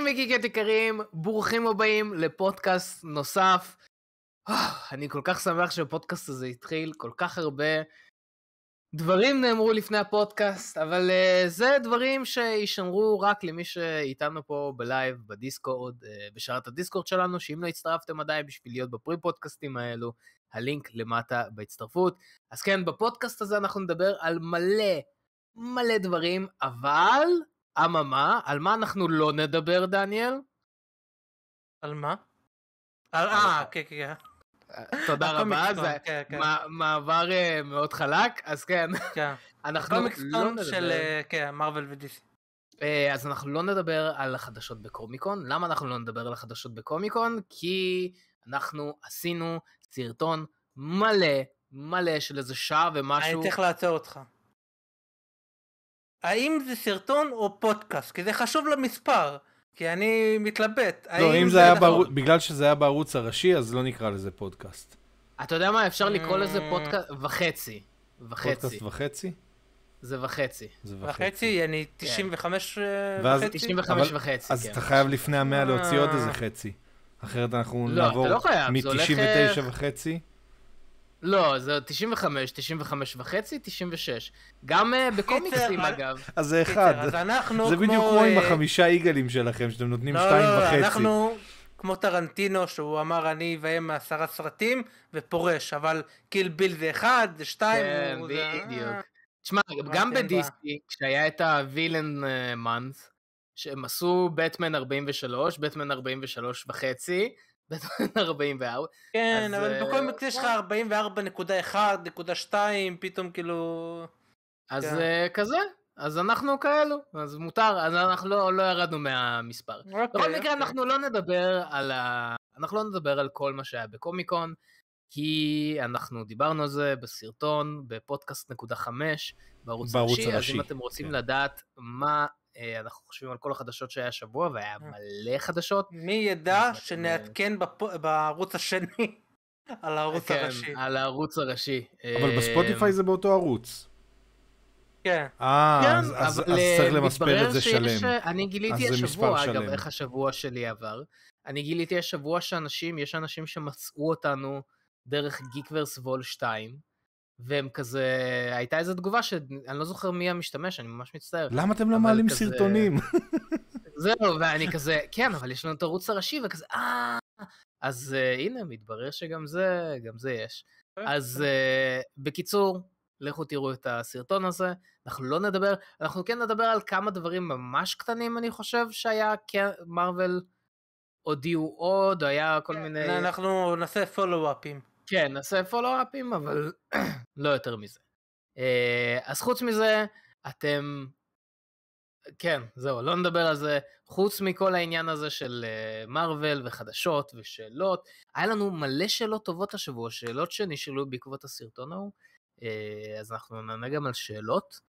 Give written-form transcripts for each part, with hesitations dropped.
וגיקיות יקרים, ברוכים הבאים לפודקאסט נוסף. אני כל כך שמח שהפודקאסט הזה התחיל, כל כך הרבה דברים נאמרו לפני הפודקאסט, אבל זה דברים שישמרו רק למי שאיתנו פה בלייב, בדיסקורד, בשרת הדיסקורד שלנו, שאם לא הצטרפתם עדיין בשביל להיות בפרי פודקאסטים האלו, הלינק למטה בהצטרפות. אז כן, בפודקאסט הזה אנחנו נדבר על מלא דברים, אבל אממה, על מה אנחנו לא נדבר, דניאל? על מה? כן. תודה רבה, זה מעבר מאוד חלק, אז כן, אנחנו לא נדבר. של מרוול ודיסי. אז אנחנו לא נדבר על החדשות בקומיקון. למה אנחנו לא נדבר על החדשות בקומיקון? כי אנחנו עשינו סרטון מלא של איזה שעה ומשהו. אני צריך לעצור אותך. האם זה סרטון או פודקאסט? כי זה חשוב למספר. כי אני מתלבט. לא, אם זה היה בגלל שזה היה בערוץ הראשי, אז לא נקרא לזה פודקאסט. אתה יודע מה? אפשר לקרוא לזה פודקאסט וחצי. פודקאסט וחצי? זה וחצי. וחצי, אני 95 וחצי. 95 וחצי, אז אתה חייב לפני 100 להוציא עוד איזה חצי. אחרת אנחנו נעבור מ-99 וחצי. לא, זה 95, 95 וחצי, 96. גם בקומיקסים אגב. אז זה אחד. זה בדיוק כמו עם החמישה איגלים שלכם, שאתם נותנים 2.5. לא, אנחנו כמו טרנטינו, שהוא אמר אני והם 10 סרטים, ופורש, אבל קיל ביל זה 1, זה 2. כן, בדיוק. תשמע, גם בדיסטי, כשהיה את הווילן מאנס, שהם עשו בטמן 43, בטמן 43 וחצי, בטמן 44. כן, אבל בכל מקרה יש לך 44.1.2, פתאום כאילו... אז כזה, אז אנחנו כאלו, אז מותר, אז אנחנו לא ירדנו מהמספר. בכל מקרה אנחנו לא נדבר על כל מה שהיה בקומיקון, כי אנחנו דיברנו על זה בסרטון, בפודקאסט.5, בערוץ הראשי, אז אם אתם רוצים לדעת מה אנחנו חושבים על כל החדשות שהיה שבוע, והיה מלא חדשות. מי ידע שנעדכן בערוץ השני על הערוץ הראשי. כן, על הערוץ הראשי. אבל בספוטיפיי זה באותו ערוץ. כן. אז צריך למספר את זה שלם. אני גיליתי השבוע, אגב, איך השבוע שלי עבר. אני גיליתי השבוע יש אנשים שמצאו אותנו דרך גיקוורס וול 2, והם כזה, הייתה איזו תגובה שאני לא זוכר מי המשתמש, אני ממש מצטער. למה אתם לא מעלים סרטונים? זהו, ואני כזה, כן, אבל יש לנו את הערוץ הראשי, וכזה, אז הנה, מתברר שגם זה יש. אז בקיצור, לכו תראו את הסרטון הזה, אנחנו כן נדבר על כמה דברים ממש קטנים, אני חושב שהיה מרוול הודיעו עוד, היה כל מיני... אנחנו נעשה פולו-אפים. כן, נעשה פולו-אפים, אבל לא יותר מזה. אז חוץ מזה, כן, זהו, לא נדבר על זה. חוץ מכל העניין הזה של מרוול וחדשות ושאלות, היה לנו מלא שאלות טובות השבוע, שאלות שנשאלו בעקבות הסרטון ההוא, אז אנחנו נענה גם על שאלות.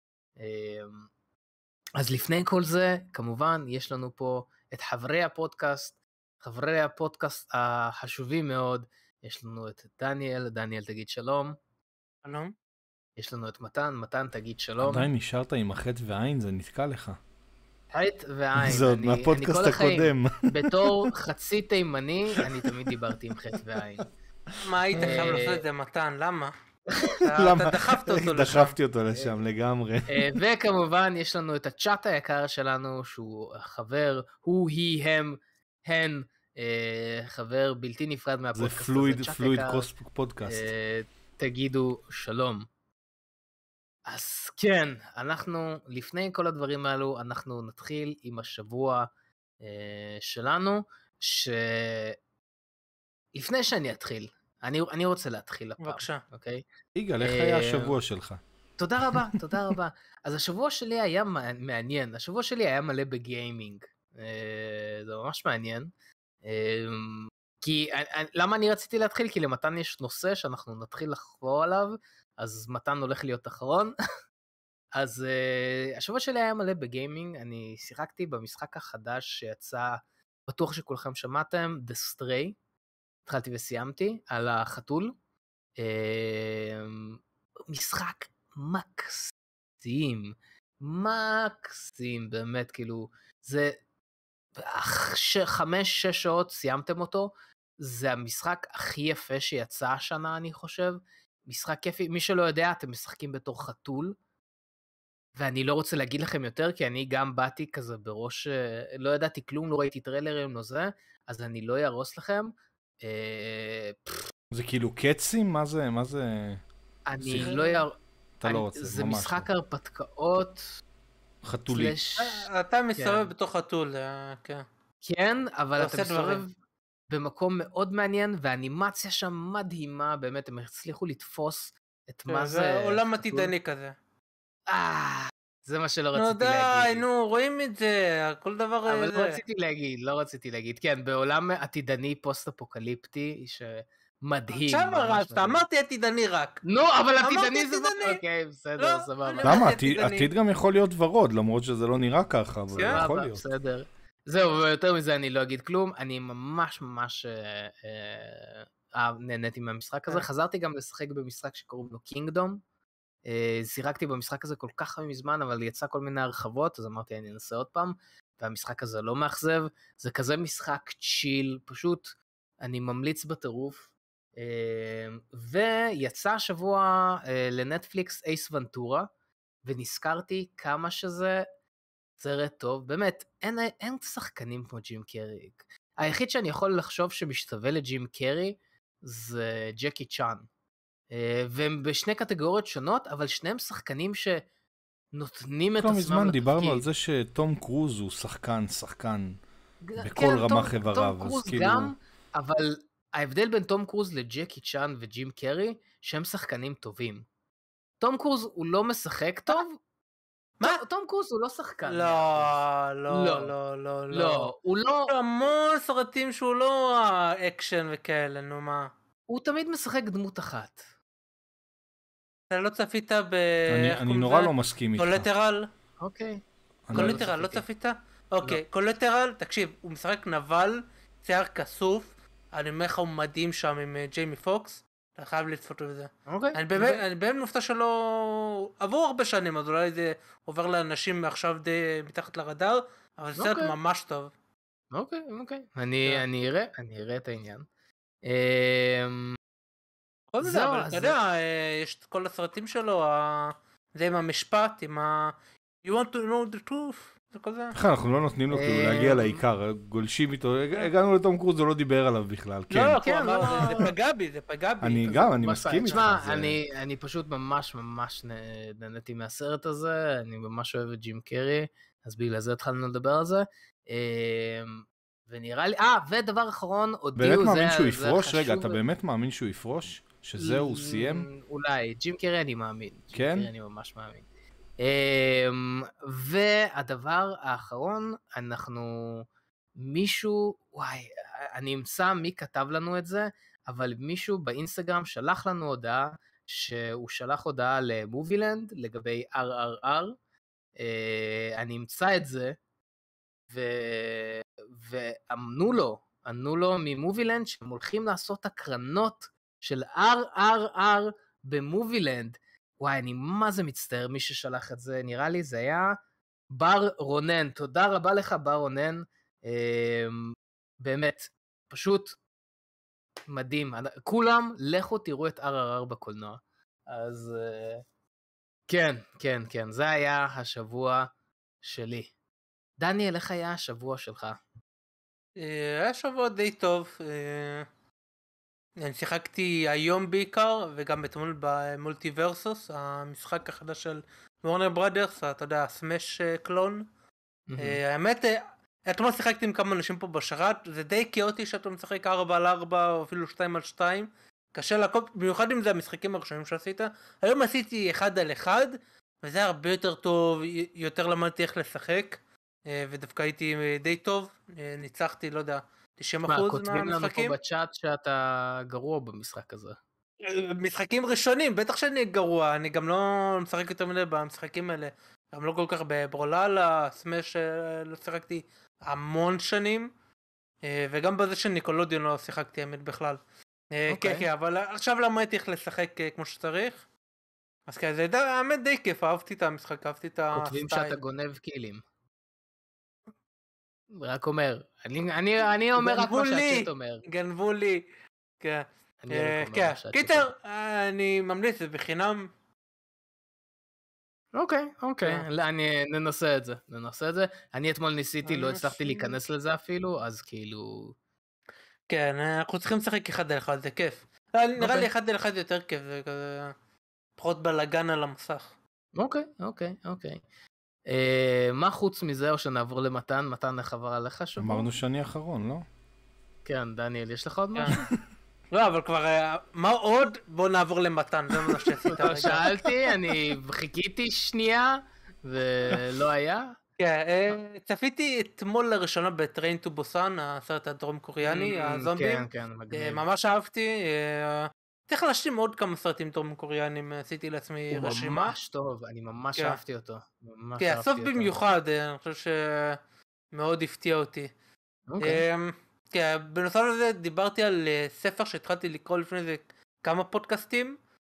אז לפני כל זה, כמובן, יש לנו פה את חברי הפודקאסט החשובים מאוד. יש לנו את דניאל תגיד שלום. שלום. יש לנו את מתן תגיד שלום. עדיין נשארת עם החטא ועין, זה נתקע לך. חטא ועין. זה עוד מהפודקאסט הקודם. בתור חצי תימני, אני תמיד דיברתי עם חטא ועין. מה היית חייב לעשות את זה, מתן? למה? למה? אתה דחפת אותו לשם. דחפתי אותו לשם לגמרי. וכמובן, יש לנו את הצ'אט היקר שלנו, שהוא חבר, הוא, היא, הם, הן, חבר בלתי נפרד מהפודקאסט הזה. זה פלואיד פודקאסט. תגידו שלום. אז כן, אנחנו, לפני כל הדברים האלו, אנחנו נתחיל עם השבוע שלנו, לפני שאני אתחיל, אני רוצה להתחיל הפעם. בבקשה. אוקיי? יגאל, איך היה השבוע שלך? תודה רבה. אז השבוע שלי היה מעניין, השבוע שלי היה מלא בגיימינג. זה ממש מעניין. כי, למה אני רציתי להתחיל? כי למתן יש נושא שאנחנו נתחיל לחבור עליו, אז מתן הולך להיות אחרון. אז השבוע שלי היה מלא בגיימינג, אני שיחקתי במשחק החדש שיצא, בטוח שכולכם שמעתם, The Stray, התחלתי וסיימתי, על החתול. משחק מקסים, באמת, כאילו, זה 5-6 שעות סיימתם אותו, זה המשחק הכי יפה שיצא השנה, אני חושב. משחק כיפי, מי שלא יודע, אתם משחקים בתור חתול, ואני לא רוצה להגיד לכם יותר, כי אני גם באתי כזה בראש, לא ידעתי כלום, לא ראיתי טריילרים, לא זה, אז אני לא ירוס לכם. זה כאילו קצים? מה זה? אני לא ירוס... אתה לא רוצה, ממש לא. זה משחק הרפתקאות. חתולי. אתה מסתובב בתוך חתול, כן. כן, אבל אתה מסתובב במקום מאוד מעניין, והאנימציה שם מדהימה, באמת, הם הצליחו לתפוס את מה זה... זה עולם עתידני כזה. זה מה שלא רציתי להגיד. נו, די, רואים את זה, כל דבר... אבל לא רציתי להגיד, כן, בעולם עתידני פוסט-אפוקליפטי, שמדהים. עכשיו הרשת, אמרתי עתידני רק. נו, אבל עתידני זה... אוקיי, בסדר, סבבה. למה? עתיד גם יכול להיות ורוד, למרות שזה לא נראה ככה, אבל יכול להיות. בסדר. זהו, ויותר מזה אני לא אגיד כלום, אני ממש נהניתי מהמשחק הזה, חזרתי גם לשחק במשחק שקוראים לו קינגדום, זירקתי במשחק הזה כל כך מזמן, אבל יצא כל מיני הרחבות, אז אמרתי אני אנסה עוד פעם, והמשחק הזה לא מאכזב, זה כזה משחק צ'יל, פשוט אני ממליץ בטירוף, ויצא השבוע לנטפליקס אייס ונטורה, ונזכרתי כמה שזה סרט טוב, באמת, אין שחקנים כמו ג'ים קרי. היחיד שאני יכול לחשוב שמשתווה לג'ים קרי, זה ג'קי צ'אן. והם בשני קטגוריות שונות, אבל שניהם שחקנים שנותנים את עצמם לתפקיד. מזמן דיברנו על זה שתום קרוז הוא שחקן, בכל רמ"ח איבריו. תום קרוז גם, אבל ההבדל בין תום קרוז לג'קי צ'אן וג'ים קרי, שהם שחקנים טובים. תום קרוז הוא לא משחק טוב, מה? תום קרוז הוא לא שחקן. לא. הוא לא... המון סרטים שהוא לא אקשן וכאלה, נו מה. הוא תמיד משחק דמות אחת. אתה לא צפית ב... אני נורא לא מסכים איתך. קולטרל? אוקיי. קולטרל, לא צפית? אוקיי, קולטרל, תקשיב, הוא משחק נבל, שיער כסוף, אני אומר לך הוא מדהים שם עם ג'יימי פוקס. אתה חייב לצפות בזה. אני באמת מופתע שלא... עבור הרבה שנים, אז אולי זה עובר לאנשים עכשיו די מתחת לרדאר, אבל זה סרט ממש טוב. אוקיי. אני אראה את העניין. זהו, אבל אתה יודע, יש את כל הסרטים שלו, זה עם המשפט, עם ה... You want to know the truth. איך אנחנו לא נותנים לו כאילו להגיע לעיקר, גולשים איתו, הגענו לתום קרוז, הוא לא דיבר עליו בכלל, כן. זה פגע בי. אני מסכים איתך. אני פשוט ממש נהניתי מהסרט הזה, אני ממש אוהב את ג'ים קרי, אז בגלל זה התחלנו לדבר על זה. ונראה לי, ודבר אחרון, הודיעו, באמת מאמין שהוא יפרוש? רגע, אתה באמת מאמין שהוא יפרוש? שזהו, הוא סיים? אולי, ג'ים קרי אני מאמין. כן? ג'ים קרי אני ממש מאמין. והדבר האחרון, אני אמצא מי כתב לנו את זה, אבל מישהו באינסטגרם שלח לנו הודעה, שהוא שלח הודעה למובילנד לגבי RRR, אני אמצא את זה, ואמנו לו ממובילנד, שהם הולכים לעשות הקרנות של RRR במובילנד, וואי, אני מה זה מצטער מי ששלח את זה, נראה לי זה היה בר רונן, תודה רבה לך בר רונן, באמת, פשוט מדהים, כולם לכו תראו את RRR בקולנוע, אז כן, זה היה השבוע שלי. דניאל, איך היה השבוע שלך? היה שבוע די טוב, אני שיחקתי היום בעיקר, וגם אתמול במולטיברסוס, המשחק החדש של וורנר בראדרס, אתה יודע, סמש קלון. האמת, אתמול שיחקתי עם כמה אנשים פה בשרת, זה די כאוטי שאתה משחק 4-4 או אפילו 2-2, קשה לעקוב, במיוחד אם זה המשחקים הראשונים שעשית. היום עשיתי 1-1, וזה הרבה יותר טוב, יותר למדתי איך לשחק, ודווקא הייתי די טוב, ניצחתי, לא יודע, 90% מהמשחקים. כותבים לנו פה בצ'אט שאתה גרוע במשחק הזה. משחקים ראשונים, בטח שאני גרוע, אני גם לא משחק יותר מדי במשחקים האלה, גם לא כל כך בברוללה, סמש לא שיחקתי המון שנים, וגם בזה של ניקולודיון לא שיחקתי האמת בכלל. כן, אבל עכשיו למדתי איך לשחק כמו שצריך, אז כן, זה האמת די כיף, אהבתי את המשחק, אהבתי את הסטייל. כותבים שאתה גונב קילים. רק אומר. אני אומר רק מה שהצ'אט אומר. גנבו לי. כן. קיצר, אני ממליץ, זה בחינם. אוקיי. ננסה את זה. אני אתמול ניסיתי, לא הצלחתי להיכנס לזה אפילו, אז כאילו... כן, אנחנו צריכים לשחק 1-1, זה כיף. נראה לי 1-1 יותר כיף, זה כזה... פחות בלגן על המסך. אוקיי. מה חוץ מזה, או שנעבור למתן? מתן, איך עבר עליך שבוע? אמרנו שאני אחרון, לא? כן, דניאל, יש לך עוד משהו? לא, אבל כבר, מה עוד? בוא נעבור למתן, זה מה שעשית. שאלתי, אני חיכיתי שנייה, ולא היה. כן, צפיתי אתמול לראשונה בטריין טו בוסן, הסרט הדרום קוריאני, הזומבים. כן, מגניב. ממש אהבתי. צריך להשלים עוד כמה סרטים דרום קוריאנים, עשיתי לעצמי רשימה. הוא ממש טוב, אני ממש אהבתי אותו. כן, הסוף במיוחד, אני חושב שמאוד הפתיע אותי. כן, בנוסף לזה דיברתי על ספר שהתחלתי לקרוא לפני זה כמה פודקאסטים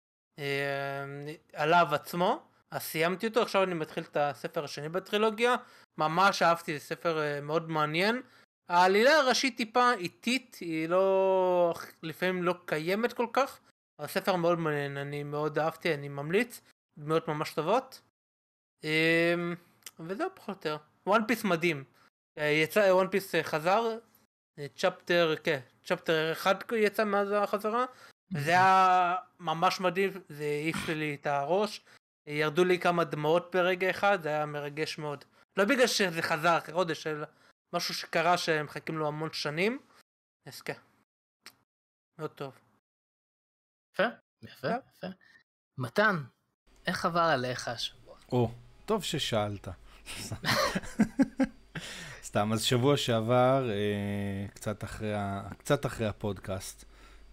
עליו עצמו, אז סיימתי אותו, עכשיו אני מתחיל את הספר השני בטרילוגיה, ממש אהבתי, זה ספר מאוד מעניין. העלילה הראשית טיפה איטית, היא לא, לפעמים לא קיימת כל כך, הספר מאוד מעניין, אני מאוד אהבתי, אני ממליץ, דמויות ממש טובות, וזהו פחות או יותר. וואן פיס מדהים, וואן פיס חזר, צ'פטר 1 יצא מאז החזרה, וזה היה ממש מדהים, זה העיף לי את הראש, ירדו לי כמה דמעות ברגע אחד, זה היה מרגש מאוד. לא בגלל שזה חזר אחרי חודש, אלא משהו שקרה שהם מחכים לו המון שנים, אז כן. מאוד טוב. יפה. מתן, איך עבר עליך השבוע? טוב ששאלת. סתם, אז שבוע שעבר, קצת אחרי הפודקאסט,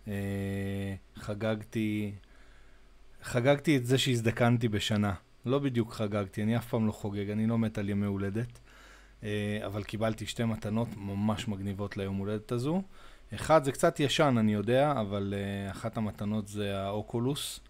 חגגתי את זה שהזדקנתי בשנה. לא בדיוק חגגתי, אני אף פעם לא חוגג, אני לא מת על ימי הולדת, אבל קיבלתי 2 מתנות ממש מגניבות ליום הולדת הזו. אחד זה קצת ישן, אני יודע, אבל אחת המתנות זה האוקולוס,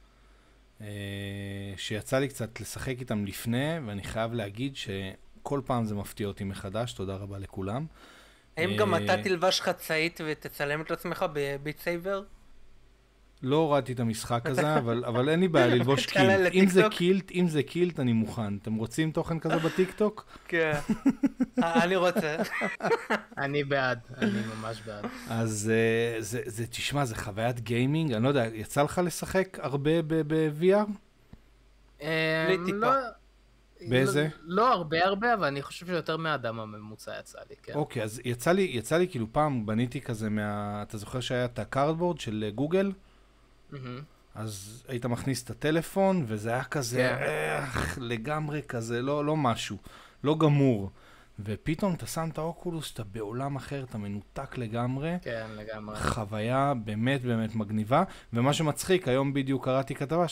שיצא לי קצת לשחק איתם לפני, ואני חייב להגיד שכל פעם זה מפתיע אותי מחדש, תודה רבה לכולם. האם גם אתה תלבש חצאית ותצלם את עצמך בביט סייבר? לא הורדתי את המשחק הזה, אבל אין לי בעיה ללבוש קילט. אם זה קילט, אני מוכן. אתם רוצים תוכן כזה בטיקטוק? כן. אני רוצה. אני בעד, אני ממש בעד. אז תשמע, זה חוויית גיימינג. אני לא יודע, יצא לך לשחק הרבה ב-VR? טיפה. באיזה? לא הרבה, אבל אני חושב שיותר מהאדם הממוצע יצא לי, כן. אוקיי, אז יצא לי כאילו פעם בניתי כזה אתה זוכר שהיה את הקארדבורד של גוגל? אז היית מכניס את הטלפון, וזה היה כזה, לגמרי כזה, לא משהו, לא גמור. ופתאום אתה שם את האוקולוס, אתה בעולם אחר, אתה מנותק לגמרי. כן, לגמרי. חוויה באמת באמת מגניבה. ומה שמצחיק, היום בדיוק קראתי כתבה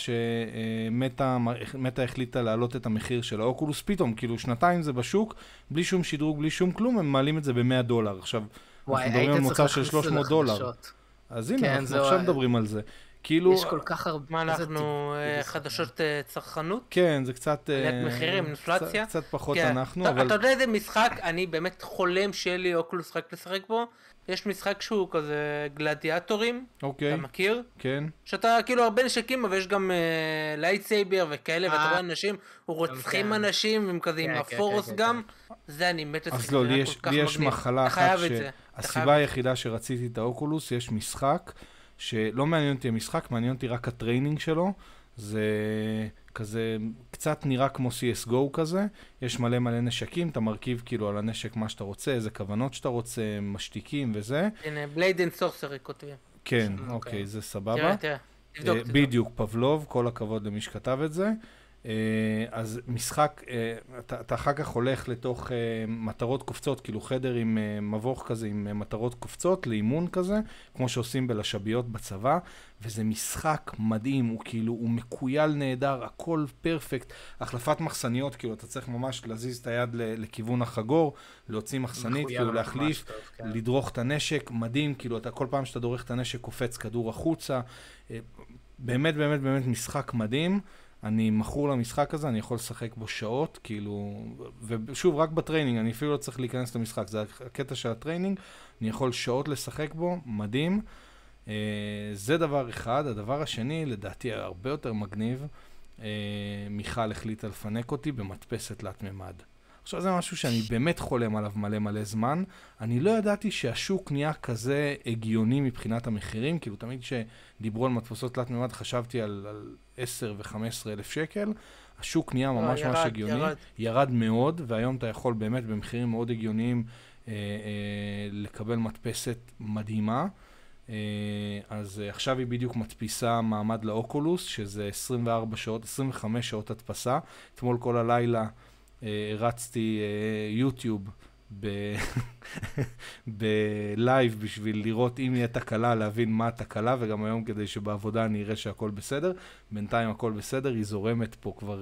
שמטה החליטה להעלות את המחיר של האוקולוס. פתאום, כאילו 2 זה בשוק, בלי שום שדרוג, בלי שום כלום, הם מעלים את זה $100. עכשיו, אנחנו מדברים על מוצר של $300. אז הנה, אנחנו עכשיו מדברים על זה. כאילו... יש כל כך הרבה... מה אנחנו, חדשות צרכנות? כן, זה קצת... עליית מחירים, אינפלציה? קצת פחות אנחנו, אבל... אתה יודע איזה משחק, אני באמת חולם שיהיה לי אוקולוס רק לשחק בו. יש משחק שהוא כזה גלדיאטורים, אתה מכיר? כן. שאתה כאילו הרבה נשקים, אבל יש גם לייטסייבר וכאלה, ואתה רואה אנשים, רוצחים אנשים, עם כזה עם הפורס גם. זה אני מת לשחק, אז לא, לי יש מחלה אחת הסיבה היחידה שרציתי את האוקולוס, יש משחק, שלא מעניין אותי המשחק, מעניין אותי רק הטריינינג שלו, זה כזה קצת נראה כמו CSGO כזה, יש מלא נשקים, אתה מרכיב כאילו על הנשק מה שאתה רוצה, איזה כוונות שאתה רוצה, משתיקים וזה. הנה, בלייד אנד סורסרי כותבים. כן, אוקיי, זה סבבה. תבדוק. בדיוק, פבלוב, כל הכבוד למי שכתב את זה. אז משחק, אתה אחר כך הולך לתוך מטרות קופצות, כאילו חדר עם מבוך כזה, עם מטרות קופצות, לאימון כזה, כמו שעושים בלשביות בצבא, וזה משחק מדהים, הוא כאילו, הוא מקוייל נהדר, הכל פרפקט, החלפת מחסניות, כאילו אתה צריך ממש להזיז את היד לכיוון החגור, להוציא מחסנית, כאילו להחליף, לדרוך את הנשק, מדהים, כאילו אתה כל פעם שאתה דורך את הנשק קופץ כדור החוצה, באמת באמת באמת משחק מדהים, אני מכור למשחק הזה, אני יכול לשחק בו שעות, כאילו, ושוב, רק בטריינינג, אני אפילו לא צריך להיכנס למשחק, זה הקטע של הטריינינג, אני יכול שעות לשחק בו, מדהים. זה דבר אחד. הדבר השני, לדעתי הרבה יותר מגניב, מיכל החליטה לפנק אותי במדפסת תלת-ממד. עכשיו זה משהו שאני באמת חולם עליו מלא זמן. אני לא ידעתי שהשוק נהיה כזה הגיוני מבחינת המחירים, כאילו תמיד שדיברו על מדפסות תלת-ממד חשבתי על 10 ו-15 אלף שקל. השוק נהיה ממש הגיוני. ירד מאוד, והיום אתה יכול באמת במחירים מאוד הגיוניים לקבל מדפסת מדהימה. אז עכשיו היא בדיוק מדפיסה מעמד לאוקולוס, שזה 24 שעות, 25 שעות הדפסה. אתמול כל הלילה הרצתי יוטיוב בלייב בשביל לראות אם יהיה תקלה, להבין מה התקלה, וגם היום כדי שבעבודה אני אראה שהכל בסדר. בינתיים הכל בסדר, היא זורמת פה כבר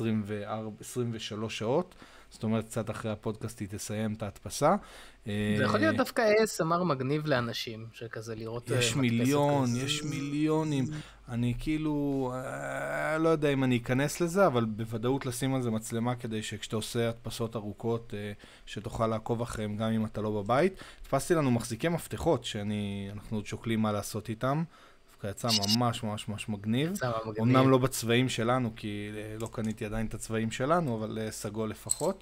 23 שעות. זאת אומרת, קצת אחרי הפודקאסט היא תסיים את ההדפסה. זה יכול להיות דווקא ASMR מגניב לאנשים, שכזה לראות יש מיליונים. אני כאילו, לא יודע אם אני אכנס לזה, אבל בוודאות לשים על זה מצלמה כדי שכשאתה עושה הדפסות ארוכות, שתוכל לעקוב אחריהם גם אם אתה לא בבית. תפסתי לנו מחזיקי מפתחות, שאנחנו עוד שוקלים מה לעשות איתם. יצא ממש מגניב. אמנם לא בצבעים שלנו, כי לא קניתי עדיין את הצבעים שלנו, אבל סגול לפחות.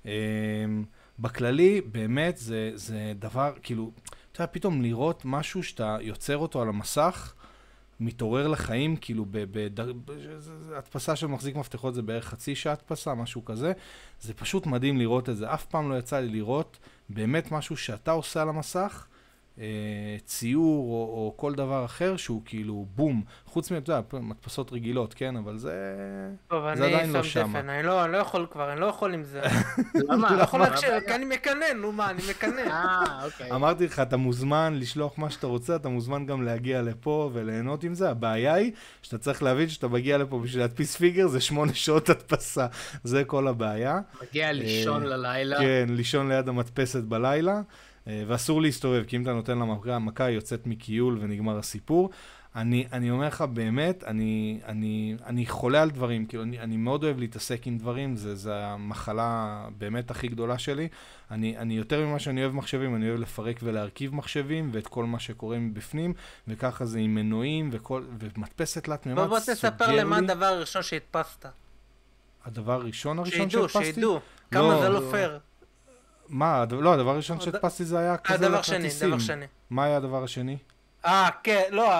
בכללי, באמת, זה דבר, כאילו, אתה יודע, פתאום לראות משהו שאתה יוצר אותו על המסך, מתעורר לחיים, כאילו, הדפסה של מחזיק מפתחות זה בערך חצי שעה הדפסה, משהו כזה. זה פשוט מדהים לראות את זה. אף פעם לא יצא לי לראות באמת משהו שאתה עושה על המסך, ציור או כל דבר אחר שהוא כאילו בום, חוץ מדפסות רגילות, כן, אבל זה עדיין לא שם. אני לא יכול כבר, אני לא יכול עם זה. למה? לא יכול להקשיב, כי אני מקנן, נו מה, אני מקנן. אוקיי. אמרתי לך, אתה מוזמן לשלוח מה שאתה רוצה, אתה מוזמן גם להגיע לפה וליהנות עם זה. הבעיה היא שאתה צריך להבין שאתה מגיע לפה בשביל להדפיס פיגר, זה 8 שעות הדפסה, זה כל הבעיה. מגיע לישון ללילה. כן, לישון ליד המדפסת בלילה. ואסור להסתובב, כי אם אתה נותן לה מכה, היא יוצאת מקיול ונגמר הסיפור. אני אומר לך, באמת, אני חולה על דברים, כאילו, אני מאוד אוהב להתעסק עם דברים, זה המחלה באמת הכי גדולה שלי. אני יותר ממה שאני אוהב מחשבים, אני אוהב לפרק ולהרכיב מחשבים, ואת כל מה שקורה מבפנים, וככה זה עם מנועים, ומדפסת תלת-ממד בוא תספר למה הדבר הראשון שהדפסת. הדבר הראשון שהדפסתי? שידעו, כמה זה לא פייר. מה? לא, הדבר הראשון שהדפסתי זה היה כזה לכרטיסים. דבר שני. מה היה הדבר השני? כן, לא,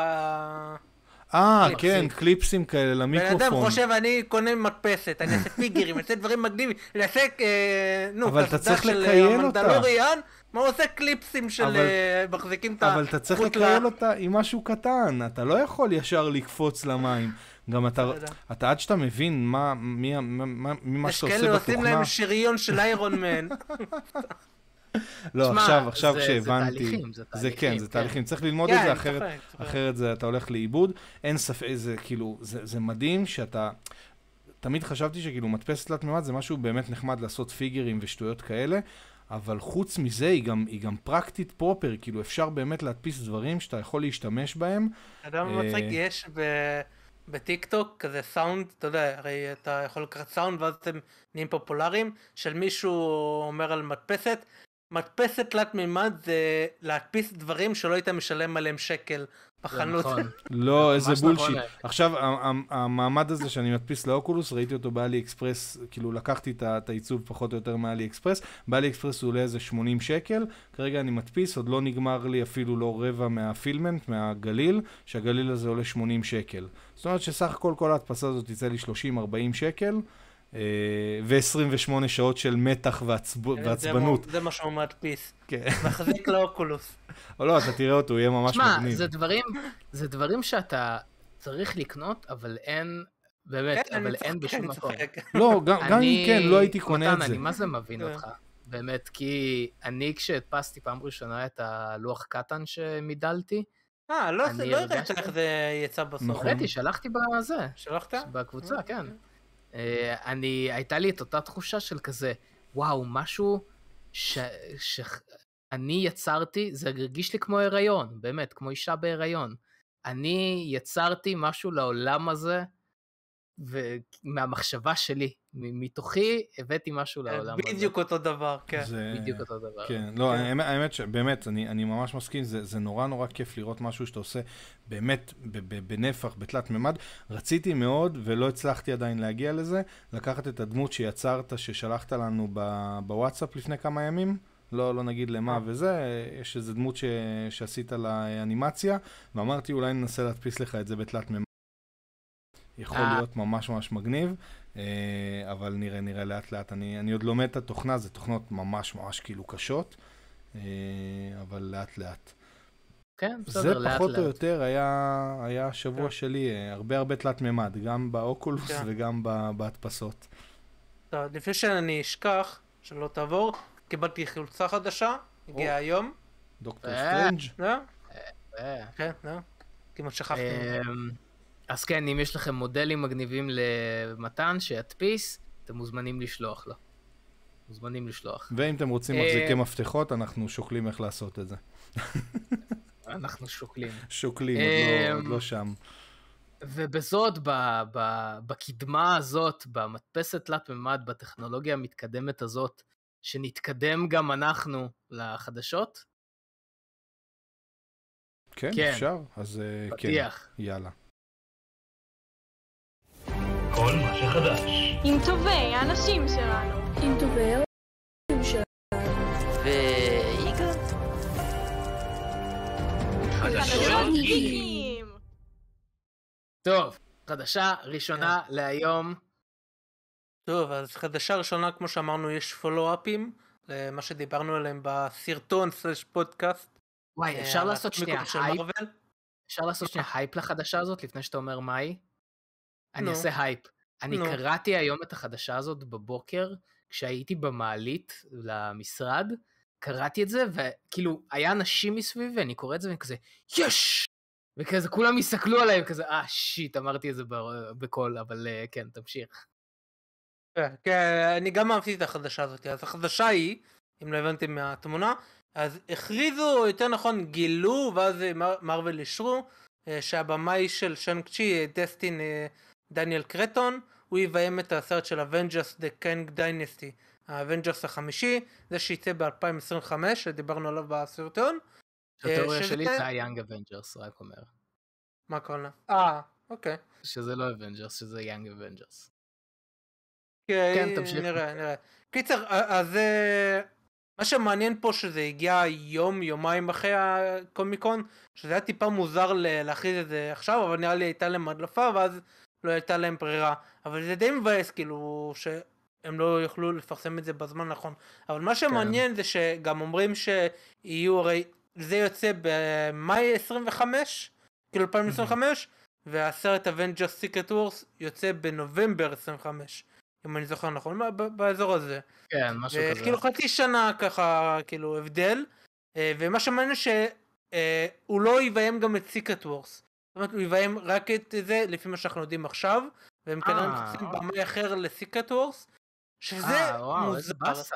כן, קליפסים כאלה למיקרופון. בן אדם חושב, אני קונה מדפסת, אני אעשה פיגרים, אני אעשה דברים מגניבים, אני אעשה, אבל אתה צריך לקייל אותה. מה הוא עושה קליפסים של מחזיקים את אבל אתה צריך לקייל אותה עם משהו קטן, אתה לא יכול ישר לקפוץ למים. גם אתה עד שאתה מבין ממה שאתה עושה בתוכנה. יש כאלה עושים להם שריון של איירון מן. לא, עכשיו כשהבנתי, זה כן, זה תהליכים, צריך ללמוד את זה, אחרת אתה הולך לאיבוד. אין ספק, זה כאילו, זה מדהים שאתה, תמיד חשבתי שכאילו מדפסת תלת-ממד זה משהו באמת נחמד לעשות פיגרים ושטויות כאלה, אבל חוץ מזה היא גם פרקטית פרופר, כאילו אפשר באמת להדפיס דברים שאתה יכול להשתמש בהם. אדם מצחיק, יש בטיק טוק כזה סאונד, אתה יודע, הרי אתה יכול לקחת סאונד ואז אתם נהיים פופולריים, של מישהו אומר על מדפסת תלת-ממד זה להדפיס דברים שלא היית משלם עליהם שקל בחנות. לא, איזה בולשיט. עכשיו, המעמד הזה שאני מדפיס לאוקולוס, ראיתי אותו באלי אקספרס, כאילו לקחתי את העיצוב פחות או יותר מאלי אקספרס, באלי אקספרס הוא עולה איזה 80 שקל, כרגע אני מדפיס, עוד לא נגמר לי אפילו לא רבע מהפילמנט, מהגליל, שהגליל הזה עולה 80 שקל. זאת אומרת שסך הכל כל ההדפסה הזאת תצא לי 30-40 שקל, ו-28 שעות של מתח ועצבנות. זה מה שהוא מדפיס. מחזיק לאוקולוס. או לא, אתה תראה אותו, הוא יהיה ממש מגניב. זה דברים שאתה צריך לקנות, אבל אין, באמת, אבל אין בשום מקום. לא, גם אם כן, לא הייתי קונה את זה. אני מה זה מבין אותך? באמת, כי אני כשהדפסתי פעם ראשונה את הלוח קטן שמידלתי, לא הראית איך זה יצא בסוף. ראיתי, שלחתי בזה. שלחת? בקבוצה, כן. הייתה לי את אותה תחושה של כזה, וואו, משהו שאני יצרתי, זה הרגיש לי כמו הריון, באמת, כמו אישה בהיריון. אני יצרתי משהו לעולם הזה, ומהמחשבה שלי, מתוכי הבאתי משהו לעולם הזה. בדיוק אותו דבר, כן. בדיוק אותו דבר. כן, לא, האמת שבאמת, אני ממש מסכים, זה נורא נורא כיף לראות משהו שאתה עושה באמת בנפח, בתלת ממד. רציתי מאוד, ולא הצלחתי עדיין להגיע לזה, לקחת את הדמות שיצרת, ששלחת לנו בוואטסאפ לפני כמה ימים, לא נגיד למה וזה, יש איזו דמות שעשית לאנימציה, ואמרתי אולי ננסה להדפיס לך את זה בתלת ממד. יכול להיות ממש ממש מגניב, אבל נראה לאט לאט. אני עוד לומד את התוכנה, זה תוכנות ממש ממש כאילו קשות, אבל לאט לאט. כן, בסדר, זה לאט פחות לאט. או יותר היה שבוע שלי, הרבה תלת ממד, גם באוקולוס וגם בהדפסות. טוב, לפני שאני אשכח, שלא תעבור, קיבלתי חולצה חדשה, הגיע היום. דוקטור סטרנג'. לא? כן, לא? כמעט שכחתי. אז כן, אם יש לכם מודלים מגניבים למתן שידפיס, אתם מוזמנים לשלוח לו. מוזמנים לשלוח. ואם אתם רוצים מחזיקי מפתחות, אנחנו שוקלים איך לעשות את זה. אנחנו שוקלים. שוקלים, עוד לא שם. ובזאת, בקדמה הזאת, במדפסת תלת ממד, בטכנולוגיה המתקדמת הזאת, שנתקדם גם אנחנו לחדשות? כן, אפשר. אז כן, יאללה. כל מה שחדש. עם טובי האנשים שלנו. עם טובי האנשים שלנו. ויגאל? חדשות גיקים. טוב, חדשה ראשונה להיום. טוב, אז חדשה ראשונה, כמו שאמרנו, יש פולו-אפים, למה שדיברנו עליהם בסרטון / פודקאסט. וואי, אפשר לעשות שנייה הייפ? אפשר לעשות שנייה הייפ לחדשה הזאת, לפני שאתה אומר מה היא? אני אעשה הייפ. אני קראתי היום את החדשה הזאת בבוקר, כשהייתי במעלית למשרד, קראתי את זה, וכאילו, היה אנשים מסביב, ואני קורא את זה, וכזה, יש! וכזה, כולם יסתכלו עליי, וכזה, שיט, אמרתי את זה בקול, אבל כן, תמשיך. כן, אני גם אהבתי את החדשה הזאת. אז החדשה היא, אם לא הבנתם מהתמונה, אז הכריזו, או יותר נכון, גילו, ואז מרוול אישרו, שהבמאי של שנג צ'י, דסטין דניאל קרטון, הוא יביים את הסרט של Avengers The Kang Dynasty, האבנג'רס החמישי, זה שייצא ב-2025, שדיברנו עליו בסרטון. התיאוריה שלי זה ה-Young Avengers, רק אומר. מה קוראים? אוקיי. שזה לא Avengers, שזה Young Avengers. כן, תמשיך. נראה. קיצר, אז מה שמעניין פה שזה הגיע יומיים אחרי הקומיקון, שזה היה טיפה מוזר להכריז את זה עכשיו, אבל נראה לי הייתה להם הדלפה, ואז לא הייתה להם ברירה. אבל זה די מבאס, כאילו, שהם לא יוכלו לפרסם את זה בזמן נכון. אבל מה שמעניין זה שגם אומרים שיהיו, הרי זה יוצא במאי 25, כאילו 2025, והסרט Avengers Secret Wars יוצא בנובמבר 25. אם אני זוכר נכון, באזור הזה. כן, משהו כזה. כאילו חצי שנה ככה, כאילו, הבדל. ומה שמעניין שהוא לא יביים גם את Secret Wars. זאת אומרת, הוא יביים רק את זה, לפי מה שאנחנו יודעים עכשיו, והם כנראה מחפשים במאי אחר ל-Secret Wars, שזה איזה באסה.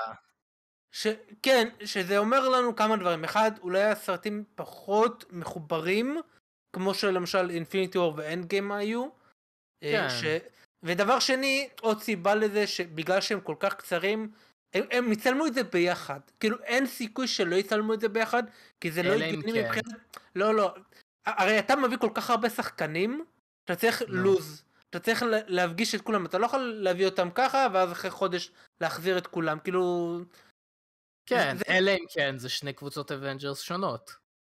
כן, שזה אומר לנו כמה דברים. אחד, אולי הסרטים פחות מחוברים, כמו שלמשל Infinity War ו-Endgame היו. כן. ודבר שני, עוד סיבה לזה שבגלל שהם כל כך קצרים, הם יצלמו את זה ביחד. כאילו אין סיכוי שלא יצלמו את זה ביחד, כי זה לא הגיוני מבחינת... לא. הרי אתה מביא כל כך הרבה שחקנים, אתה צריך לוז. אתה צריך להפגיש את כולם. אתה לא יכול להביא אותם ככה, ואז אחרי חודש להחזיר את כולם. כאילו... כן, אלא אם כן, זה שני קבוצות אבנג'רס שונות.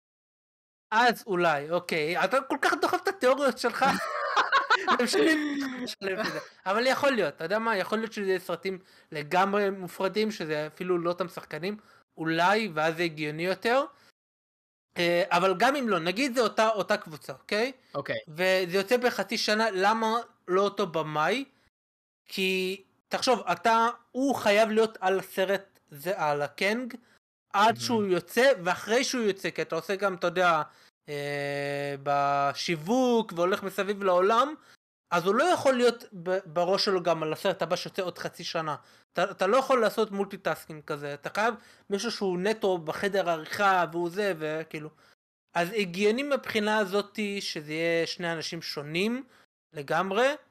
אז אולי, אוקיי. אתה כל כך דוחף את התיאוריות שלך. אבל יכול להיות, אתה יודע מה, יכול להיות שזה סרטים לגמרי מופרדים, שזה אפילו לא אותם שחקנים, אולי, ואז זה הגיוני יותר, אבל גם אם לא, נגיד זה אותה קבוצה, אוקיי? אוקיי. וזה יוצא בחצי שנה, למה לא אותו במאי? כי, תחשוב, הוא חייב להיות על הסרט, זה על הקנג, עד שהוא יוצא, ואחרי שהוא יוצא, כי אתה עושה גם, אתה יודע, בשיווק והולך מסביב לעולם, אז הוא לא יכול להיות בראש שלו גם על הסרט הבא שיוצא עוד חצי שנה. אתה לא יכול לעשות מולטיטאסקינג כזה, אתה חייב מישהו שהוא נטו בחדר עריכה והוא זה וכאילו. אז הגיוני מבחינה הזאת שזה יהיה שני אנשים שונים לגמרי,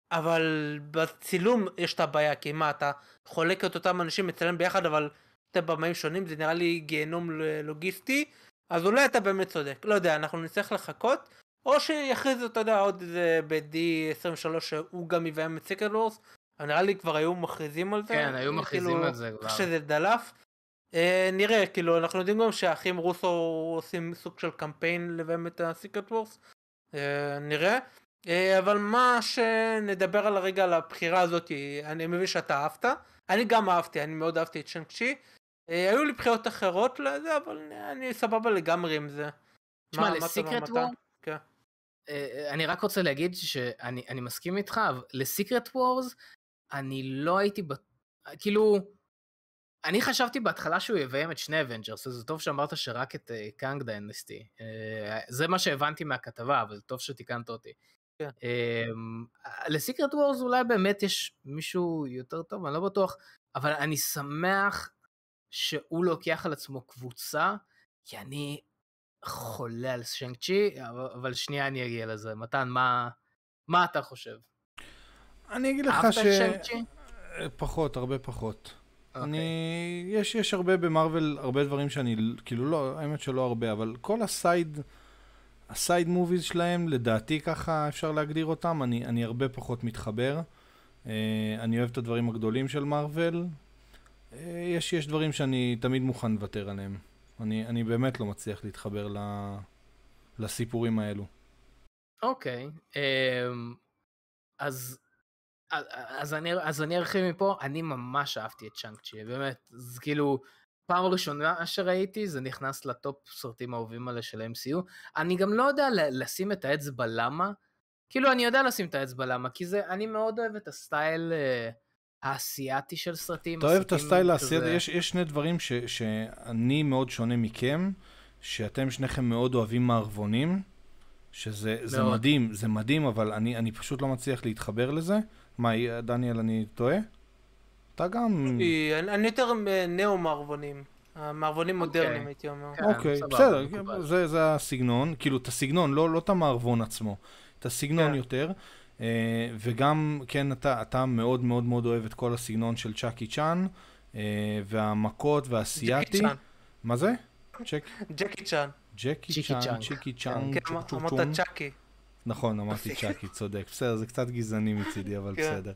אבל בצילום יש את הבעיה, כי מה, אתה חולק את אותם אנשים מצלם ביחד, אבל שתי במאים שונים, זה נראה לי גיהנום לוגיסטי, אז אולי אתה באמת צודק, לא יודע, אנחנו נצטרך לחכות, או שיכריז, אתה יודע, עוד איזה ב-D23 שהוא גם יביים את סיקרט וורס, אבל נראה לי כבר היו מכריזים על זה. כן, היו מכריזים על זה כבר. שזה דלף. נראה, כאילו, אנחנו יודעים גם שהאחים רוסו עושים סוג של קמפיין לביים את הסיקרט וורס, נראה. אבל מה שנדבר על הרגע על הבחירה הזאת, אני מבין שאתה אהבת, אני גם אהבתי, אני מאוד אהבתי את שנג צ'י, היו לי בחירות אחרות לזה, אבל אני סבבה לגמרי עם זה. תשמע, לסיקרט וור, כן. אני רק רוצה להגיד שאני מסכים איתך, אבל לסיקרט וורס, אני לא הייתי, כאילו, אני חשבתי בהתחלה שהוא יביים את שני אבנג'רס, אז זה טוב שאמרת שרק את קאנג דיינסטי, זה מה שהבנתי מהכתבה, אבל טוב שתיקנת אותי. כן. לסיקרט וורס אולי באמת יש מישהו יותר טוב, אני לא בטוח, אבל אני שמח שהוא לוקח על עצמו קבוצה, כי אני חולה על שנג צ'י, אבל שנייה אני אגיע לזה. מתן, מה אתה חושב? אני אגיד לך אהבת את שנג צ'י? פחות, הרבה פחות. יש הרבה במרוול, הרבה דברים שאני, כאילו לא, האמת שלא הרבה, אבל כל הסייד מוביז שלהם, לדעתי ככה אפשר להגדיר אותם, אני הרבה פחות מתחבר. אני אוהב את הדברים הגדולים של מרוול. יש דברים שאני תמיד מוכן לוותר עליהם. אני באמת לא מצליח להתחבר לסיפורים האלו. אוקיי. אז אני ארחיב מפה, אני ממש אהבתי את צ'אנג צ'י, באמת, זה כאילו, פעם ראשונה שראיתי, זה נכנס לטופ סרטים האהובים האלה של ה-MCU, אני גם לא יודע לשים את האצבע למה, כאילו אני יודע לשים את האצבע למה, כי זה, אני מאוד אוהב את הסטייל האסייתי של סרטים. אתה אוהב את הסטייל האסייתי, יש שני דברים שאני מאוד שונה מכם, שאתם שניכם מאוד אוהבים מערבונים, שזה מדהים, זה מדהים, אבל אני פשוט לא מצליח להתחבר לזה. מה, דניאל, אני טועה? אתה גם... אני יותר נאו מערבונים. מערבונים מודרניים, הייתי אומר. אוקיי, בסדר, זה הסגנון. כאילו, את הסגנון, לא את המערבון עצמו. את הסגנון יותר. וגם, כן, אתה מאוד מאוד מאוד אוהב את כל הסגנון של צ'אקי צ'אן, והמכות והאסייתי. מה זה? ג'קי צ'אן. ג'קי צ'אן, צ'יקי צ'אן, אמרת צ'אקי. נכון, אמרתי צ'אקי, צודק. בסדר, זה קצת גזעני מצידי, אבל בסדר.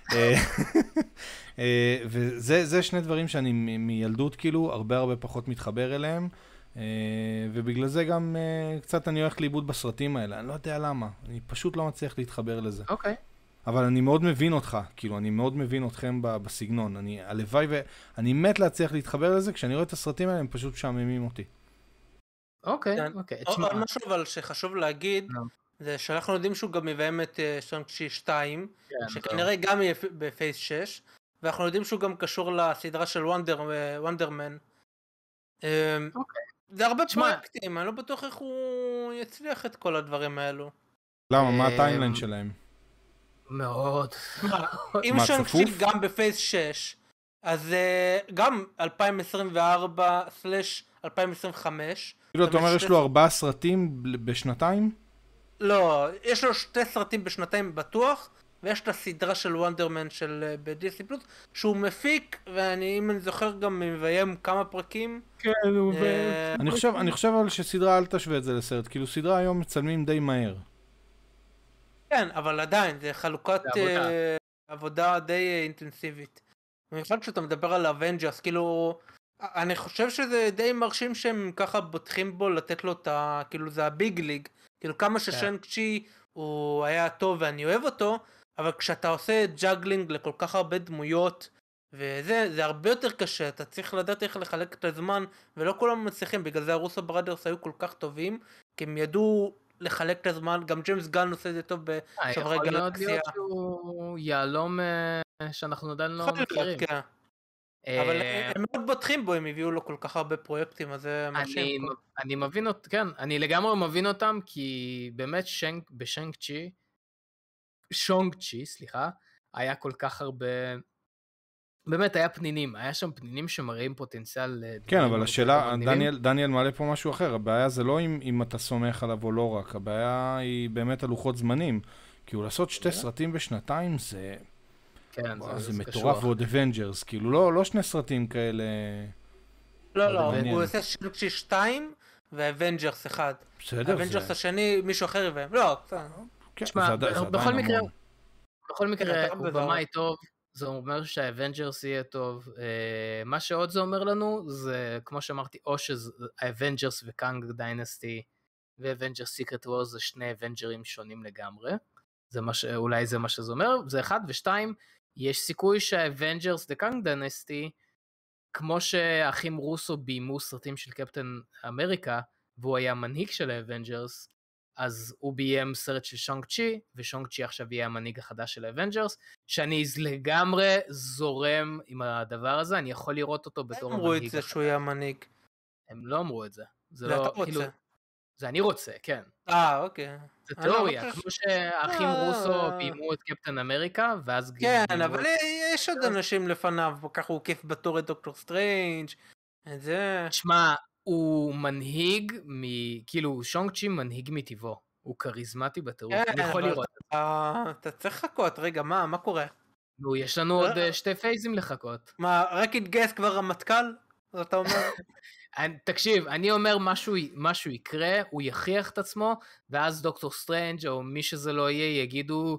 וזה שני דברים שאני מילדות כאילו הרבה פחות מתחבר אליהם, ובגלל זה גם קצת אני הולך לאיבוד בסרטים האלה. אני לא יודע למה, אני פשוט לא מצליח להתחבר לזה. אוקיי. אבל אני מאוד מבין אותך, כאילו, אני מאוד מבין אתכם בסגנון. הלוואי ואני מת להצליח להתחבר לזה, כשאני רואה את הסרטים האלה, הם פשוט שעממים אותי. אוקיי. עוד משהו אבל שחשוב להגיד, זה שאנחנו יודעים שהוא גם מביים את שנג צ'י 2, שכנראה גם יהיה בפייס 6, ואנחנו יודעים שהוא גם קשור לסדרה של וונדרמן. זה הרבה פרויקטים, אני לא בטוח איך הוא יצליח את כל הדברים האלו. למה? מה הטיימליין שלהם? מאוד. אם שנג צ'י גם בפייס 6, אז גם 2024/2025. כאילו, אתה אומר, יש לו 4 סרטים בשנתיים? לא, יש לו 2 סרטים בשנתיים בטוח, ויש את הסדרה של וונדרמן של בדיסני פלוס, שהוא מפיק, אם אני זוכר גם מביים כמה פרקים. כן, הוא מביים. אני חושב אבל שסדרה אל תשווה את זה לסרט, כאילו סדרה היום מצלמים די מהר. כן, אבל עדיין, זה חלוקת עבודה די אינטנסיבית. במיוחד כשאתה מדבר על אבנג'רס, כאילו, אני חושב שזה די מרשים שהם ככה בוטחים בו לתת לו את כאילו זה הביג ליג, כאילו כמה ששנג צ'י הוא היה טוב ואני אוהב אותו, אבל כשאתה עושה ג'אגלינג לכל כך הרבה דמויות, זה הרבה יותר קשה, אתה צריך לדעת איך לחלק את הזמן, ולא כולם מצליחים, בגלל זה הרוסו בראדרס היו כל כך טובים, כי הם ידעו לחלק את הזמן, גם ג'יימס גן עושה את זה טוב בשוברי גלקסיה. יכול להיות שהוא יעלום שאנחנו עדיין לא מכירים. אבל הם מאוד בוטחים בו, הם הביאו לו כל כך הרבה פרויקטים, אז זה מרשים. אני מבין אותם, כן, אני לגמרי מבין אותם, כי באמת בשנג צ'י, היה כל כך הרבה באמת היה פנינים, היה שם פנינים שמראים פוטנציאל. כן, אבל השאלה, דניאל מעלה פה משהו אחר, הבעיה זה לא אם אתה סומך עליו או לא רק, הבעיה היא באמת הלוחות זמנים, כי הוא לעשות 2 סרטים בשנתיים זה... כן, זה מטורף, ועוד אבנג'רס, כאילו לא 2 סרטים כאלה... לא, הוא עושה שינוקשי 2 ואבנג'רס 1. בסדר, אבנג'רס השני מישהו אחר הבא. לא, תשמע, בכל מקרה הוא במאי טוב, זה אומר שהאבנג'רס יהיה טוב. מה שעוד זה אומר לנו, זה כמו שאמרתי, או שהאבנג'רס וקאנג דיינסטי ואבנג'רס סיקרט וורס זה 2 אבנג'רים שונים לגמרי. אולי זה מה שזה אומר, זה 1 ו2, יש סיכוי שהאבנג'רס וקאנג דיינסטי, כמו שהאחים רוסו ביימו סרטים של קפטן אמריקה, והוא היה מנהיג של האבנג'רס, אז הוא ביים סרט של שונג צ'י, ושונג צ'י עכשיו יהיה המנהיג החדש של האבנג'רס, שאני לגמרי זורם עם הדבר הזה, אני יכול לראות אותו בתור המנהיג. הם אמרו את זה שהוא יהיה המנהיג. הם לא אמרו את זה. זה אתה לא, רוצה. כאילו, זה אני רוצה, כן. אוקיי. זה תיאוריה, כמו שהאחים רוסו ביימו את קפטן אמריקה, ואז... כן, אבל יש עוד אנשים לפניו, ככה הוא כיף בתור את דוקטור סטרנג' את זה... תשמע, הוא מנהיג כאילו שונג צ'י מנהיג מטבעו, הוא כריזמטי בטירוף, אני יכול לראות. אתה צריך לחכות, רגע, מה קורה? נו, יש לנו עוד 2 פייזים לחכות. מה, רק התגייס כבר רמטכ"ל? אתה אומר? תקשיב, אני אומר משהו יקרה, הוא יכריח את עצמו, ואז דוקטור סטרנג' או מי שזה לא יהיה יגידו,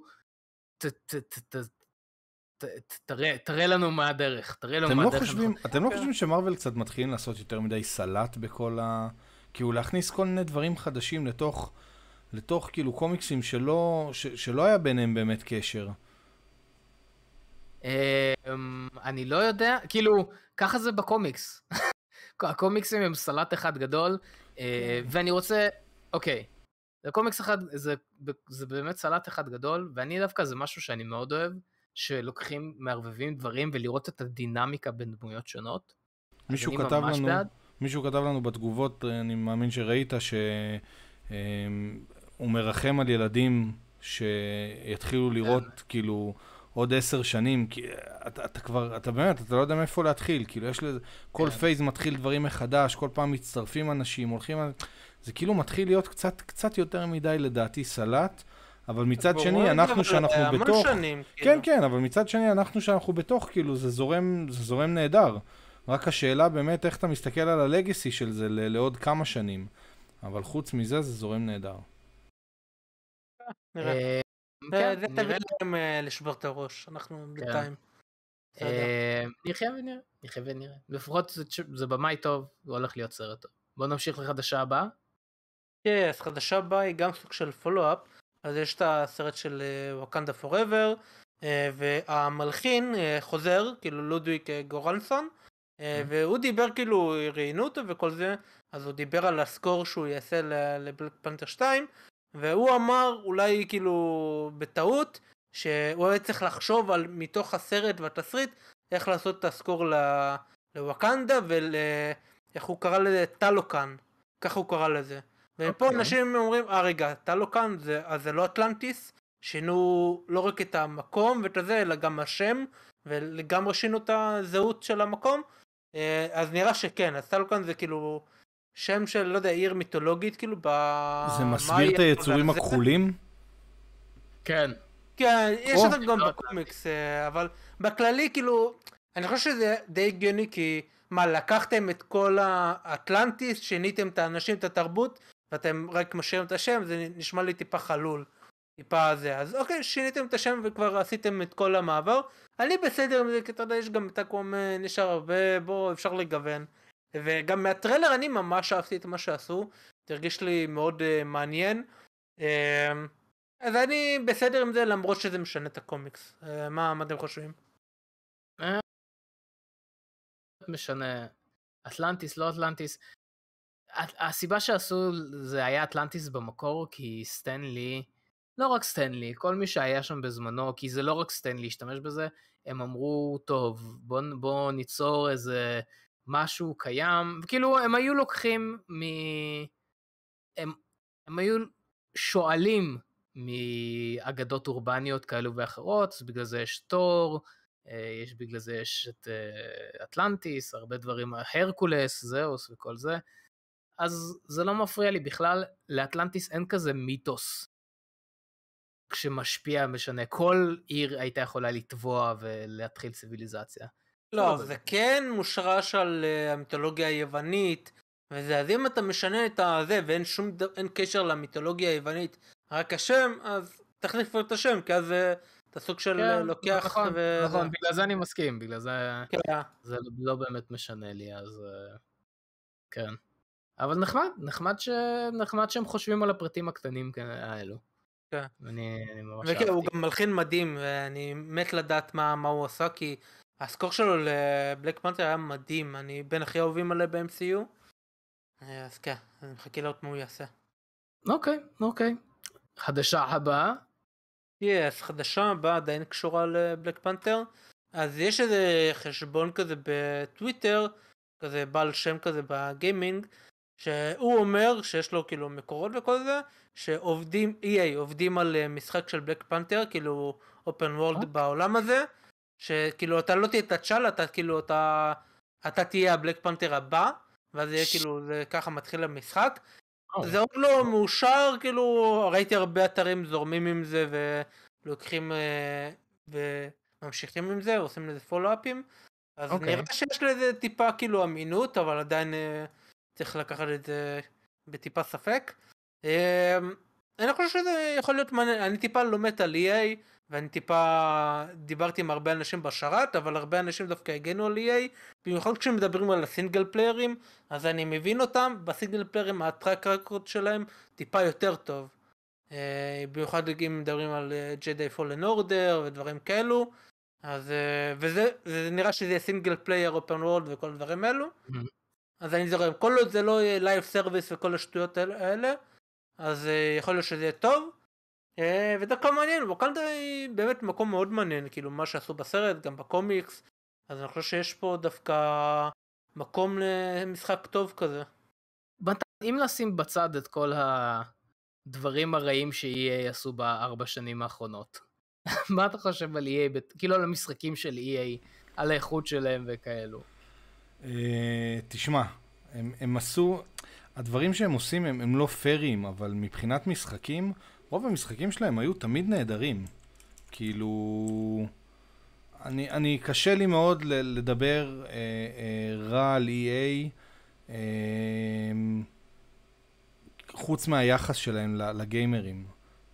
תראה לנו מה הדרך, אתם לא חושבים שמרוול קצת מתחילים לעשות יותר מדי סלט בכל כאילו להכניס כל מיני דברים חדשים לתוך כאילו קומיקסים שלא היה ביניהם באמת קשר? אני לא יודע, כאילו, ככה זה בקומיקס. הקומיקסים הם סלט אחד גדול, ואני רוצה, אוקיי, הקומיקס אחד, זה באמת סלט אחד גדול, ואני דווקא זה משהו שאני מאוד אוהב, שלוקחים, מערבבים דברים, ולראות את הדינמיקה בין דמויות שונות. מישהו כתב לנו בתגובות, אני מאמין שראית, שהוא מרחם על ילדים שיתחילו לראות, כאילו, עוד 10 שנים, כי אתה באמת, אתה לא יודע מאיפה להתחיל, כאילו יש לזה, כל פייז מתחיל דברים מחדש, כל פעם מצטרפים אנשים, הולכים, זה כאילו מתחיל להיות קצת יותר מדי לדעתי סלט, אבל מצד שני, אנחנו שאנחנו בתוך, כן, אבל מצד שני, אנחנו שאנחנו בתוך, כאילו זה זורם נהדר, רק השאלה באמת איך אתה מסתכל על הלגסי של זה לעוד כמה שנים, אבל חוץ מזה זה זורם נהדר. נראה. זה תביא להם לשבור את הראש, אנחנו בינתיים. נחיה ונראה. לפחות זה במאי טוב, הוא הולך להיות סרט טוב. בואו נמשיך לחדשה הבאה. כן, אז חדשה הבאה היא גם סוג של פולו-אפ, אז יש את הסרט של ווקנדה פוראבר, והמלחין חוזר, כאילו לודוויג גורנסון, והוא דיבר כאילו, ראיינו אותו וכל זה, אז הוא דיבר על הסקור שהוא יעשה לבלק פנתר 2, והוא אמר אולי כאילו בטעות שהוא היה צריך לחשוב על מתוך הסרט והתסריט איך לעשות את הסקור לווקנדה ואיך הוא קרא לזה טלוקן, ככה הוא קרא לזה. ופה אנשים אומרים רגע, טלוקן זה לא אטלנטיס, שינו לא רק את המקום ואת זה אלא גם השם ולגמרי שינו את הזהות של המקום, אז נראה שכן, אז טלוקן זה כאילו שם של, לא יודע, עיר מיתולוגית, כאילו, זה מסביר את היצורים הכחולים? כן. כן, יש את זה גם בקומיקס, אבל בכללי, כאילו, אני חושב שזה די הגיוני, כי, מה, לקחתם את כל האטלנטיס, שיניתם את האנשים, את התרבות, ואתם רק משאירים את השם, זה נשמע לי טיפה חלול, טיפה זה. אז אוקיי, שיניתם את השם וכבר עשיתם את כל המעבר. אני בסדר עם זה, כי אתה יודע, יש גם את הקום, נשאר הרבה, בוא, אפשר לגוון. וגם מהטריילר אני ממש אהבתי את מה שעשו, תרגיש לי מאוד מעניין, אז אני בסדר עם זה למרות שזה משנה את הקומיקס. מה אתם חושבים? משנה, אטלנטיס, לא אטלנטיס, הסיבה שעשו זה היה אטלנטיס במקור, כי סטנלי, לא רק סטנלי, כל מי שהיה שם בזמנו, כי זה לא רק סטנלי השתמש בזה, הם אמרו, טוב, בוא ניצור איזה משהו קיים, וכאילו הם היו לוקחים הם היו שואלים מאגדות אורבניות כאלו ואחרות, אז בגלל זה יש תור, יש בגלל זה, יש את אטלנטיס, הרבה דברים, הרקולס, זאוס וכל זה, אז זה לא מפריע לי בכלל, לאטלנטיס אין כזה מיתוס, כשמשפיע משנה, כל עיר הייתה יכולה לטבוע ולהתחיל ציוויליזציה. לא, זה כן מושרש על המיתולוגיה היוונית, וזה, אז אם אתה משנה את זה, ואין אין קשר למיתולוגיה היוונית, רק השם, אז תחליף את השם, כי אז אתה סוג של לוקח נכון, בגלל זה אני מסכים, בגלל זה זה לא באמת משנה לי, אז כן. אבל נחמד שהם חושבים על הפרטים הקטנים האלו. כן. אני ממש וכן, אהבתי. הוא גם מלחין מדהים, ואני מת לדעת מה הוא עשה, כי הסקור שלו לבלק פנתר היה מדהים, אני בין הכי אהובים עליה ב-MCU, אז כן, אני מחכה לראות מה הוא יעשה. אוקיי. חדשה הבאה? חדשה הבאה עדיין קשורה לבלק פנתר, אז יש איזה חשבון כזה בטוויטר, כזה בעל שם כזה בגיימינג, שהוא אומר שיש לו כאילו מקורות וכל זה, שעובדים, EA עובדים על משחק של בלק פנתר, כאילו אופן וורלד בעולם הזה, שכאילו אתה לא תהיה תצ'אל, אתה כאילו אתה תהיה הבלק פנתר הבא, ואז יהיה כאילו זה ככה מתחיל המשחק. זה עוד לא מאושר, כאילו ראיתי הרבה אתרים זורמים עם זה ולוקחים וממשיכים עם זה, עושים לזה פולו-אפים, אז נראה שיש לזה טיפה כאילו אמינות, אבל עדיין צריך לקחת את זה בטיפה ספק. אני חושב שזה יכול להיות מעניין, אני טיפה לומד על EA, ואני טיפה דיברתי עם הרבה אנשים בשרת, אבל הרבה אנשים דווקא הגנו על EA, במיוחד כשמדברים על הסינגל פליירים, אז אני מבין אותם, בסינגל פליירים הטרק רקורד שלהם טיפה יותר טוב. במיוחד אם מדברים על Jedi Fallen Order ודברים כאלו, אז, וזה נראה שזה יהיה סינגל פלייר, אופן וורלד וכל הדברים האלו, אז אני זורם, כל עוד זה לא יהיה לייב סרוויס וכל השטויות האלה, אז יכול להיות שזה יהיה טוב, ודווקא מעניין, ווקנדה היא באמת מקום מאוד מעניין, כאילו מה שעשו בסרט, גם בקומיקס, אז אני חושב שיש פה דווקא מקום למשחק טוב כזה. אם נשים בצד את כל הדברים הרעים ש-EA עשו ב4 שנים האחרונות, מה אתה חושב על EA, כאילו על המשחקים של EA, על האיכות שלהם וכאלו? תשמע, הם עשו, הדברים שהם עושים הם לא פיירים, אבל מבחינת משחקים, רוב המשחקים שלהם היו תמיד נהדרים. כאילו, אני קשה לי מאוד לדבר רע על EA, חוץ מהיחס שלהם לגיימרים.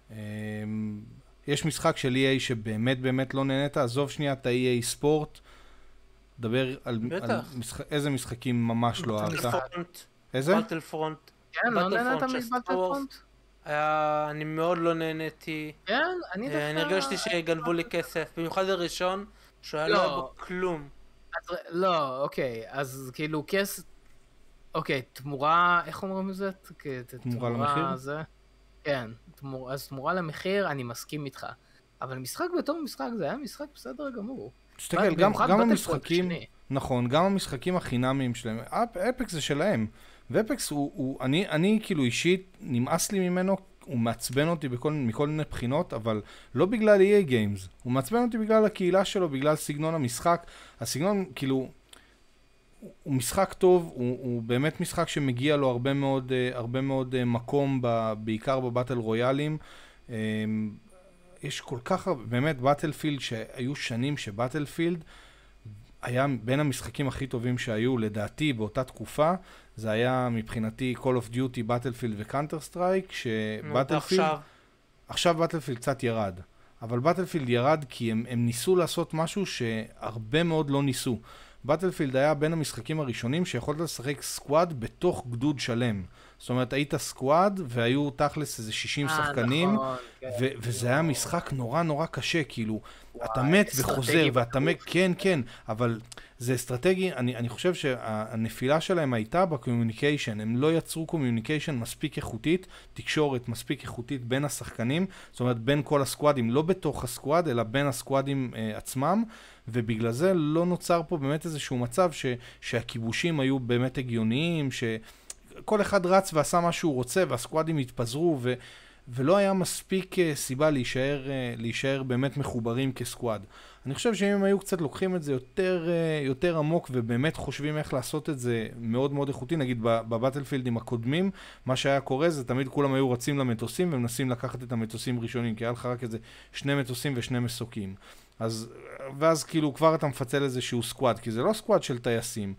יש משחק של EA שבאמת לא נהנית, עזוב שנייה את ה-EA ספורט, דבר על איזה משחקים ממש לא אהבת. איזה? בטלפרונט. כן, לא נהנית מבטלפרונט? אני מאוד לא נהניתי. כן, אני דווקא... אני הרגשתי שגנבו לי כסף, במיוחד הראשון, שהיה לא בו כלום. לא, אוקיי, אז כאילו כסף... אוקיי, תמורה, איך אומרים את זה? תמורה למחיר? כן, אז תמורה למחיר, אני מסכים איתך. אבל משחק בתור משחק, זה היה משחק בסדר גמור. תסתכל, גם המשחקים, נכון, גם המשחקים החינמיים שלהם, אפקס זה שלהם, ואפקס אני כאילו אישית, נמאס לי ממנו, הוא מעצבן אותי מכל מיני בחינות, אבל לא בגלל EA Games, הוא מעצבן אותי בגלל הקהילה שלו, בגלל סגנון המשחק, הסגנון כאילו, הוא משחק טוב, הוא באמת משחק שמגיע לו הרבה מאוד מקום, בעיקר בבטל רויאלים, יש כל כך הרבה, באמת בטלפילד שהיו שנים שבטלפילד היה בין המשחקים הכי טובים שהיו, לדעתי באותה תקופה, זה היה מבחינתי Call of Duty, בטלפילד וקאנטר סטרייק, שבטלפילד, עכשיו בטלפילד קצת ירד, אבל בטלפילד ירד כי הם ניסו לעשות משהו שהרבה מאוד לא ניסו. בטלפילד היה בין המשחקים הראשונים שיכולת לשחק סקוואד בתוך גדוד שלם. זאת אומרת, היית סקוואד והיו תכלס איזה 60 שחקנים, וזה היה משחק נורא קשה, כאילו, אתה מת וחוזר, ואתה מת, כן, אבל זה אסטרטגי, אני חושב שהנפילה שלהם הייתה בקומיוניקיישן, הם לא יצרו קומיוניקיישן מספיק איכותית, תקשורת מספיק איכותית בין השחקנים, זאת אומרת, בין כל הסקוואדים, לא בתוך הסקוואד, אלא בין הסקוואדים עצמם, ובגלל זה לא נוצר פה באמת איזשהו מצב שהכיבושים היו באמת הגיוניים, שכל אחד רץ ועשה מה שהוא רוצה, והסקוואדים התפזרו, ולא היה מספיק סיבה להישאר באמת מחוברים כסקוואד. אני חושב שאם הם היו קצת לוקחים את זה יותר עמוק ובאמת חושבים איך לעשות את זה מאוד מאוד איכותי, נגיד בבטלפילדים הקודמים, מה שהיה קורה זה תמיד כולם היו רצים למטוסים ומנסים לקחת את המטוסים ראשונים, כי היה לך רק איזה 2 מטוסים ו2 מסוקים. ואז כאילו כבר אתה מפצל איזשהו סקואד, כי זה לא סקואד של טייסים.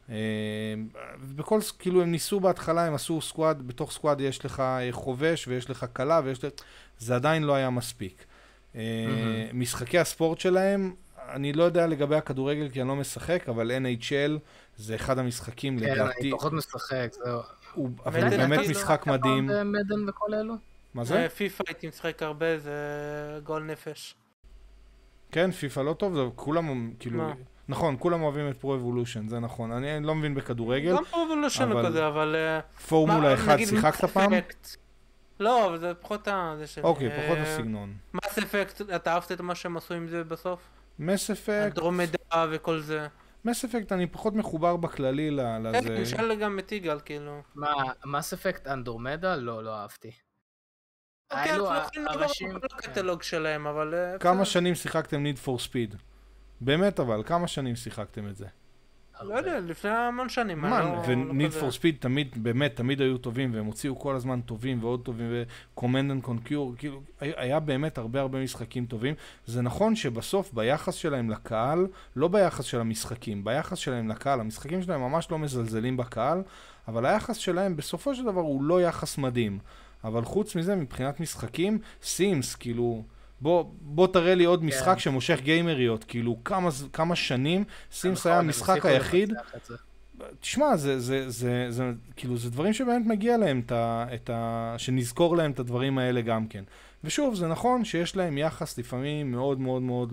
בכל, כאילו הם ניסו בהתחלה, הם עשו סקואד, בתוך סקואד יש לך חובש ויש לך קלה זה עדיין לא היה מספיק. משחקי הספורט שלהם, אני לא יודע לגבי הכדורגל כי אני לא משחק, אבל NHL זה אחד המשחקים לדעתי. כן, אני פחות משחק, זהו. אבל הוא באמת משחק מדהים. מדן וכל אלו? מה זה? פיפה הייתי משחק הרבה, זה גול נפש. כן, פיפה לא טוב, כולם כאילו... נכון, כולם אוהבים את פרו אבולושן, זה נכון. אני לא מבין בכדורגל. גם פרו אבולושן הוא כזה, אבל... פורמולה 1 שיחקת פעם? לא, אבל זה פחות אוקיי, פחות הסגנון. מס אפקט, אתה אהבת את מה שהם עשו עם זה בסוף? מס אפקט... אנדרומדה וכל זה. מס אפקט, אני פחות מחובר בכללי לזה. כן, נשאל גם את יגאל, כאילו. מה, מס אפקט אנדרומדה? לא אהבתי. אוקיי, אנחנו יכולים לעבור כל הקטלוג שלהם, אבל... כמה שנים שיחקתם Need for Speed? באמת אבל, כמה שנים שיחקתם את זה? לא יודע, לפני המון שנים. ו-Need for Speed תמיד, באמת, תמיד היו טובים, והם הוציאו כל הזמן טובים ועוד טובים, ו-Command and Conquer, כאילו, היה באמת הרבה משחקים טובים. זה נכון שבסוף, ביחס שלהם לקהל, לא ביחס של המשחקים, ביחס שלהם לקהל, המשחקים שלהם ממש לא מזלזלים בקהל, אבל היחס שלהם בסופו של דבר הוא לא יחס מדהים. אבל חוץ מזה, מבחינת משחקים, סימס, כאילו... בוא תראה לי עוד משחק שמושך גיימריות, כאילו כמה שנים, סימס היה המשחק היחיד. תשמע, זה כאילו, זה דברים שבאמת מגיע להם, שנזכור להם את הדברים האלה גם כן. ושוב, זה נכון שיש להם יחס לפעמים מאוד מאוד מאוד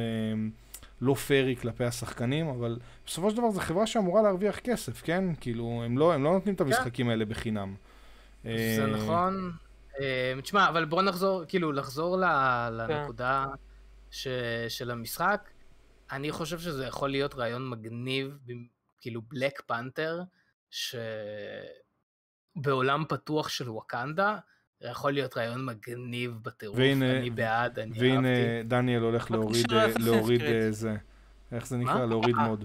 לא פיירי כלפי השחקנים, אבל בסופו של דבר זו חברה שאמורה להרוויח כסף, כן? כאילו, הם לא נותנים את המשחקים האלה בחינם. זה נכון. תשמע, אבל בואו לחזור לנקודה של המשחק. אני חושב שזה יכול להיות רעיון מגניב, כאילו בלק פנתר, שבעולם פתוח של ווקנדה, יכול להיות רעיון מגניב בטירוף, אני בעד, אני אהבתי. והנה דניאל הולך להוריד זה, איך זה נקרא? להוריד מוד.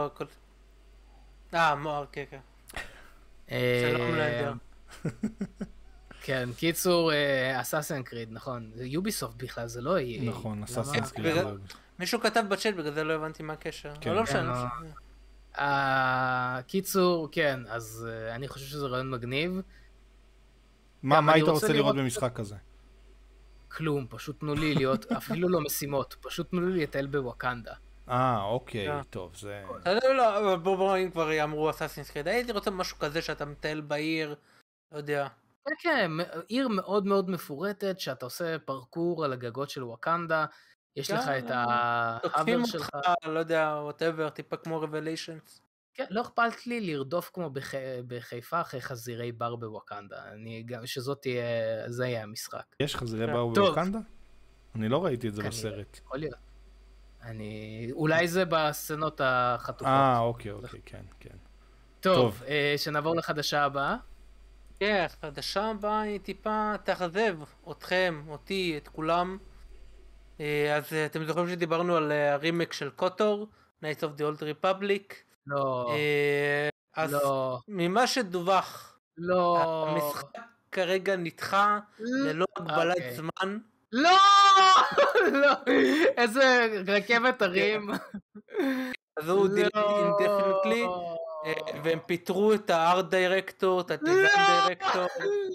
מואר, כן. שלום לידר. כן, קיצור, אסאסן קריד, נכון. זה יוביסופט בכלל, זה לא יהיה. נכון, אסאסן קריד. מישהו כתב בצ'אט, בגלל זה לא הבנתי מה הקשר. לא משנה. קיצור, כן, אז אני חושב שזה רעיון מגניב. מה היית רוצה לראות במשחק כזה? כלום, פשוט תנו לי להיות, אפילו לא משימות, פשוט תנו לי לטייל בווקנדה. אוקיי, טוב, זה... לא, בואו אם כבר אמרו אסאסינס קריד, הייתי רוצה משהו כזה שאתה מטייל בעיר, לא יודע. כן, עיר מאוד מאוד מפורטת, שאתה עושה פרקור על הגגות של ווקנדה, יש לך את ההאבר שלך. תוקפים אותך, לא יודע, whatever, טיפה כמו רבליישנס. כן, לא אכפת לי לרדוף כמו בחיפה אחרי חזירי בר בווקנדה, זה יהיה המשחק. יש חזירי בר בווקנדה? אני לא ראיתי את זה בסרט. יכול להיות. אולי זה בסצנות החטופות. אוקיי, כן. טוב, שנעבור לחדשה הבאה. כן, החדשה הבאה היא טיפה תאכזב אתכם, אותי, את כולם. אז אתם זוכרים שדיברנו על הרימק של קוטור, Knights of the Old Republic. לא. אז ממה שדווח, המשחק כרגע נדחה ללא הגבלת זמן. לא! איזה רכבת הרים. אז הוא delayed indefinitely. והם פיתרו את הארט דירקטור, את הדיזיין דירקטור.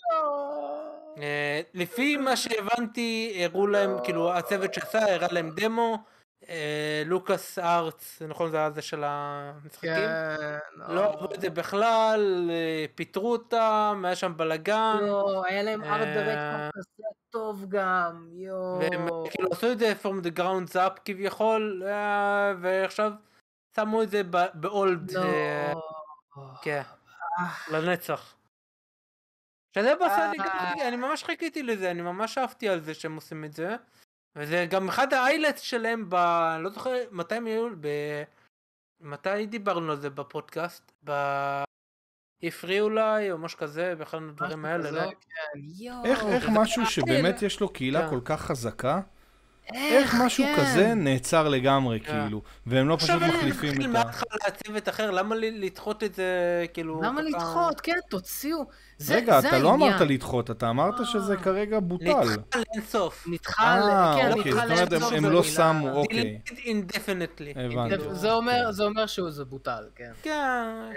לפי מה שהבנתי, הראו להם, כאילו הצוות שעשה, הראה להם דמו, לוקאס ארטס, נכון זה הזה של המשחקים? לא עברו את זה בכלל, פיתרו אותם, היה שם בלגן. לא, היה להם ארט דירקטור כזה טוב גם, והם כאילו עשו את זה from the grounds up כביכול, ועכשיו... שמו את זה באולד, כן, לנצח. שזה בסדר, אני ממש חיכיתי לזה, אני ממש אהבתי על זה שהם עושים את זה, וזה גם אחד האיילטס שלהם, לא זוכר מתי הם היו, מתי דיברנו על זה בפודקאסט, הפריעו אולי, או משהו כזה, באחד הדברים האלה, לא? איך משהו שבאמת יש לו קהילה כל כך חזקה, איך משהו כן. כזה נעצר לגמרי, כאילו, והם לא פשוט עכשיו מחליפים נתחיל את ה... מההתחלה צוות אחר, למה לדחות את זה, כאילו... למה ככה- לדחות? כן, תוציאו. זה רגע, זה אתה לא אמרת העניין. לדחות, אתה אמרת שזה כרגע בוטל. נדחה לאינסוף. נדחה, כן, אוקיי, נדחה זאת אומרת, לאינסוף הם זו לא מילה- שמו, אוקיי. Delayed indefinitely. הבנתי. זה אומר שזה בוטל, כן. כן.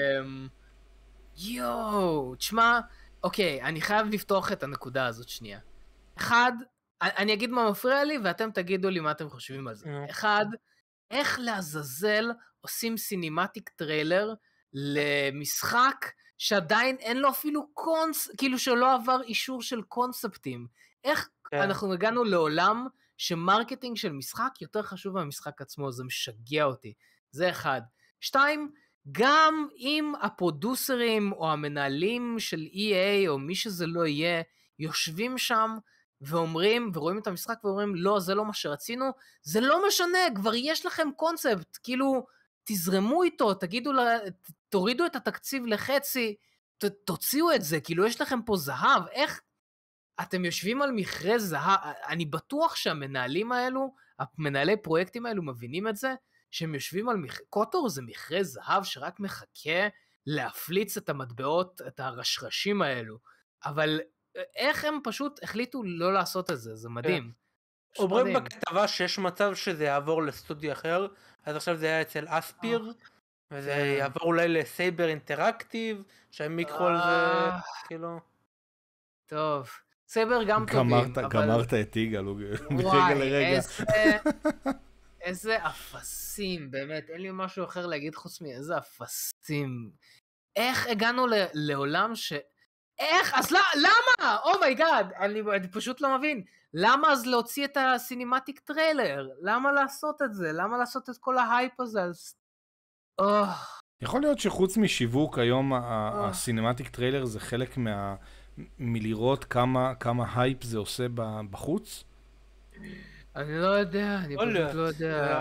יואו, תשמע, אוקיי, אני חייב לפתוח את הנקודה הזאת שנייה. אחד, אני אגיד מה מפריע לי, ואתם תגידו לי מה אתם חושבים על זה. נו. אחד, איך לעזאזל עושים סינימטיק טריילר למשחק שעדיין אין לו אפילו כאילו שלא עבר אישור של קונספטים. איך כן. אנחנו הגענו לעולם שמרקטינג של משחק יותר חשוב מהמשחק עצמו, זה משגע אותי. זה אחד. שתיים, גם אם הפרודוסרים או המנהלים של EA או מי שזה לא יהיה, יושבים שם ואומרים, ורואים את המשחק ואומרים, לא, זה לא מה שרצינו, זה לא משנה, כבר יש לכם קונספט, כאילו, תזרמו איתו, תורידו את התקציב לחצי, תוציאו את זה, כאילו, יש לכם פה זהב, איך אתם יושבים על מכרה זהב, אני בטוח שהמנהלים האלו, המנהלי פרויקטים האלו מבינים את זה, שהם יושבים על קוטור זה מכרה זהב שרק מחכה להפליץ את המטבעות, את הרשרשים האלו, אבל איך הם פשוט החליטו לא לעשות את זה, זה מדהים. אומרים בכתבה שיש מצב שזה יעבור לסטודיו אחר, אז עכשיו זה היה אצל אספיר, וזה יעבור אולי לסייבר אינטראקטיב, שהם יקחו על זה, כאילו... טוב, סייבר גם טובים, גמרת את יגאל, מרגע וואי, לרגע. איזה אפסים, באמת, אין לי משהו אחר להגיד חוץ מאיזה אפסים. איך הגענו לעולם איך? אז למה? אומייגאד, אני פשוט לא מבין. למה אז להוציא את הסינימטיק טריילר? למה לעשות את זה? למה לעשות את כל ההייפ הזה? יכול להיות שחוץ משיווק היום הסינימטיק טריילר זה חלק מלראות כמה הייפ זה עושה בחוץ? אני לא יודע, אני פשוט לא יודע.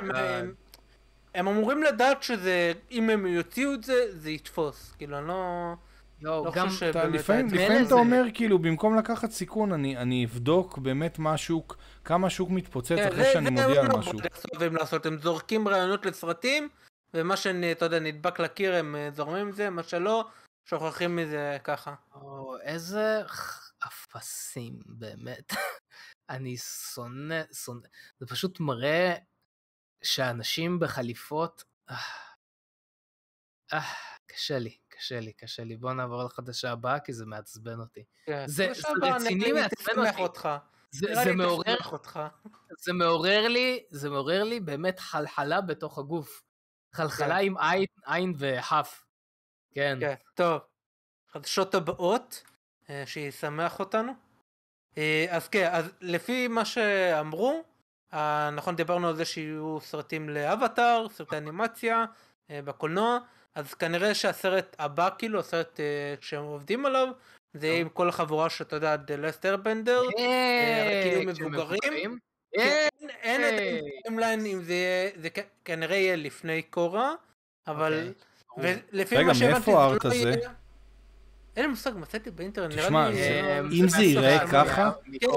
הם אמורים לדעת שזה, אם הם יוציאו את זה, זה יתפוס. כאילו, אני לא חושב שבאמת... לפעמים אתה אומר, כאילו, במקום לקחת סיכון, אני אבדוק באמת מה השוק, כמה השוק מתפוצץ אחרי שאני מודיע על משהו. הם זורקים רעיונות לסרטים, ומה שאתה יודע, נדבק לקיר, הם זורמים את זה, מה שלא, שוכחים מזה ככה. איזה אפסים, באמת. אני שונא, זה פשוט מראה שאנשים בחליפות, קשה לי, בוא נעבור לחדשה הבאה, כי זה מעצבן אותי. זה רציני מעצבן אותי. זה מעורר לי באמת חלחלה בתוך הגוף. חלחלה עם עין וחף. כן. טוב, חדשות הבאות, שישמח אותנו. אז כן, אז לפי מה שאמרו, נכון, דיברנו על זה שיהיו סרטים לאבטר, סרטי אנימציה, בקולנוע, אז כנראה שהסרט הבא, כאילו, הסרט שהם עובדים עליו, זה עם כל החבורה שאתה יודע, The Last Airbender, כאילו מבוגרים. אין את הטיימליין אם זה כנראה יהיה לפני קורה, אבל לפי מה שהבנתי, מאיפה הארט הזה? אין לי מושג, מצאתי באינטרנט, תשמע, אם זה ייראה ככה,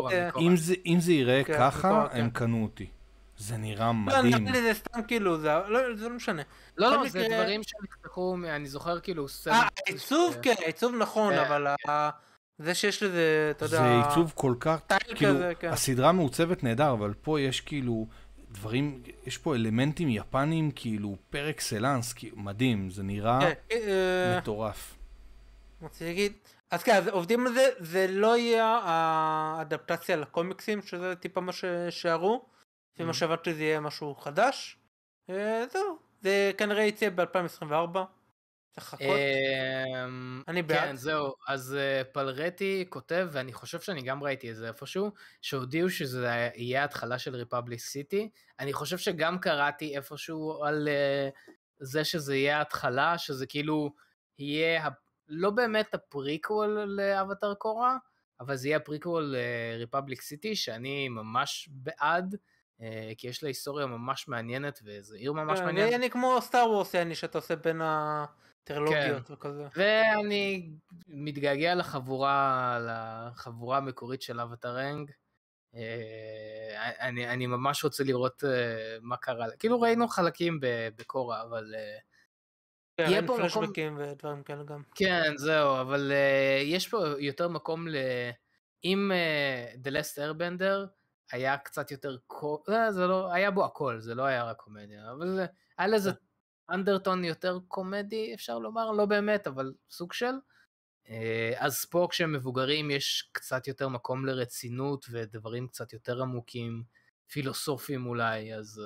אם זה ייראה ככה, הם קנו אותי. זה נראה מדהים. לא, נראה לי זה סתם כאילו, זה לא משנה. לא, זה דברים שנפתחו, אני זוכר כאילו... עיצוב, כן, עיצוב נכון, אבל זה שיש לזה, אתה יודע... זה עיצוב כל כך, כאילו, הסדרה מעוצבת נהדר, אבל פה יש כאילו דברים, יש פה אלמנטים יפנים, כאילו, פר אקסלנס, מדהים, זה נראה מטורף. רוצה להגיד, אז כן, אז עובדים על זה, זה לא יהיה האדפטציה לקומיקסים, שזה טיפה מה ששארו, לפי מה שהבנתי זה יהיה משהו חדש, זהו, זה כנראה יצא ב-2024, צריך לחכות, אני בעד. כן, זהו, אז פלרטי כותב, ואני חושב שאני גם ראיתי את זה איפשהו, שהודיעו שזה יהיה התחלה של ריפבליק סיטי, אני חושב שגם קראתי איפשהו על זה שזה יהיה התחלה, שזה כאילו יהיה... לא באמת הפריקוול לאבטר קורה, אבל זה יהיה הפריקוול לריפבליק סיטי, שאני ממש בעד, כי יש לה היסטוריה ממש מעניינת, וזה עיר ממש מעניינת. אני כמו סטאר וורס, שאתה עושה בין הטרלוגיות וכזה. ואני מתגעגע לחבורה המקורית של אבטרנג, אני ממש רוצה לראות מה קרה. כאילו ראינו חלקים בקורה, אבל יהיה כן, פה מקום... פלשבקים ודברים כאלה גם. כן, זהו, אבל יש פה יותר מקום אם The Last Airbender היה קצת יותר... זה לא... היה בו הכל, זה לא היה רק קומדיה, אבל היה לזה אנדרטון יותר קומדי, אפשר לומר, לא באמת, אבל סוג של... אז פה כשהם מבוגרים יש קצת יותר מקום לרצינות ודברים קצת יותר עמוקים, פילוסופיים אולי, אז...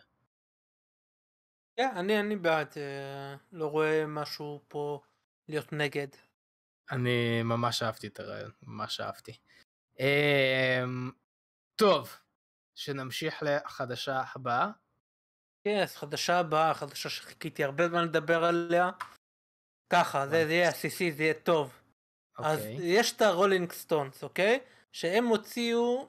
כן, אני בעד, לא רואה משהו פה להיות נגד. אני ממש אהבתי את הרעיון, ממש אהבתי. טוב, שנמשיך לחדשה הבאה. כן, אז חדשה הבאה, חדשה שחיכיתי הרבה זמן לדבר עליה. ככה, זה יהיה עסיסי, זה יהיה טוב. אז יש את הרולינג סטונס, אוקיי? שהם הוציאו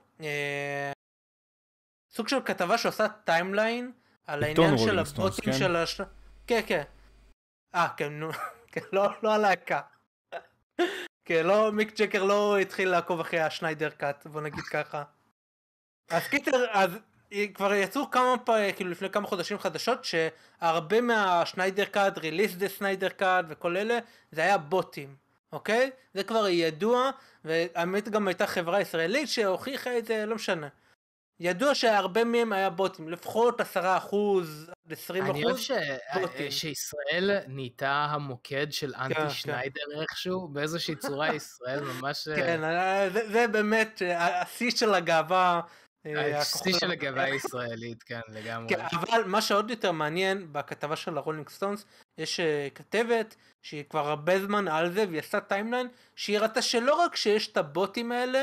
סוג של כתבה שעושה טיימליין על העניין של הבוטים של כן, כן. כן, נו, לא הלהקה. כן, לא, מיק ג'קר לא התחיל לעקוב אחרי השניידר קאט, בוא נגיד ככה. אז קיצר, אז כבר יצאו כאילו לפני כמה חודשים חדשות, שהרבה מהשניידר קאט, ריליס דה סניידר קאט וכל אלה, זה היה בוטים, אוקיי? זה כבר ידוע, והאמת גם הייתה חברה ישראלית שהוכיחה את זה, לא משנה. ידוע שהרבה מהם היה בוטים, לפחות 10%, 20% אני אוהב שישראל נהייתה המוקד של אנטי שניידר איכשהו, באיזושהי צורה ישראל ממש... כן, זה באמת השיא של הגאווה. השיא של הגאווה הישראלית, כן, לגמרי. אבל מה שעוד יותר מעניין, בכתבה של הרולינג סטונס, יש כתבת שהיא כבר הרבה זמן על זה, והיא עשה טיימליין, שהיא ראתה שלא רק שיש את הבוטים האלה,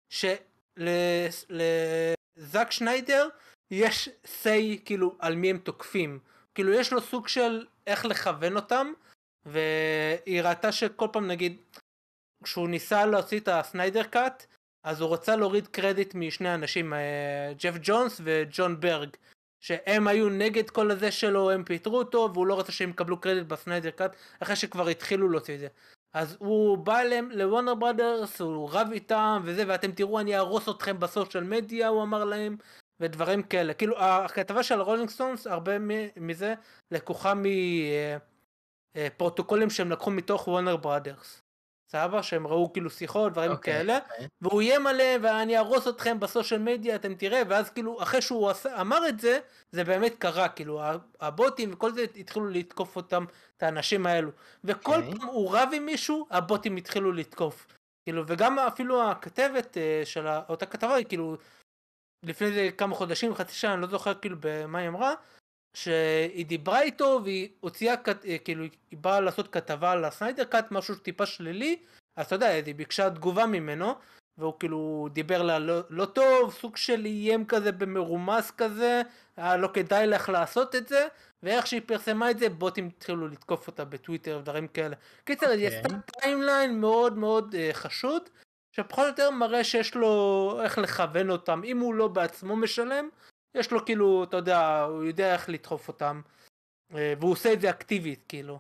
זאק שניידר יש say כאילו על מי הם תוקפים, כאילו יש לו סוג של איך לכוון אותם, והיא ראתה שכל פעם נגיד כשהוא ניסה להוציא את הסניידר קאט, אז הוא רוצה להוריד קרדיט משני אנשים, ג'ף ג'ונס וג'ון ברג, שהם היו נגד כל הזה שלו, הם פיתרו אותו והוא לא רצה שהם יקבלו קרדיט בסניידר קאט אחרי שכבר התחילו להוציא את זה. אז הוא בא אליהם לוורנר ברודרס, הוא רב איתם וזה, ואתם תראו אני ארוס אתכם בסושיאל מדיה, הוא אמר להם, ודברים כאלה. כאילו הכתבה של הרולינג סטונס, הרבה מזה לקוחה מפרוטוקולים שהם לקחו מתוך וורנר ברודרס. סבא, שהם ראו כאילו שיחות, דברים כאלה, והוא איים עליהם, ואני ארוס אתכם בסושיאל מדיה, אתם תראה, ואז כאילו אחרי שהוא אמר את זה, זה באמת קרה, כאילו הבוטים וכל זה התחילו לתקוף אותם, את האנשים האלו, וכל פעם הוא רב עם מישהו, הבוטים התחילו לתקוף, כאילו, וגם אפילו הכתבת של אותה כתבה, היא כאילו, לפני זה כמה חודשים, חצי שעה, אני לא זוכר כאילו במה היא אמרה, שהיא דיברה איתו והיא הוציאה, כאילו היא באה לעשות כתבה על הסניידר קאט, משהו טיפה שלילי, אז אתה יודע, היא ביקשה תגובה ממנו, והוא כאילו דיבר לה לא טוב, סוג של איים כזה במרומס כזה, לא כדאי לך לעשות את זה, ואיך שהיא פרסמה את זה, בוטים התחילו לתקוף אותה בטוויטר ודברים כאלה. קיצר, היא עשתה טיימליין מאוד מאוד חשוד, שפחות או יותר מראה שיש לו איך לכוון אותם, אם הוא לא בעצמו משלם, יש לו כאילו, אתה יודע, הוא יודע איך לדחוף אותם, והוא עושה את זה אקטיבית, כאילו.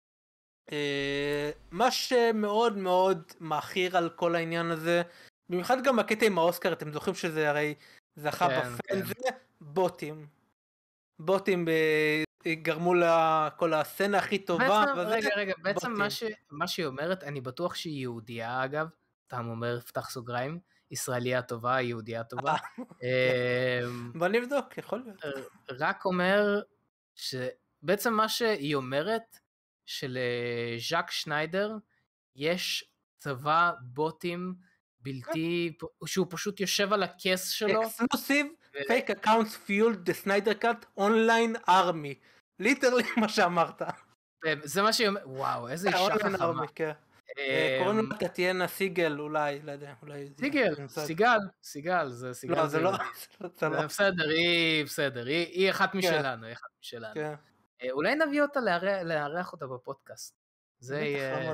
מה שמאוד מאוד מאחיר על כל העניין הזה, במיוחד גם הקטע עם האוסקר, אתם זוכרים שזה הרי זכה בפן, זה בוטים. בוטים גרמו לכל הסצנה הכי טובה. רגע, בעצם מה שהיא אומרת, אני בטוח שהיא יהודייה אגב, סתם אומר, פתח סוגריים, ישראליה טובה, יהודיה טובה. בוא נבדוק, יכול להיות. רק אומר שבעצם מה שהיא אומרת, שלז'אק שניידר יש צבא בוטים בלתי, שהוא פשוט יושב על הכס שלו. Exclusive fake accounts fueled the Snyder Cut online army. ליטרלי מה שאמרת. זה מה שהיא אומרת, וואו, איזה אישה חכמה. קוראים לו טטיאנה סיגל, אולי, לא יודע, אולי... סיגל, זה סיגל. לא, זה לא. בסדר, היא אחת משלנו, אולי נביא אותה לארח אותה בפודקאסט. זה יהיה...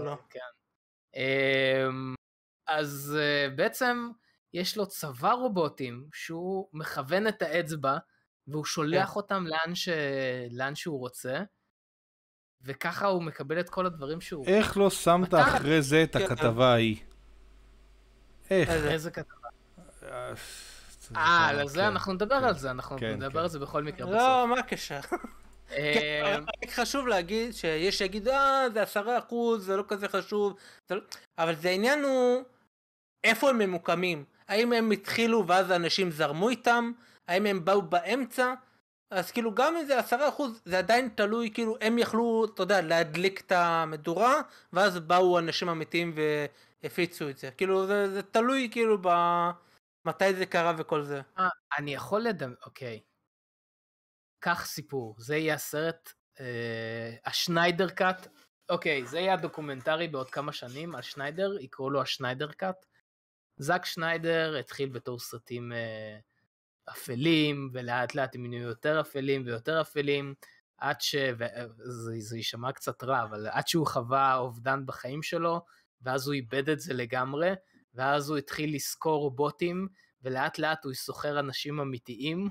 אז בעצם יש לו צבא רובוטים, שהוא מכוון את האצבע, והוא שולח אותם לאן שהוא רוצה, וככה הוא מקבל את כל הדברים שהוא... איך לא שמת אחרי זה את הכתבה ההיא? איך? איזה כתבה? על זה אנחנו נדבר על זה, אנחנו נדבר על זה בכל מקרה בסוף. לא, מה הקשר? רק חשוב להגיד שיש שיגיד, זה 10%, זה לא כזה חשוב, אבל זה העניין הוא איפה הם ממוקמים, האם הם התחילו ואז האנשים זרמו איתם, האם הם באו באמצע, אז כאילו גם אם זה 10% זה עדיין תלוי, כאילו הם יכלו, אתה יודע, להדליק את המדורה, ואז באו אנשים אמיתיים והפיצו את זה, כאילו זה תלוי כאילו מתי זה קרה וכל זה. אני יכול אוקיי. כך סיפור, זה יהיה הסרט, השניידר קאט, אוקיי, זה יהיה הדוקומנטרי בעוד כמה שנים על שניידר, יקראו לו השניידר קאט. זאק שניידר התחיל בתור סרטים אפלים, ולאט לאט הם נהיו יותר אפלים ויותר אפלים, עד זה יישמע קצת רע, אבל עד שהוא חווה אובדן בחיים שלו, ואז הוא איבד את זה לגמרי, ואז הוא התחיל לזכור רובוטים, ולאט לאט הוא יסוחר אנשים אמיתיים,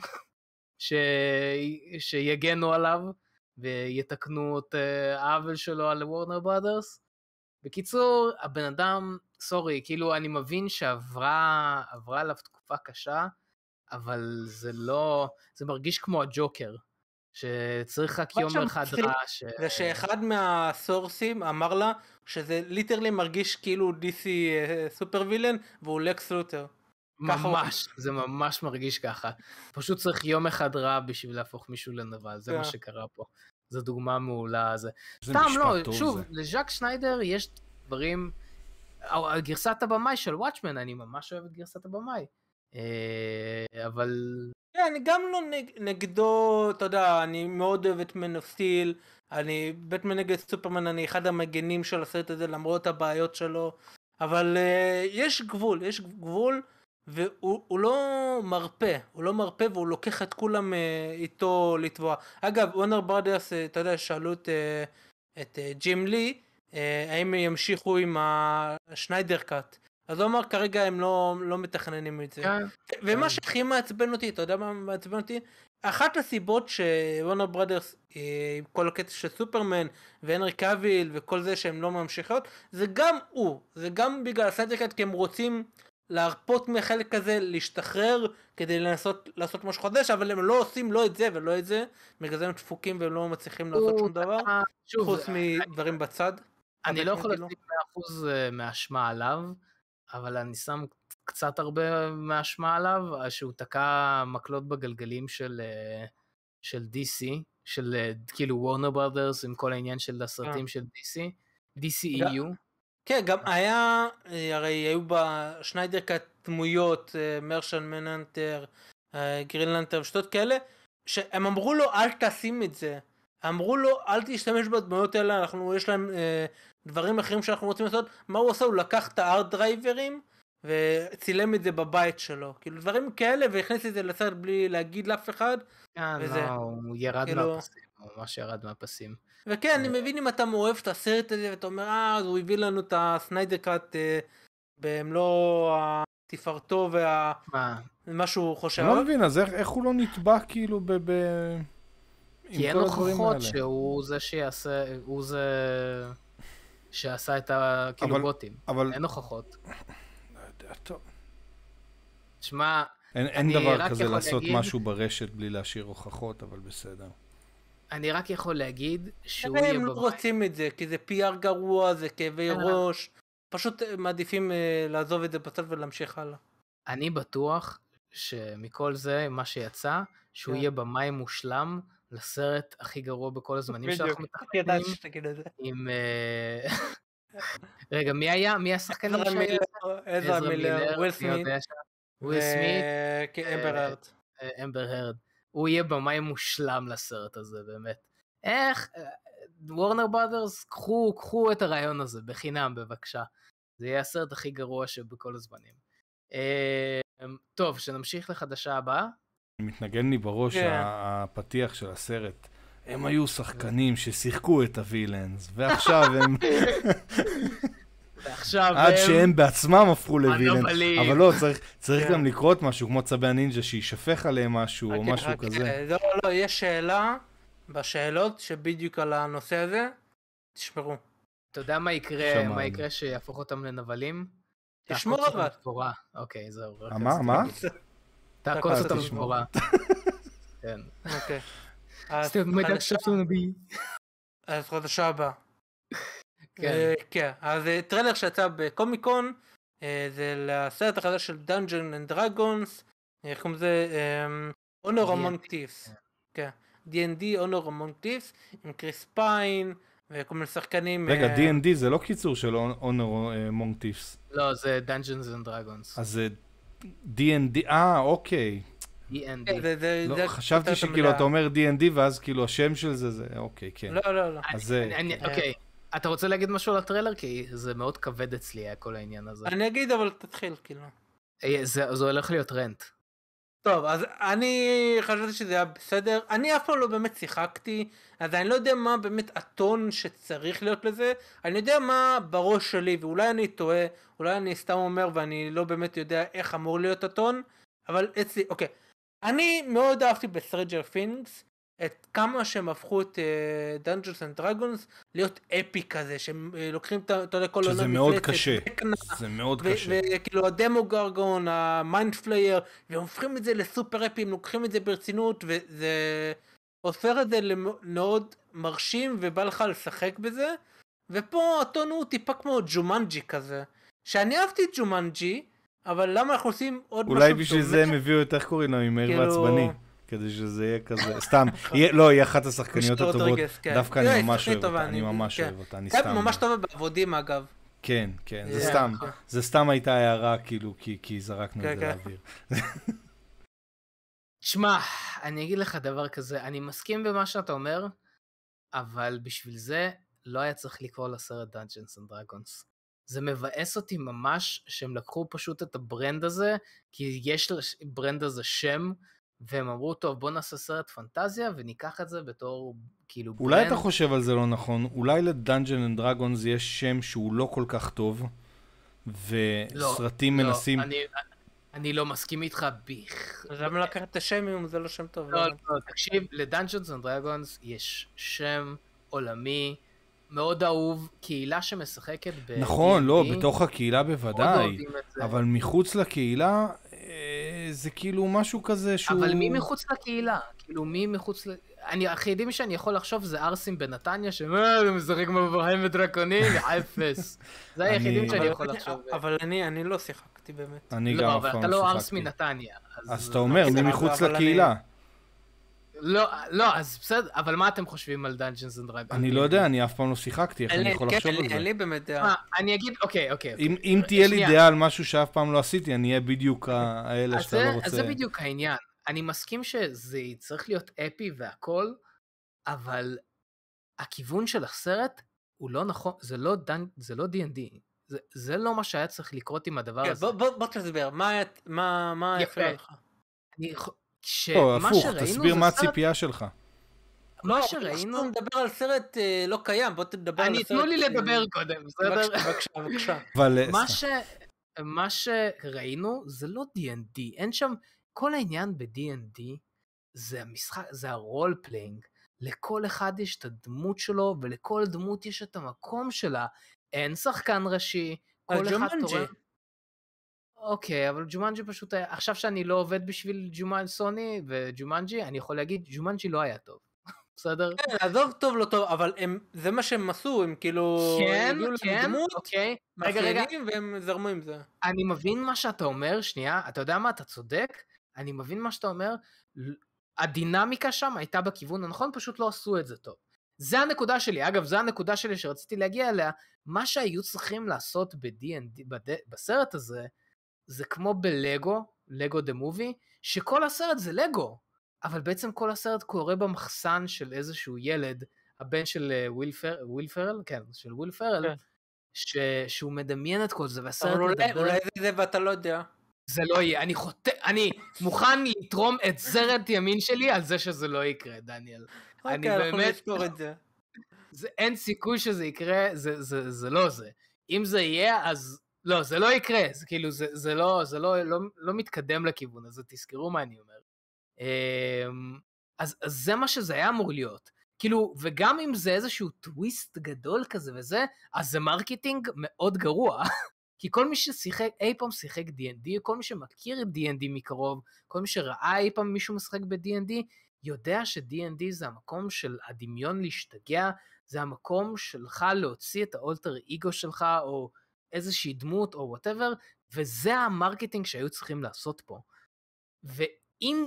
שיגנו עליו, ויתקנו את העוול שלו על וורנר ברודרס. בקיצור, הבן אדם, סורי, כאילו אני מבין שעברה עליו תקופה קשה, אבל זה לא, זה מרגיש כמו הג'וקר, שצריך רק יום אחד רע זה שאחד מהסורסים אמר לה, שזה ליטרלי מרגיש כאילו DC סופר וילן, והוא לקס לותר. ממש, זה ממש מרגיש ככה. פשוט צריך יום אחד רע בשביל להפוך מישהו לנבל, זה מה שקרה פה. זו דוגמה מעולה. סתם לא, שוב, לז'אק שניידר יש דברים, גרסת הבמאי של וואטשמן, אני ממש אוהב את גרסת הבמאי. אבל... אני גם לא נגדו, אתה יודע, אני מאוד אוהב את מן אוף סטיל, אני בטמן נגד סופרמן, אני אחד המגנים של הסרט הזה למרות הבעיות שלו, אבל יש גבול, והוא לא מרפא, והוא לוקח את כולם איתו לתבוע. אגב, וורנר ברודרס, אתה יודע, שאלו את ג'ים לי, האם ימשיכו עם השניידר קאט. אז הוא אמר, כרגע הם לא מתכננים את זה. ומה שהכי מעצבן אותי, אתה יודע מה מעצבן אותי? אחת הסיבות שוורנר ברודרס, עם כל הקטע של סופרמן, והנרי קאביל, וכל זה שהם לא ממשיכות, זה גם בגלל הסניידר קאט, כי הם רוצים להרפות מחלק כזה, להשתחרר, כדי לנסות לעשות משהו חדש, אבל הם לא עושים לא את זה ולא את זה, בגלל זה הם דפוקים והם לא מצליחים לעשות שום דבר, חוץ מדברים בצד. אני לא יכול לשים 100% מהאשמה עליו, אבל אני שם קצת הרבה מהאשמה עליו, שהוא תקע מקלות בגלגלים של DC, של כאילו וורנר ברודרס, עם כל העניין של הסרטים של DCEU. כן, גם היה, הרי היו בשניידר קאט דמויות, מרשן מנהנטר, גרין לנטר ושתות כאלה, שהם אמרו לו אל תשים את זה, אמרו לו אל תשתמש בדמויות האלה, יש להם דברים אחרים שאנחנו רוצים לעשות. מה הוא עושה? הוא לקח את הארט דרייברים וצילם את זה בבית שלו, כאילו דברים כאלה, והכניס את זה לסרט בלי להגיד לאף אחד. הוא ירד מהפסים, הוא ממש ירד מהפסים. וכן, אני מבין אם אתה אוהב את הסרט הזה ואתה אומר, אז הוא הביא לנו את הסניידר קאט במלוא התפארתו ומה שהוא חושב. אני לא מבין, אז איך הוא לא נטבע כאילו כי אין הוכחות שהוא זה שיעשה, הוא זה שעשה את הקילובוטים. אין הוכחות. לא יודע, טוב. תשמע, אין דבר כזה לעשות משהו ברשת בלי להשאיר הוכחות, אבל בסדר. אני רק יכול להגיד שהוא יהיה הם לא רוצים את זה, כי זה PR גרוע, זה כאבי ראש, פשוט מעדיפים לעזוב את זה בצד ולהמשיך הלאה. אני בטוח שמכל זה, מה שיצא, שהוא יהיה במאי מושלם לסרט הכי גרוע בכל הזמנים שאנחנו מתכננים. עם... רגע, מי היה? מי השחקן? עזרא מילר, וויל סמית. וויל סמית. אמבר הרד. אמבר הרד. הוא יהיה במאי מושלם לסרט הזה, באמת. איך? וורנר ברודרס, קחו את הרעיון הזה, בחינם בבקשה. זה יהיה הסרט הכי גרוע שבכל הזמנים. טוב, שנמשיך לחדשה הבאה. מתנגן לי בראש הפתיח של הסרט. הם היו שחקנים ששיחקו את הווילנס, ועכשיו הם... עד שהם בעצמם הפכו לווילנס. אבל לא, צריך גם לקרות משהו, כמו צבי הנינג'ה, שישפך עליהם משהו או משהו כזה. לא, יש שאלה בשאלות שבדיוק על הנושא הזה, תשמרו. אתה יודע מה יקרה שיהפוך אותם לנבלים? תשמור אבל. אוקיי, זהו. מה? תעקוץ אותם תשמור. בפורה. כן. אוקיי. סתם מידע שפסו נביא. אז חודשה הבאה. כן. כן, אז טריילר שיצא בקומיקון, זה לסרט החדש של Dungeons and Dragons, איך קוראים לזה? Honor Among Thieves. כן, D&D Honor Among Thieves, עם קריס פיין, וכל מיני שחקנים. רגע, D&D זה לא קיצור של Honor Among Thieves. לא, זה Dungeons and Dragons. אז זה D&D, אוקיי. D&D. לא, חשבתי שכאילו אתה אומר D&D ואז כאילו השם של זה, אוקיי, כן. לא. אז זה... אוקיי, אתה רוצה להגיד משהו על הטריילר? כי זה מאוד כבד אצלי, כל העניין הזה. אני אגיד, אבל תתחיל, כאילו. זה הולך להיות רנט. טוב, אז אני חשבתי שזה היה בסדר, אני אף פעם לא באמת שיחקתי, אז אני לא יודע מה באמת הטון שצריך להיות לזה, אני יודע מה בראש שלי, ואולי אני טועה, אולי אני סתם אומר ואני לא באמת יודע איך אמור להיות הטון, אבל אצלי, אוקיי, אני מאוד אהבתי בסטרנג'ר ת'ינגס, את כמה שהם הפכו את Dungeons and Dragons להיות אפי כזה, שהם לוקחים את כל שזה מאוד קשה, זה מאוד קשה. וכאילו הדמוגרגון, המיינד פלייר, והם הופכים את זה לסופר אפי, הם לוקחים את זה ברצינות, וזה הופך את זה למאוד מרשים, ובא לך לשחק בזה, ופה הטון הוא טיפה כמו ג'ומנג'י כזה, שאני אהבתי את ג'ומנג'י, אבל למה אנחנו עושים עוד משהו דומה? אולי בשביל זה הם הביאו את איך קוראים לו, עם מהיר ועצבני. כדי שזה יהיה כזה, סתם, לא, יהיה אחת השחקניות הטובות, דווקא אני ממש אוהב אותה, אני ממש אוהב אותה, אני סתם. ממש טובה בעבודים אגב. כן, זה סתם הייתה הערה, כאילו, כי זרקנו את זה לאוויר. שמע, אני אגיד לך דבר כזה, אני מסכים במה שאתה אומר, אבל בשביל זה לא היה צריך לקרוא לסרט Dungeons and Dragons. זה מבאס אותי ממש שהם לקחו פשוט את הברנד הזה, כי יש לברנד הזה שם, והם אמרו, טוב, בוא נעשה סרט פנטזיה, וניקח את זה בתור, כאילו, ברנד. אולי אתה חושב על זה לא נכון, אולי ל-Dungeons and Dragons יש שם שהוא לא כל כך טוב, וסרטים מנסים... אני לא מסכים איתך אז למה לקחת את השם אם זה לא שם טוב? לא, תקשיב, ל-Dungeons and Dragons יש שם עולמי, מאוד אהוב, קהילה שמשחקת ב... נכון, לא, בתוך הקהילה בוודאי, אבל מחוץ לקהילה... זה כאילו משהו כזה שהוא... אבל מי מחוץ לקהילה? כאילו מי מחוץ ל... היחידים שאני יכול לחשוב זה ארסים בנתניה, שהם משחק מבוהים ודרקונים, אפס. זה היחידים שאני יכול לחשוב. אבל אני לא שיחקתי באמת. אני גם לא, אף פעם אבל אתה לא ארס מנתניה. אז אתה אומר, מי מחוץ לקהילה? לא, אז בסדר, אבל מה אתם חושבים על Dungeons and Dragons? אני לא יודע, אני אף פעם לא שיחקתי, איך אני יכול לחשוב על זה? אין לי באמת דעה. אני אגיד, אוקיי. אם תהיה לי דעה על משהו שאף פעם לא עשיתי, אני אהיה בדיוק האלה שאתה לא רוצה. אז זה בדיוק העניין. אני מסכים שזה צריך להיות אפי והכל, אבל הכיוון של הסרט הוא לא נכון, זה לא D&D. זה לא מה שהיה צריך לקרות עם הדבר הזה. בוא תסביר, מה יפה לך? לא, הפוך, תסביר מה הציפייה שלך. מה שראינו... בוא נדבר על סרט לא קיים, בוא תדבר על סרט... תנו לי לדבר קודם, בסדר? בבקשה. מה שראינו זה לא D&D, אין שם... כל העניין ב-D&D זה המשחק, זה הרול פליינג. לכל אחד יש את הדמות שלו, ולכל דמות יש את המקום שלה. אין שחקן ראשי, כל אחד תורם... אוקיי, אבל ג'ומנג'י פשוט היה... עכשיו שאני לא עובד בשביל סוני וג'ומנג'י, אני יכול להגיד, ג'ומנג'י לא היה טוב. בסדר? כן, עזוב טוב לא טוב, אבל זה מה שהם עשו, הם כאילו... כן, אוקיי. רגע, והם זרמו עם זה. אני מבין מה שאתה אומר, שנייה, אתה יודע מה, אתה צודק, אני מבין מה שאתה אומר, הדינמיקה שם הייתה בכיוון הנכון, פשוט לא עשו את זה טוב. זה הנקודה שלי, אגב, זה הנקודה שלי שרציתי להגיע אליה, מה שהיו צריכים לעשות ב-D&D, בסרט הזה, זה כמו בלגו, לגו דה מובי, שכל הסרט זה לגו, אבל בעצם כל הסרט קורה במחסן של איזשהו ילד, הבן של וויל פרל, כן, של וויל פרל, שהוא מדמיין את כל זה, והסרט מדבר... אולי זה ואתה לא יודע. זה לא יהיה, אני מוכן לתרום את זרת ימין שלי על זה שזה לא יקרה, דניאל. אוקיי, אנחנו נזכור את זה. אין סיכוי שזה יקרה, זה לא זה. אם זה יהיה, אז... לא, זה לא יקרה, זה כאילו, זה לא מתקדם לכיוון הזה, תזכרו מה אני אומר. אז זה מה שזה היה אמור להיות. כאילו, וגם אם זה איזשהו טוויסט גדול כזה וזה, אז זה מרקטינג מאוד גרוע. כי כל מי ששיחק, אי פעם שיחק D&D, כל מי שמכיר את D&D מקרוב, כל מי שראה אי פעם מישהו משחק ב-D&D, יודע ש-D&D זה המקום של הדמיון להשתגע, זה המקום שלך להוציא את האולטר אגו שלך, או איזושהי דמות, או whatever, וזה המרקטינג שהיו צריכים לעשות פה. ואם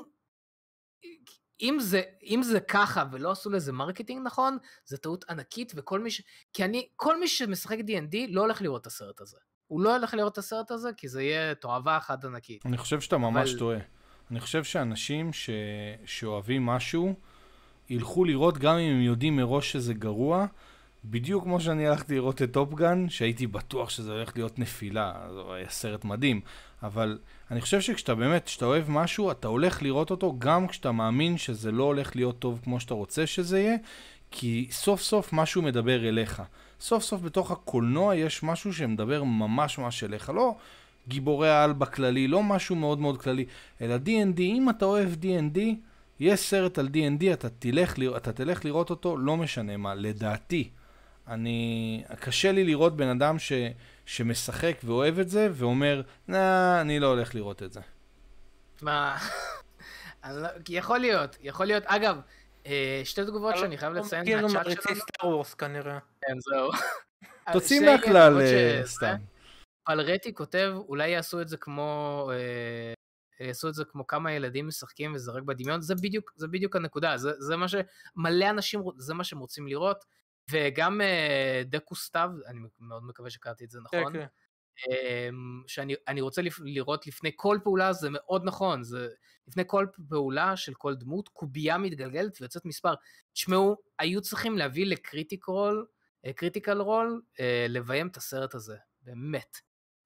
זה ככה ולא עשו לזה מרקטינג נכון, זה טעות ענקית, כל מי שמשחק D&D לא הולך לראות את הסרט הזה. הוא לא הולך לראות את הסרט הזה, כי זה יהיה תועבה אחת ענקית. אני חושב שאתה ממש טועה. אני חושב שאנשים שאוהבים משהו, ילכו לראות גם אם הם יודעים מראש שזה גרוע, בדיוק כמו שאני הלכתי לראות את טופגן, שהייתי בטוח שזה הולך להיות נפילה, זה היה סרט מדהים, אבל אני חושב שכשאתה באמת, כשאתה אוהב משהו, אתה הולך לראות אותו גם כשאתה מאמין שזה לא הולך להיות טוב כמו שאתה רוצה שזה יהיה, כי סוף סוף משהו מדבר אליך. סוף סוף בתוך הקולנוע יש משהו שמדבר ממש ממש אליך, לא גיבורי העל בכללי, לא משהו מאוד מאוד כללי, אלא D&D, אם אתה אוהב D&D, יש סרט על D&D, אתה תלך לראות אותו, לא משנה מה, לדעתי. קשה לי לראות בן אדם שמשחק ואוהב את זה, ואומר, אני לא הולך לראות את זה. מה? יכול להיות. אגב, שתי תגובות שאני חייב לציין מהצ'אט שלנו. מריצי סטאר וורס כנראה. כן, זהו. תוציא מהכלל, סתם. אבל רטי כותב, אולי יעשו את זה כמו כמה ילדים משחקים וזה רק בדמיון, זה בדיוק הנקודה, זה מה שמלא אנשים, זה מה שהם רוצים לראות, וגם דקו סתיו, אני מאוד מקווה שקראתי את זה נכון, שאני רוצה לראות לפני כל פעולה, זה מאוד נכון, זה לפני כל פעולה של כל דמות, קובייה מתגלגלת ויוצאת מספר. תשמעו, היו צריכים להביא לקריטיקל רול, לביים את הסרט הזה, באמת.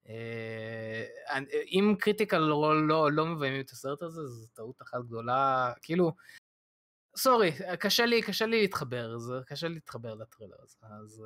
אם קריטיקל רול לא מביימים את הסרט הזה, זו טעות אחת גדולה, כאילו, סורי, קשה לי להתחבר לטריילר הזה, אז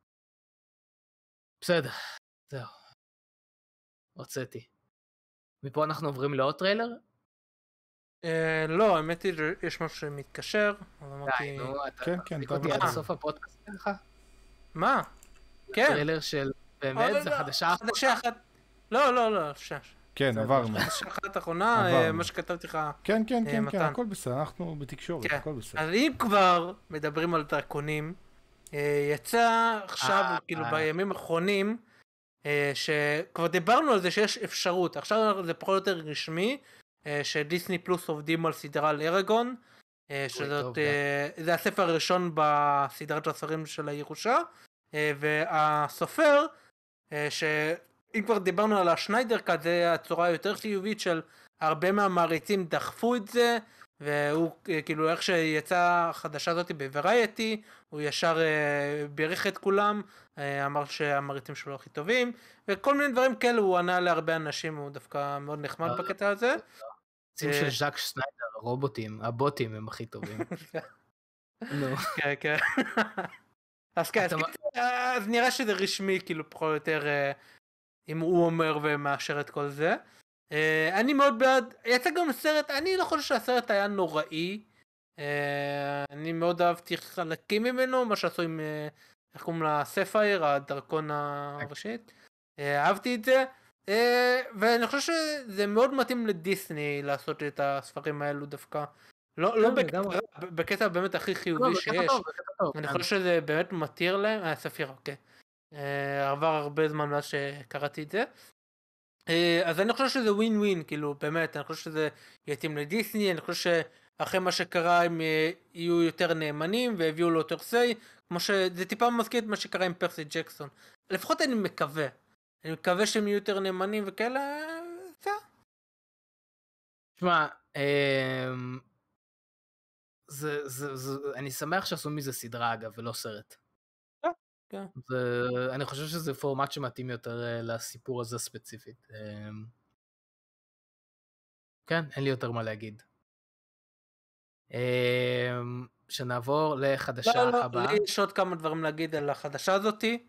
בסדר, זהו, הוצאתי. מפה אנחנו עוברים לעוד טריילר? לא, האמת היא יש משהו שמתקשר, אז די, נו, אתה תחזיק אותי עד סוף הפודקאסט שלך? מה? כן. טריילר של, באמת, זה חדשה אחת? לא, כן, עברנו. חדשה אחת אחרונה, מה שכתבתי לך. כן, הכל בסדר, אנחנו בתקשורת, הכל בסדר. אז אם כבר מדברים על דרקונים, יצא עכשיו, כאילו בימים האחרונים, שכבר דיברנו על זה שיש אפשרות, עכשיו זה פחות או יותר רשמי, שדיסני פלוס עובדים על סדרה על ארגון, זה הספר הראשון בסדרת הספרים של הירושה, והסופר, שאם כבר דיברנו על השניידר קאט, זה הצורה היותר חיובית של הרבה מהמעריצים דחפו את זה, והוא כאילו איך שיצא החדשה הזאת בוורייטי, הוא ישר בירך את כולם, אמר שהמעריצים שלו הכי טובים, וכל מיני דברים כאלה הוא ענה להרבה אנשים, הוא דווקא מאוד נחמד בקטע הזה. צים של ז'אק שניידר, הרובוטים, הבוטים הם הכי טובים. כן. אז נראה שזה רשמי, כאילו פחות או יותר, אם הוא אומר ומאשר את כל זה. אני מאוד בעד, יצא גם סרט, אני לא חושב שהסרט היה נוראי, אני מאוד אהבתי חלקים ממנו, מה שעשו עם, איך קוראים לה, ספייר, הדרקון הראשית, אהבתי את זה, ואני חושב שזה מאוד מתאים לדיסני לעשות את הספרים האלו דווקא, לא בקטע באמת הכי חיובי שיש, אני חושב שזה באמת מתיר להם, ספיר, אוקיי, עבר הרבה זמן מאז שקראתי את זה, אז אני חושב שזה ווין ווין, כאילו באמת, אני חושב שזה יתאים לדיסני, אני חושב שאחרי מה שקרה הם יהיו יותר נאמנים והביאו לו יותר סיי, כמו שזה טיפה מזכיר את מה שקרה עם פרסי ג'קסון, לפחות אני מקווה שהם יהיו יותר נאמנים וכאלה, זה. תשמע, אני שמח שעשו מזה סדרה אגב, ולא סרט. כן. אני חושב שזה פורמט שמתאים יותר לסיפור הזה ספציפית. כן, אין לי יותר מה להגיד. שנעבור לחדשה הבאה. לא, לי יש עוד כמה דברים להגיד על החדשה הזאתי.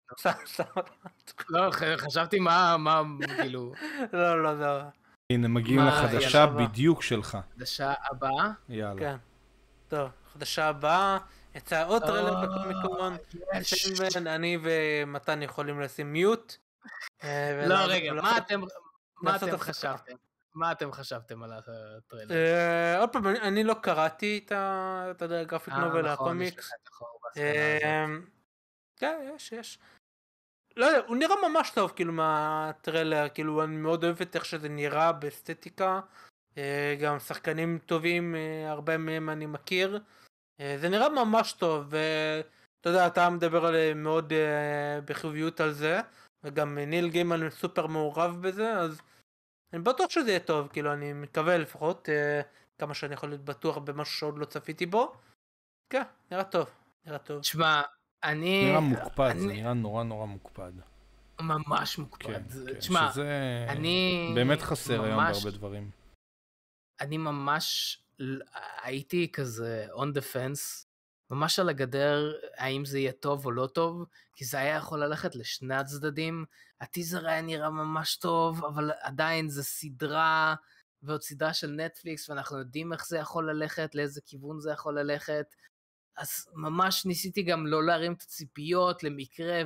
לא, חשבתי מה, כאילו... לא. הנה, מגיעים לחדשה בדיוק שלך. חדשה הבאה? יאללה. כן. טוב, חדשה הבאה. יצא עוד טריילר בקומיקון, אני ומתן יכולים לשים מיוט, לא, רגע, מה לעשות אתם הפסקה. חשבתם? מה אתם חשבתם על הטריילר? עוד פעם, אני לא קראתי את הגרפיק נובל, נכון, יש לך הקומיקס. את החור בהשכלה הזאת. כן, יש. לא יודע, הוא נראה ממש טוב, כאילו, מהטריילר, כאילו, אני מאוד אוהב את איך שזה נראה באסתטיקה, גם שחקנים טובים, הרבה מהם אני מכיר, זה נראה ממש טוב, ואתה יודע, אתה מדבר מאוד בחיוביות על זה, וגם ניל גיימן סופר מעורב בזה, אז אני בטוח שזה יהיה טוב, כאילו, אני מקווה לפחות, כמה שאני יכול להיות בטוח במשהו שעוד לא צפיתי בו, כן, נראה טוב. תשמע, אני... נראה מוקפד, זה נראה נורא נורא מוקפד. ממש מוקפד. כן, תשמע, שזה אני... באמת חסר היום בהרבה דברים. אני ממש הייתי כזה on the fence, ממש על הגדר, האם זה יהיה טוב או לא טוב, כי זה היה יכול ללכת לשני הצדדים, הטיזר היה נראה ממש טוב, אבל עדיין זה סדרה, ועוד סדרה של נטפליקס, ואנחנו יודעים איך זה יכול ללכת, לאיזה כיוון זה יכול ללכת, אז ממש ניסיתי גם לא להרים את הציפיות למקרה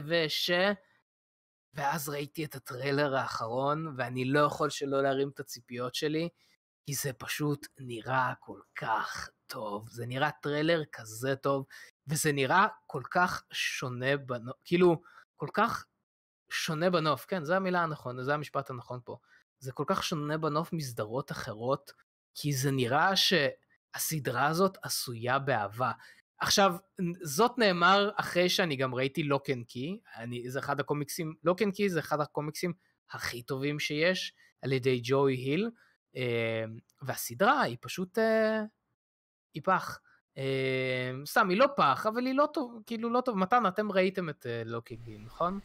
ואז ראיתי את הטריילר האחרון, ואני לא יכול שלא להרים את הציפיות שלי, כי זה פשוט נראה כל כך טוב, זה נראה טריילר כזה טוב, וזה נראה כל כך שונה בנוף, כאילו, כל כך שונה בנוף, כן, זו המילה הנכון, זה המשפט הנכון פה, זה כל כך שונה בנוף מסדרות אחרות, כי זה נראה שהסדרה הזאת עשויה באהבה. עכשיו, זאת נאמר אחרי שאני גם ראיתי לוק אנד קי, זה אחד הקומיקסים, לוק אנד קי זה אחד הקומיקסים הכי טובים שיש, על ידי ג'וי היל, והסדרה היא פשוט, היא פח. סתם, היא לא פח, אבל היא לא טוב, כאילו לא טוב. מתן, אתם ראיתם את לוק אנד קי, נכון?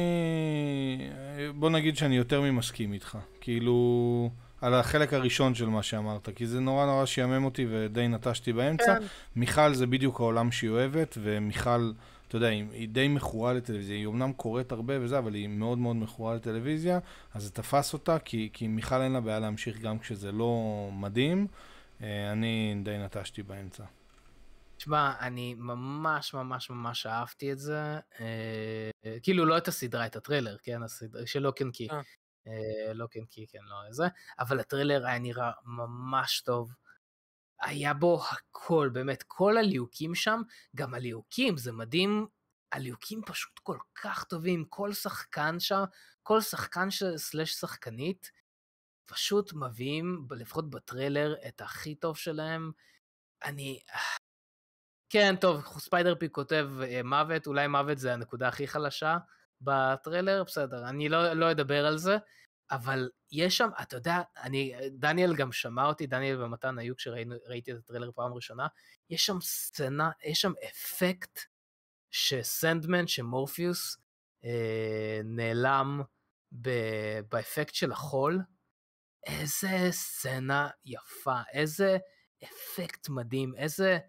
בוא נגיד שאני יותר ממסכים איתך. כאילו... על החלק הראשון של מה שאמרת, כי זה נורא נורא שיאמם אותי ודי נטשתי באמצע. מיכל זה בדיוק העולם שהיא אוהבת, ומיכל, אתה יודע, היא די מכורה לטלוויזיה, היא אומנם קוראת הרבה וזה, אבל היא מאוד מאוד מכורה לטלוויזיה, אז זה תפס אותה, כי מיכל אין לה בעיה להמשיך גם כשזה לא מדהים, אני די נטשתי באמצע. תשמע, אני ממש ממש ממש אהבתי את זה, כאילו לא את הסדרה, את הטריילר, כן, הסדרה של לוק אנד קי. לא כן כי כן לא זה, אבל הטריילר היה נראה ממש טוב, היה בו הכל, באמת כל הליהוקים שם, גם הליהוקים זה מדהים, הליהוקים פשוט כל כך טובים, כל שחקן שם, כל שחקן סלש שחקנית, פשוט מביאים לפחות בטריילר את הכי טוב שלהם, כן טוב, ספיידר פיק כותב מוות, אולי מוות זה הנקודה הכי חלשה, בטריילר, בסדר, אני לא אדבר על זה, אבל יש שם, אתה יודע, דניאל גם שמע אותי, דניאל ומתן היו כשראיתי את הטריילר פעם ראשונה, יש שם סצנה, יש שם אפקט שסנדמן, שמורפיוס נעלם באפקט של החול, איזה סצנה יפה, איזה אפקט מדהים, איזה...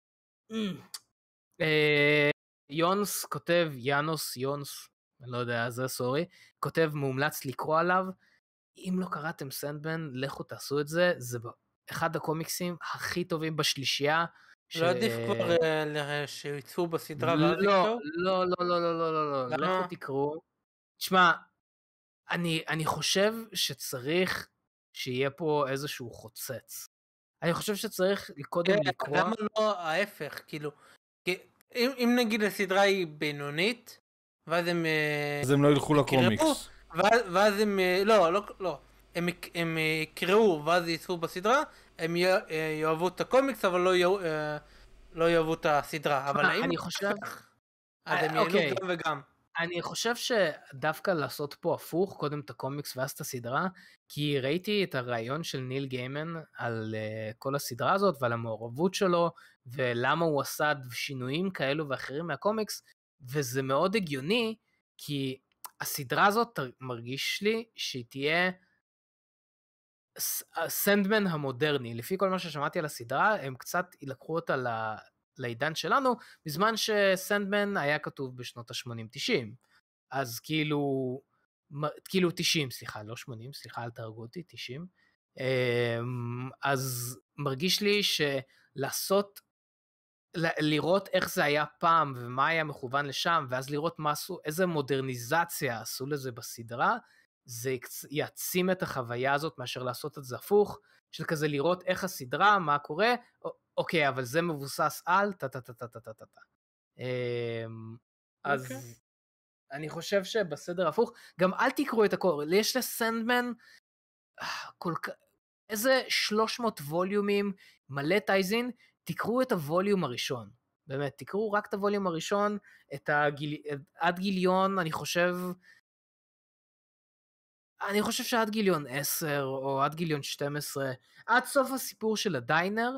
יונס כותב, יונס, אני לא יודע, זה סורי, כותב מומלץ לקרוא עליו, אם לא קראתם סנדמן, לכו תעשו את זה, זה אחד הקומיקסים הכי טובים בשלישייה. לא עדיף כבר שיצאו בסדרה ואז יקראו? לא, לכו תקראו. תשמע, אני חושב שצריך שיהיה פה איזשהו חוצץ. אני חושב שצריך קודם לקרוא... למה לא ההפך, כאילו, אם נגיד הסדרה היא בינונית, ואז הם... אז הם לא ילכו לקומיקס. ואז הם... לא. הם יקראו ואז יצאו בסדרה, הם יאהבו את הקומיקס, אבל לא יאהבו את הסדרה. אבל האם... אני חושב... אז הם ייהנו גם וגם. אני חושב שדווקא לעשות פה הפוך, קודם את הקומיקס ואז את הסדרה, כי ראיתי את הרעיון של ניל גיימן על כל הסדרה הזאת ועל המעורבות שלו, ולמה הוא עשה שינויים כאלו ואחרים מהקומיקס, וזה מאוד הגיוני, כי הסדרה הזאת מרגיש לי שהיא תהיה סנדמן המודרני. לפי כל מה ששמעתי על הסדרה, הם קצת ילקחו אותה לעידן שלנו, בזמן שסנדמן היה כתוב בשנות ה-80-90. אז כאילו 90, סליחה, לא 80, סליחה, אל תהרגו אותי, 90. אז מרגיש לי לראות איך זה היה פעם, ומה היה מכוון לשם, ואז לראות מה עשו, איזה מודרניזציה עשו לזה בסדרה, זה יעצים את החוויה הזאת, מאשר לעשות את זה הפוך, של כזה לראות איך הסדרה, מה קורה, אוקיי, אבל זה מבוסס על, טה-טה-טה-טה-טה-טה. אז אני חושב שבסדר הפוך, גם אל תקראו את הכל, יש לסנדמן איזה 300 ווליומים, מלא טייזין, תקראו את הווליום הראשון, באמת, תקראו רק את הווליום הראשון, עד גיליון, אני חושב שעד גיליון 10, או עד גיליון 12, עד סוף הסיפור של הדיינר,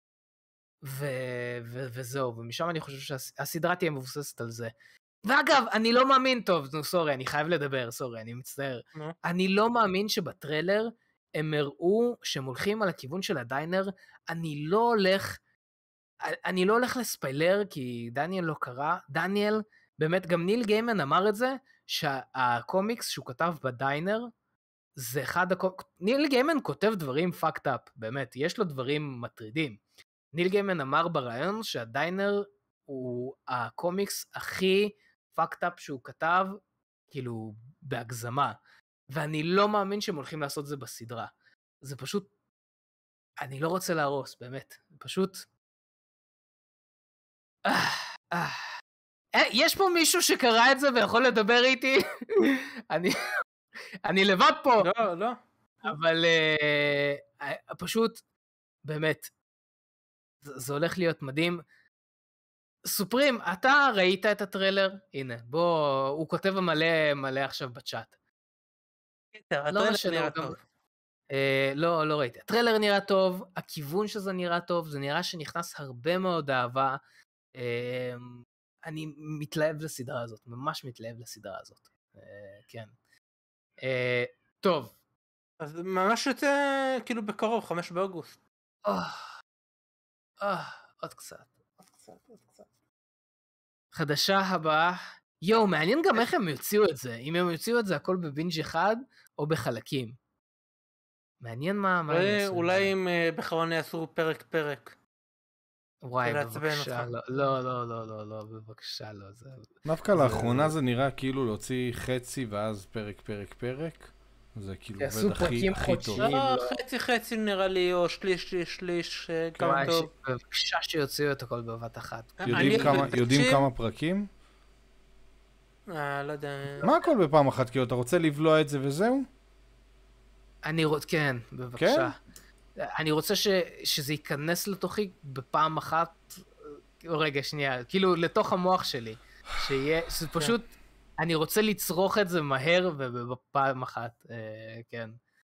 וזהו, ומשם אני חושב שהסדרה תהיה מבוססת על זה. ואגב, אני לא מאמין, טוב, סורי, אני חייב לדבר, סורי, אני מצטער. אני לא מאמין שבטריילר הם הראו שהם הולכים על הכיוון של הדיינר, אני לא הולך לספיילר, כי דניאל לא קרא, דניאל, באמת, גם ניל גיימן אמר את זה, שהקומיקס שהוא כתב בדיינר, זה ניל גיימן כותב דברים fucked up, באמת, יש לו דברים מטרידים. ניל גיימן אמר ברעיון שהדיינר הוא הקומיקס הכי fucked up שהוא כתב, כאילו, בהגזמה. ואני לא מאמין שהם הולכים לעשות את זה בסדרה. זה פשוט, אני לא רוצה להרוס, באמת. פשוט, יש פה מישהו שקרא את זה ויכול לדבר איתי? אני לבד פה. לא. אבל פשוט, באמת, זה הולך להיות מדהים. סופרים, אתה ראית את הטריילר? הנה, בוא, הוא כותב מלא עכשיו בצ'אט. הטריילר נראה טוב. לא ראיתי. הטריילר נראה טוב, הכיוון שזה נראה טוב, זה נראה שנכנס הרבה מאוד אהבה. אני מתלהב לסדרה הזאת, ממש מתלהב לסדרה הזאת. כן. טוב. אז ממש יוצא כאילו בקרוב, 5 באוגוסט. עוד קצת. חדשה הבאה. מעניין גם איך הם יוציאו את זה. אם הם יוציאו את זה הכל בבינג' אחד, או בחלקים. מעניין מה הם יעשו. אולי אם בכוונה יעשו פרק. וואי, בבקשה, לא, בבקשה, לא. דווקא לאחרונה זה נראה כאילו להוציא חצי ואז פרק. זה כאילו עובד הכי טוב. לא, חצי נראה לי, או שליש, גם טוב. בבקשה שיוציאו את הכל בבת אחת. יודעים כמה פרקים? לא יודע. מה הכל בפעם אחת? כאילו אתה רוצה לבלוע את זה וזהו? כן, בבקשה. אני רוצה שזה ייכנס לתוכי בפעם אחת, רגע, שנייה, כאילו לתוך המוח שלי, שזה פשוט, אני רוצה לצרוך את זה מהר ובפעם אחת, כן.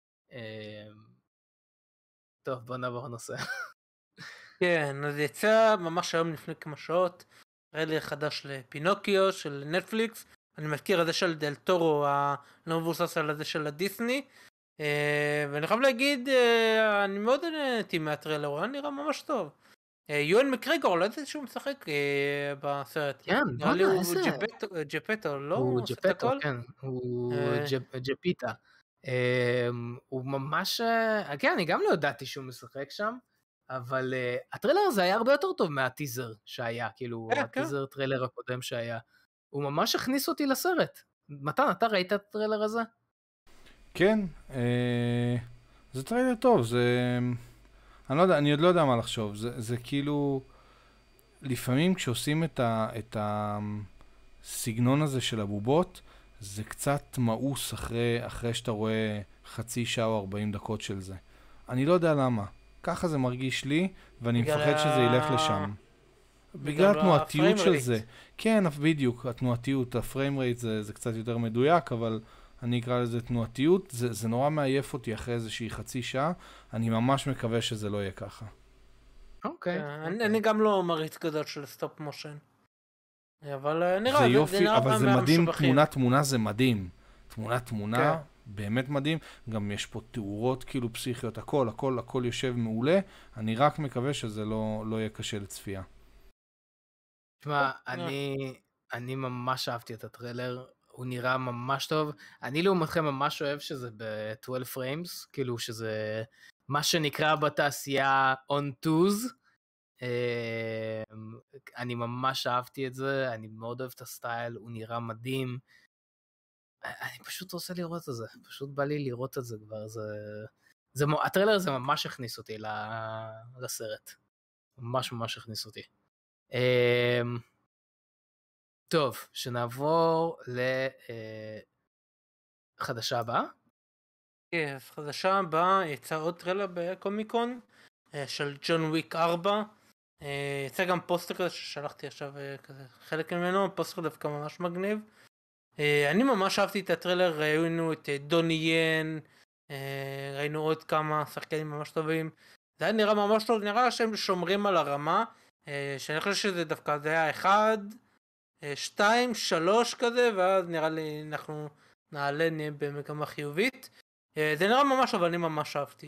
טוב, בוא נעבור לנושא. כן, אז יצא ממש היום לפני כמה שעות, טריילר חדש לפינוקיו של נטפליקס, אני מזכיר את זה של דל טורו, לא מבוסס על זה של הדיסני, ואני חייב להגיד, אני מאוד נהניתי מהטריילר, הוא נראה ממש טוב. יואן מקרגור, לא יודעת שהוא משחק בסרט. כן, נראה לי הוא ג'פטו, לא? הוא ג'פטו, כן, הוא ג'פיטה. הוא ממש, כן, אני גם לא ידעתי שהוא משחק שם, אבל הטריילר הזה היה הרבה יותר טוב מהטיזר שהיה, כאילו, הטיזר טריילר הקודם שהיה. הוא ממש הכניס אותי לסרט. מתן, אתה ראית את הטריילר הזה? כן, זה טריילר טוב, אני עוד לא יודע מה לחשוב, זה כאילו, לפעמים כשעושים את הסגנון הזה של הבובות, זה קצת מאוס אחרי שאתה רואה חצי שעה או 40 דקות של זה. אני לא יודע למה, ככה זה מרגיש לי, ואני מפחד שזה ילך לשם. בגלל התנועתיות של זה. כן, בדיוק, התנועתיות, הפריים רייט זה קצת יותר מדויק, אבל אני אקרא לזה תנועתיות, זה נורא מעייף אותי אחרי איזושהי חצי שעה, אני ממש מקווה שזה לא יהיה ככה. אוקיי. אני גם לא מריץ גדול של סטופ מושן. אבל נראה, זה יופי, אבל זה מדהים, תמונה זה מדהים. תמונה באמת מדהים, גם יש פה תיאורות כאילו פסיכיות, הכל יושב מעולה, אני רק מקווה שזה לא יהיה קשה לצפייה. תשמע, אני ממש אהבתי את הטריילר, הוא נראה ממש טוב, אני לעומתכם ממש אוהב שזה ב-12 frames, כאילו שזה מה שנקרא בתעשייה on twos, אני ממש אהבתי את זה, אני מאוד אוהב את הסטייל, הוא נראה מדהים. אני פשוט רוצה לראות את זה, פשוט בא לי לראות את זה כבר, הטריילר הזה ממש הכניס אותי לסרט. ממש ממש הכניס אותי. טוב, שנעבור לחדשה הבאה. כן, אז חדשה הבאה יצא עוד טריילר בקומיקון של ג'ון וויק 4. יצא גם פוסטר כזה ששלחתי עכשיו כזה חלק ממנו, פוסטר דווקא ממש מגניב. אני ממש אהבתי את הטריילר, ראינו את דוני ין, ראינו עוד כמה שחקנים ממש טובים. זה היה נראה ממש טוב, נראה שהם שומרים על הרמה, שאני חושב שזה דווקא זה היה 1, 2, 3 כזה, ואז נראה לי אנחנו נעלה במגמה חיובית. זה נראה ממש טוב, אני ממש אהבתי.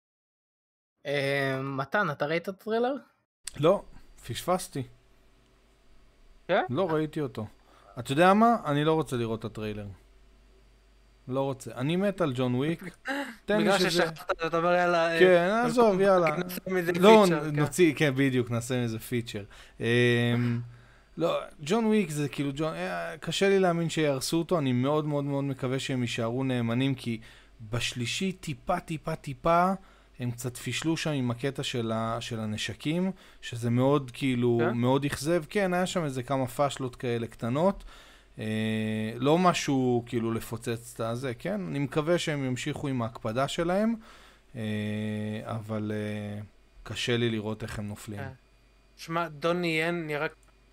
מתן, אתה ראית את הטריילר? לא, פשפסתי. כן? לא ראיתי אותו. אתה יודע מה? אני לא רוצה לראות את הטריילר. לא רוצה. אני מת על ג'ון וויק. בגלל ששכחת, אתה אומר יאללה... כן, עזוב, יאללה. נעשה מזה לא, פיצ'ר. נוציא, כן, בדיוק, נעשה מזה פיצ'ר. לא, ג'ון וויק זה כאילו, קשה לי להאמין שיהרסו אותו, אני מאוד מאוד מאוד מקווה שהם יישארו נאמנים, כי בשלישי טיפה, הם קצת פישלו שם עם הקטע של הנשקים, שזה מאוד כאילו, מאוד אכזב. כן, היה שם איזה כמה פשלות כאלה קטנות, לא משהו כאילו לפוצץ את הזה, כן? אני מקווה שהם ימשיכו עם ההקפדה שלהם, אבל קשה לי לראות איך הם נופלים. שמע, דוני ין נראה...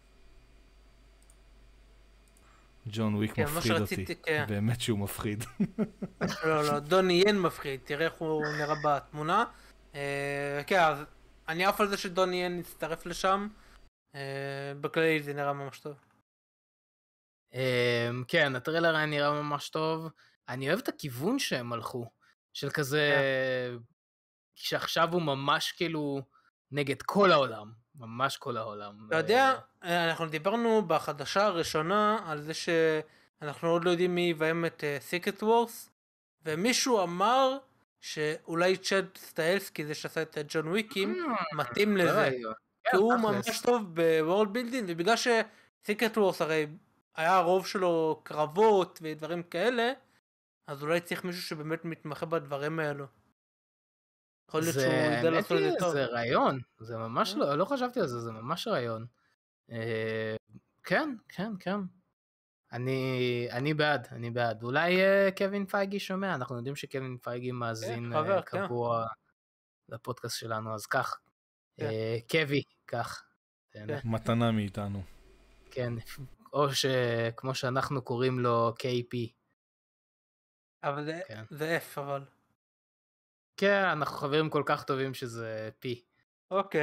ג'ון וויק מפחיד אותי, באמת שהוא מפחיד. לא, דוני ין מפחיד, תראה איך הוא נראה בתמונה. כן, אז אני עף על זה שדוני ין יצטרף לשם, בכללי זה נראה ממש טוב. כן, הטריילר היה נראה ממש טוב. אני אוהב את הכיוון שהם הלכו, של כזה, שעכשיו הוא ממש כאילו נגד כל העולם, ממש כל העולם. אתה יודע, אנחנו דיברנו בחדשה הראשונה על זה שאנחנו עוד לא יודעים מי יביים את סיקרט וורס, ומישהו אמר שאולי צ'אד סטיילסקי, זה שעשה את ג'ון וויקים, מתאים לזה. כי הוא ממש טוב בוורלד בילדינג, ובגלל שסיקרט וורס הרי היה הרוב שלו קרבות ודברים כאלה, אז אולי צריך מישהו שבאמת מתמחה בדברים האלו. יכול להיות שהוא ידע לעשות את זה טוב. זה רעיון, זה ממש לא חשבתי על זה, זה ממש רעיון. כן. אני בעד. אולי קווין פייגי שומע, אנחנו יודעים שקווין פייגי מאזין קבוע לפודקאסט שלנו, אז כך. קווי, כך. מתנה מאיתנו. כן, או שכמו שאנחנו קוראים לו KP. אבל זה F אבל. כן, אנחנו חברים כל כך טובים שזה P. אוקיי.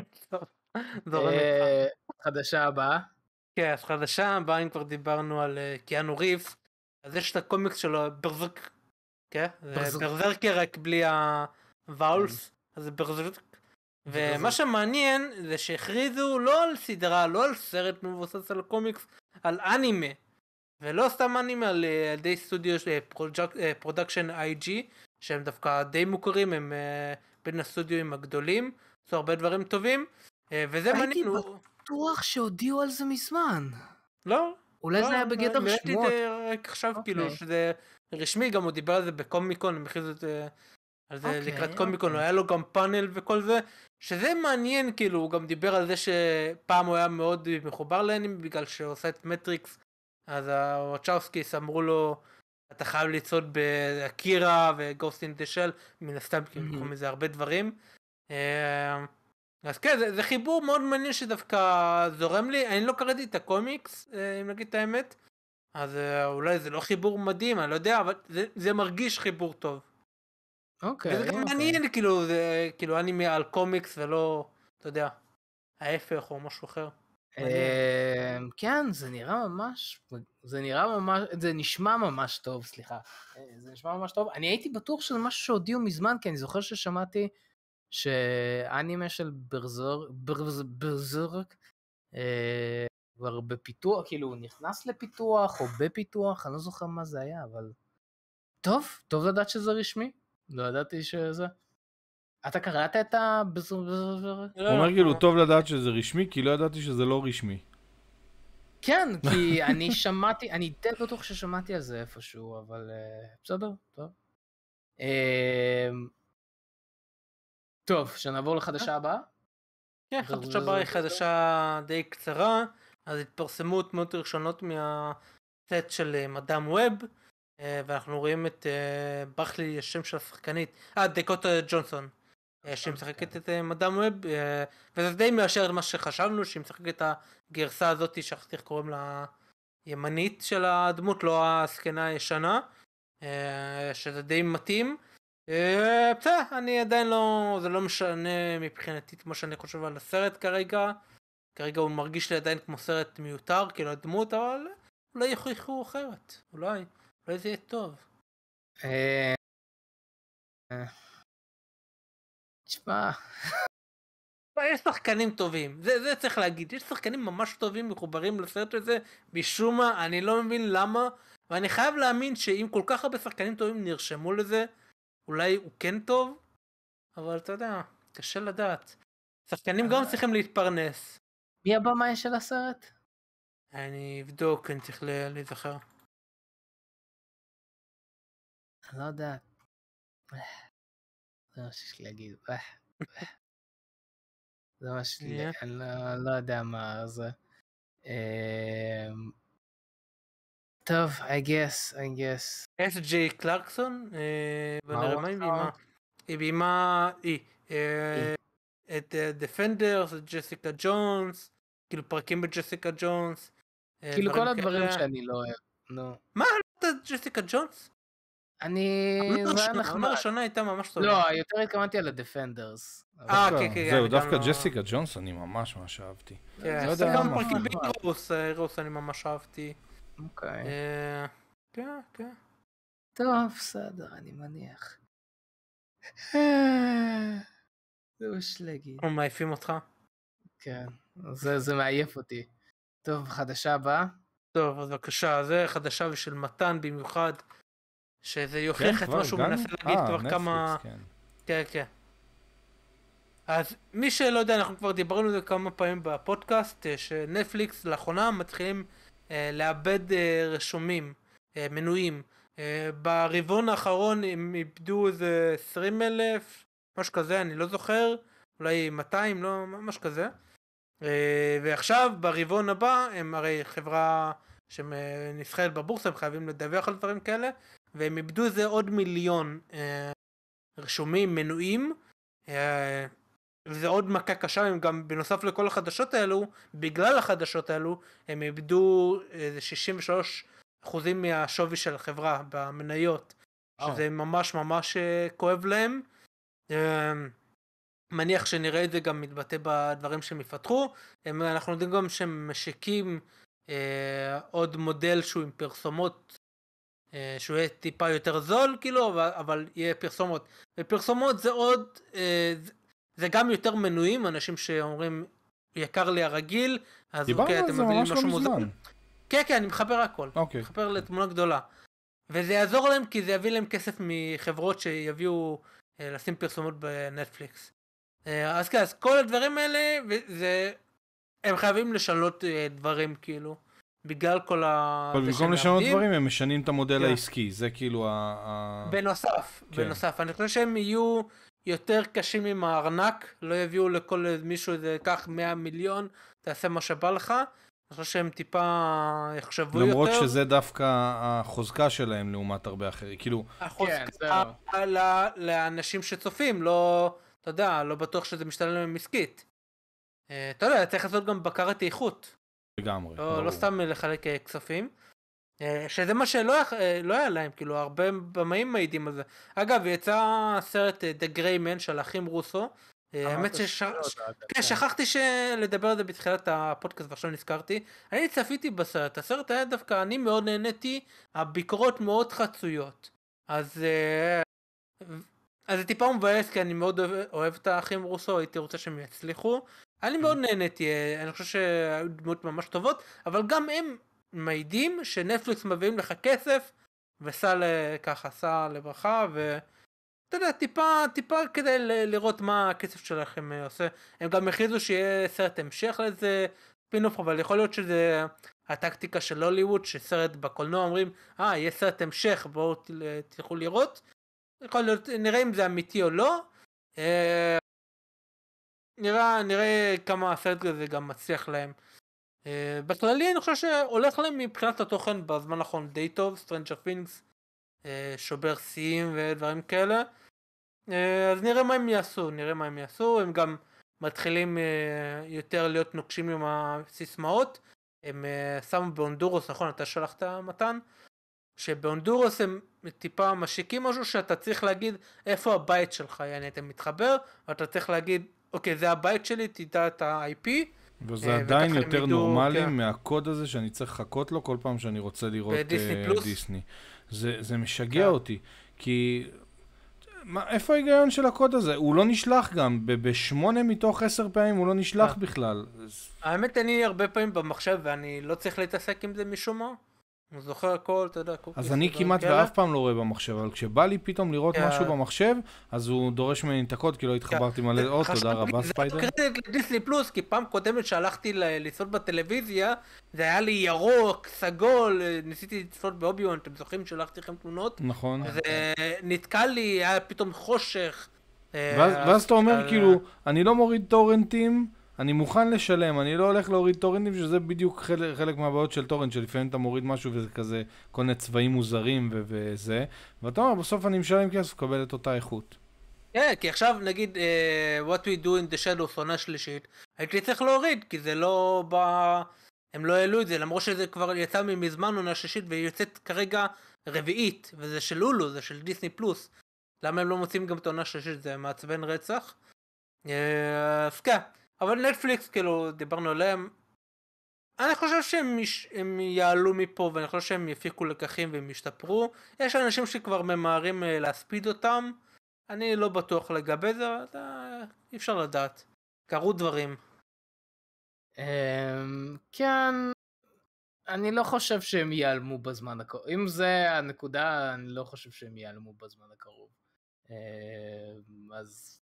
חדשה הבאה. כן, אז חדשה הבאה, אם כבר דיברנו על קיאנו ריבס, אז יש את הקומיקס שלו, ברזרק, כן? זה ברזרקר רק בלי הוואולס, אז זה ברזרק. ומה שמעניין זה שהכריזו לא על סדרה, לא על סרט מבוסס על קומיקס, על אנימה. ולא סתם אנימה, על ידי סטודיו פרודקשן IG, שהם דווקא די מוכרים, הם בין הסטודיואים הגדולים, עשו הרבה דברים טובים, וזה מעניין. הייתי בטוח שהודיעו על זה מזמן. לא. אולי זה היה בגדר שמועות. ראיתי רק עכשיו כאילו שזה רשמי, גם הוא דיבר על זה בקומיקון, הם הכריזו את זה על זה לקראת קומיקון, היה לו גם פאנל וכל זה, שזה מעניין כאילו, הוא גם דיבר על זה שפעם הוא היה מאוד מחובר לאנימה, בגלל שהוא עושה את מטריקס, אז הוואצ'אוסקיס אמרו לו, אתה חייב לצעוד באקירה וגוסט אין דה של, מן הסתם כי הם יכולים מזה הרבה דברים. אז כן, זה חיבור מאוד מעניין שדווקא זורם לי, אני לא קראתי את הקומיקס, אם נגיד את האמת, אז אולי זה לא חיבור מדהים, אני לא יודע, אבל זה מרגיש חיבור טוב. אוקיי. וזה גם מעניין, כאילו, זה כאילו אנימה על קומיקס ולא, אתה יודע, ההפך או משהו אחר. כן, זה נשמע ממש טוב, סליחה. זה נשמע ממש טוב. אני הייתי בטוח שזה משהו שהודיעו מזמן, כי אני זוכר ששמעתי שאנימה של ברזרק כבר בפיתוח, כאילו הוא נכנס לפיתוח או בפיתוח, אני לא זוכר מה זה היה, אבל טוב לדעת שזה רשמי, לא ידעתי שזה. אתה קראת את הוא אומר כאילו, טוב לדעת שזה רשמי, כי לא ידעתי שזה לא רשמי. כן, כי אני שמעתי, אני די בטוח ששמעתי על זה איפשהו, אבל בסדר, טוב. טוב, שנעבור לחדשה הבאה? כן, חדשה הבאה היא חדשה די קצרה, אז התפרסמו תמונות ראשונות מהסט של מדאם ווב, ואנחנו רואים את ברח לי השם של השחקנית, דקוטה ג'ונסון, שהיא משחקת את מדאם ווב, וזה די מאשר את מה שחשבנו, שהיא משחקת את הגרסה הזאת, שכחתי איך קוראים לה, ימנית של הדמות, לא הסקנה הישנה, שזה די מתאים. בסדר, אני עדיין לא, זה לא משנה מבחינתי כמו שאני חושב על הסרט כרגע. כרגע הוא מרגיש לי עדיין כמו סרט מיותר, כאילו הדמות, אבל אולי יוכיחו אחרת, אולי זה יהיה טוב. תשמע, יש שחקנים טובים, זה צריך להגיד, יש שחקנים ממש טובים מחוברים לסרט הזה, משום מה, אני לא מבין למה, ואני חייב להאמין שאם כל כך הרבה שחקנים טובים נרשמו לזה, אולי הוא כן טוב, אבל אתה יודע, קשה לדעת. שחקנים גם צריכים להתפרנס. מי הבמאי של הסרט? אני אבדוק, אני צריך להיזכר. אני לא יודע. זה מה שיש לי להגיד. זה מה שיש לי, אני לא יודע מה זה. טוב, I guess. S.J. קלרקסון, ונראה מה היא בימה. היא בימה, את דפנדרס, את ג'סיקה ג'ונס, כאילו פרקים בג'סיקה ג'ונס. כאילו כל הדברים שאני לא אוהב, נו. מה, לא את ג'סיקה ג'ונס? העונה הראשונה הייתה ממש טובה. לא, יותר התכוונתי על הדפנדרס. זהו, דווקא ג'סיקה ג'ונס אני ממש אהבתי. כן, זה גם פרקים באירוס אני ממש אהבתי. אוקיי. כן. טוב, בסדר, אני מניח. זה מה שלהגיד. הם מעייפים אותך? כן, זה מעייף אותי. טוב, חדשה הבאה? טוב, אז בבקשה, זה חדשה ושל מתן במיוחד, שזה יוכיח את מה שהוא מנסה להגיד כבר כמה... כן. אז מי שלא יודע, אנחנו כבר דיברנו על זה כמה פעמים בפודקאסט, שנטפליקס לאחרונה מתחילים לאבד רשומים, מנויים. ברבעון האחרון הם איבדו איזה 20,000, משהו כזה, אני לא זוכר, אולי 200, לא, ממש כזה. ועכשיו ברבעון הבא הם הרי חברה שנסחרת בבורסה, הם חייבים לדווח על דברים כאלה, והם איבדו איזה עוד 1,000,000 רשומים, מנויים, וזה עוד מכה קשה, הם גם בנוסף לכל החדשות האלו, בגלל החדשות האלו, הם איבדו איזה 63% מהשווי של החברה במניות, שזה ממש כואב להם. מניח שנראה את זה גם מתבטא בדברים שהם יפתחו. אנחנו יודעים גם שהם משיקים עוד מודל שהוא עם פרסומות, שהוא יהיה טיפה יותר זול כאילו, אבל יהיה פרסומות. ופרסומות זה עוד, זה גם יותר מנויים, אנשים שאומרים יקר לי הרגיל, אז אוקיי, אתם מבינים משהו מוזמן. כן, אני מחבר הכל, מחבר לתמונה גדולה. וזה יעזור להם כי זה יביא להם כסף מחברות שיביאו לשים פרסומות בנטפליקס. אז כן, אז כל הדברים האלה, הם חייבים לשנות דברים כאילו, בגלל כל אבל במקום לשנות דברים הם משנים את המודל העסקי, זה כאילו בנוסף, אני חושב שהם יהיו יותר קשים עם הארנק, לא יביאו לכל מישהו איזה כך 100 מיליון, תעשה מה שבא לך, אני חושב שהם טיפה יחשבו יותר. למרות שזה דווקא החוזקה שלהם לעומת הרבה אחרים, כאילו... החוזקה לאנשים שצופים, לא, אתה יודע, לא בטוח שזה משתלם להם עסקית. אתה יודע, צריך לעשות גם בקרת איכות. לגמרי. לא סתם לחלק כספים. שזה מה שלא היה להם, כאילו, הרבה במאים מעידים על זה. אגב, יצא סרט The Gray Man של האחים רוסו. האמת ששכחתי לדבר על זה בתחילת הפודקאסט ועכשיו נזכרתי. אני צפיתי בסרט, הסרט היה דווקא, אני מאוד נהניתי, הביקורות מאוד חצויות. אז זה טיפה מבאס, כי אני מאוד אוהב את האחים רוסו, הייתי רוצה שהם יצליחו. אני מאוד נהניתי, אני חושב שהיו דמות ממש טובות, אבל גם הם מעידים שנטפליקס מביאים לך כסף, וסע ככה, סע לברכה, אתה יודע, טיפה כדי לראות מה הכסף שלכם עושה. הם גם הכריזו שיהיה סרט המשך לזה פינוף, אבל יכול להיות שזה הטקטיקה של הוליווד, שסרט בקולנוע אומרים, יהיה סרט המשך, בואו תלכו לראות. יכול להיות, נראה אם זה אמיתי או לא. נראה כמה הסרט הזה גם מצליח להם. בכללי אני חושב שהולך להם מבחינת התוכן בזמן האחרון די טוב, Stranger Things, שובר שיאים ודברים כאלה. אז נראה מה הם יעשו, הם גם מתחילים יותר להיות נוקשים עם הסיסמאות. הם שמו בהונדורוס, נכון, אתה שלחת מתן? שבהונדורוס הם טיפה משיקים משהו שאתה צריך להגיד איפה הבית שלך, יעני אתה מתחבר, ואתה צריך להגיד, אוקיי, זה הבית שלי, תדע את ה-IP. וזה עדיין יותר נורמלי מהקוד הזה שאני צריך לחכות לו כל פעם שאני רוצה לראות דיסני. זה משגע אותי, כי איפה ההיגיון של הקוד הזה? הוא לא נשלח גם, ב8 מתוך 10 פעמים הוא לא נשלח בכלל. האמת, אני הרבה פעמים במחשב ואני לא צריך להתעסק עם זה משום מה. אני זוכר הכל, אתה יודע. אז אני כמעט ואף פעם לא רואה במחשב, אבל כשבא לי פתאום לראות משהו במחשב, אז הוא דורש ממני את הקוד, כי לא התחברתי מלא. תודה רבה ספיידר. זה קרדיט לדיסני פלוס, כי פעם קודמת שהלכתי לצפות בטלוויזיה, זה היה לי ירוק, סגול, ניסיתי לצפות באוביואן, אתם זוכרים שלחתי לכם תלונות? נכון. זה נתקע לי, היה פתאום חושך. ואז אתה אומר כאילו, אני לא מוריד טורנטים, אני מוכן לשלם, אני לא הולך להוריד טורנטים, שזה בדיוק חלק מהבעיות של טורנט, שלפעמים אתה מוריד משהו וזה כזה כל מיני צבעים מוזרים וזה, ואתה אומר, בסוף אני משלם כסף וקבל את אותה איכות. כן, כי עכשיו נגיד, what we do in the shadows עונה שלישית, הייתי צריך להוריד, כי זה לא בא, הם לא העלו את זה, למרות שזה כבר יצא מזמן עונה שלישית, והיא יוצאת כרגע רביעית, וזה של לולו, זה של דיסני פלוס. למה הם לא מוצאים גם את העונה שלישית? זה מעצבן רצח. אז כן. אבל נטפליקס, כאילו, דיברנו עליהם, אני חושב שהם יעלו מפה, ואני חושב שהם יפיקו לקחים והם ישתפרו. יש אנשים שכבר ממהרים להספיד אותם, אני לא בטוח לגבי זה, אי אפשר לדעת. קרו דברים. כן, אני לא חושב שהם ייעלמו בזמן הקרוב. אם זה הנקודה, אני לא חושב שהם ייעלמו בזמן הקרוב. אז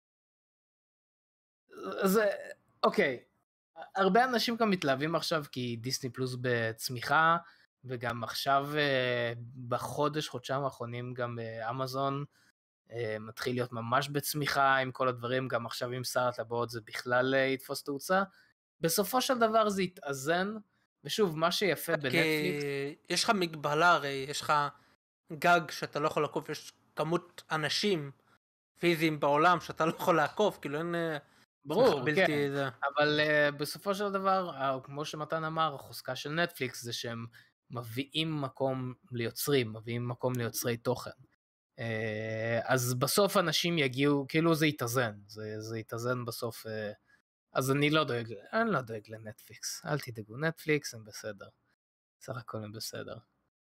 אוקיי, הרבה אנשים גם מתלהבים עכשיו כי דיסני פלוס בצמיחה, וגם עכשיו חודשיים האחרונים גם אמזון מתחיל להיות ממש בצמיחה עם כל הדברים, גם עכשיו עם שר הטבעות זה בכלל יתפוס תאוצה. בסופו של דבר זה יתאזן, ושוב, מה שיפה בנטפליקס... יש לך מגבלה הרי, יש לך גג שאתה לא יכול לעקוף, יש כמות אנשים פיזיים בעולם שאתה לא יכול לעקוף, כאילו אין... ברור, כן, אבל בסופו של דבר, כמו שמתן אמר, החוזקה של נטפליקס זה שהם מביאים מקום ליוצרים, מביאים מקום ליוצרי תוכן. אז בסוף אנשים יגיעו, כאילו זה יתאזן, זה יתאזן בסוף, אז אני לא דואג לנטפליקס, אל תדאגו, נטפליקס הם בסדר, סך הכל הם בסדר.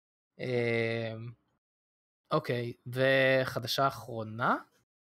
אוקיי, וחדשה אחרונה?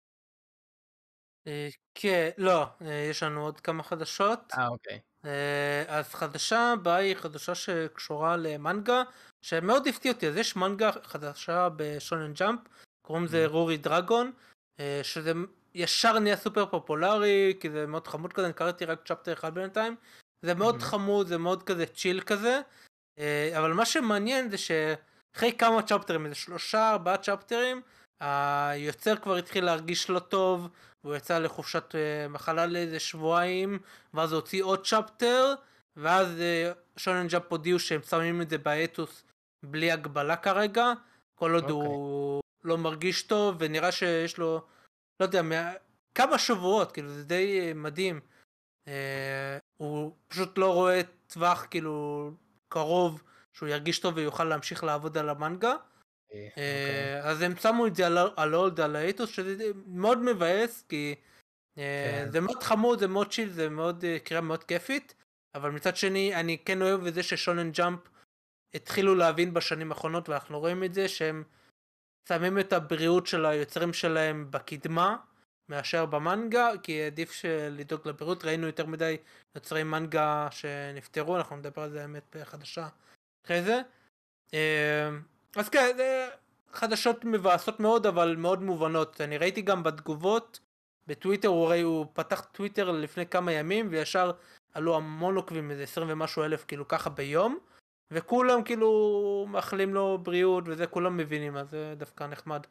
כן, לא, יש לנו עוד כמה חדשות. אוקיי. אז חדשה הבאה היא חדשה שקשורה למנגה, שמאוד הפתיע אותי. אז יש מנגה חדשה בשונן ג'אמפ, קוראים זה רורי דרגון, שזה ישר נהיה סופר פופולרי, כי זה מאוד חמוד כזה, אני קראתי רק צ'פטר אחד בינתיים, זה מאוד חמוד, זה מאוד כזה צ'יל כזה, אבל מה שמעניין זה שאחרי כמה צ'פטרים, איזה 3-4 צ'פטרים, היוצר כבר התחיל להרגיש לא טוב, והוא יצא לחופשת מחלה לאיזה שבועיים, ואז הוא הוציא עוד צ'פטר, ואז שונן ג'אמפ הודיעו שהם שמים את זה באתוס בלי הגבלה כרגע, כל עוד הוא לא מרגיש טוב, ונראה שיש לו, לא יודע, כמה שבועות, כאילו זה די מדהים, הוא פשוט לא רואה טווח כאילו קרוב, שהוא ירגיש טוב ויוכל להמשיך לעבוד על המנגה, אז הם שמו את זה על הולד, על האתוס, שזה מאוד מבאס, כי זה מאוד חמוד, זה מאוד צ'יל, זה מאוד קריאה מאוד כיפית, אבל מצד שני אני כן אוהב את זה ששונן ג'אמפ התחילו להבין בשנים האחרונות, ואנחנו רואים את זה שהם שמים את הבריאות של היוצרים שלהם בקדמה מאשר במנגה, כי עדיף לדאוג לבריאות. ראינו יותר מדי יוצרי מנגה שנפטרו, אנחנו נדבר על זה האמת בחדשה אחרי זה. אז כן, חדשות מבאסות מאוד, אבל מאוד מובנות. אני ראיתי גם בתגובות, בטוויטר, הוא פתח טוויטר לפני כמה ימים, וישר עלו המון עוקבים, איזה 20 ומשהו אלף, כאילו ככה ביום, וכולם כאילו מאחלים לו בריאות, וזה כולם מבינים, אז זה דווקא נחמד.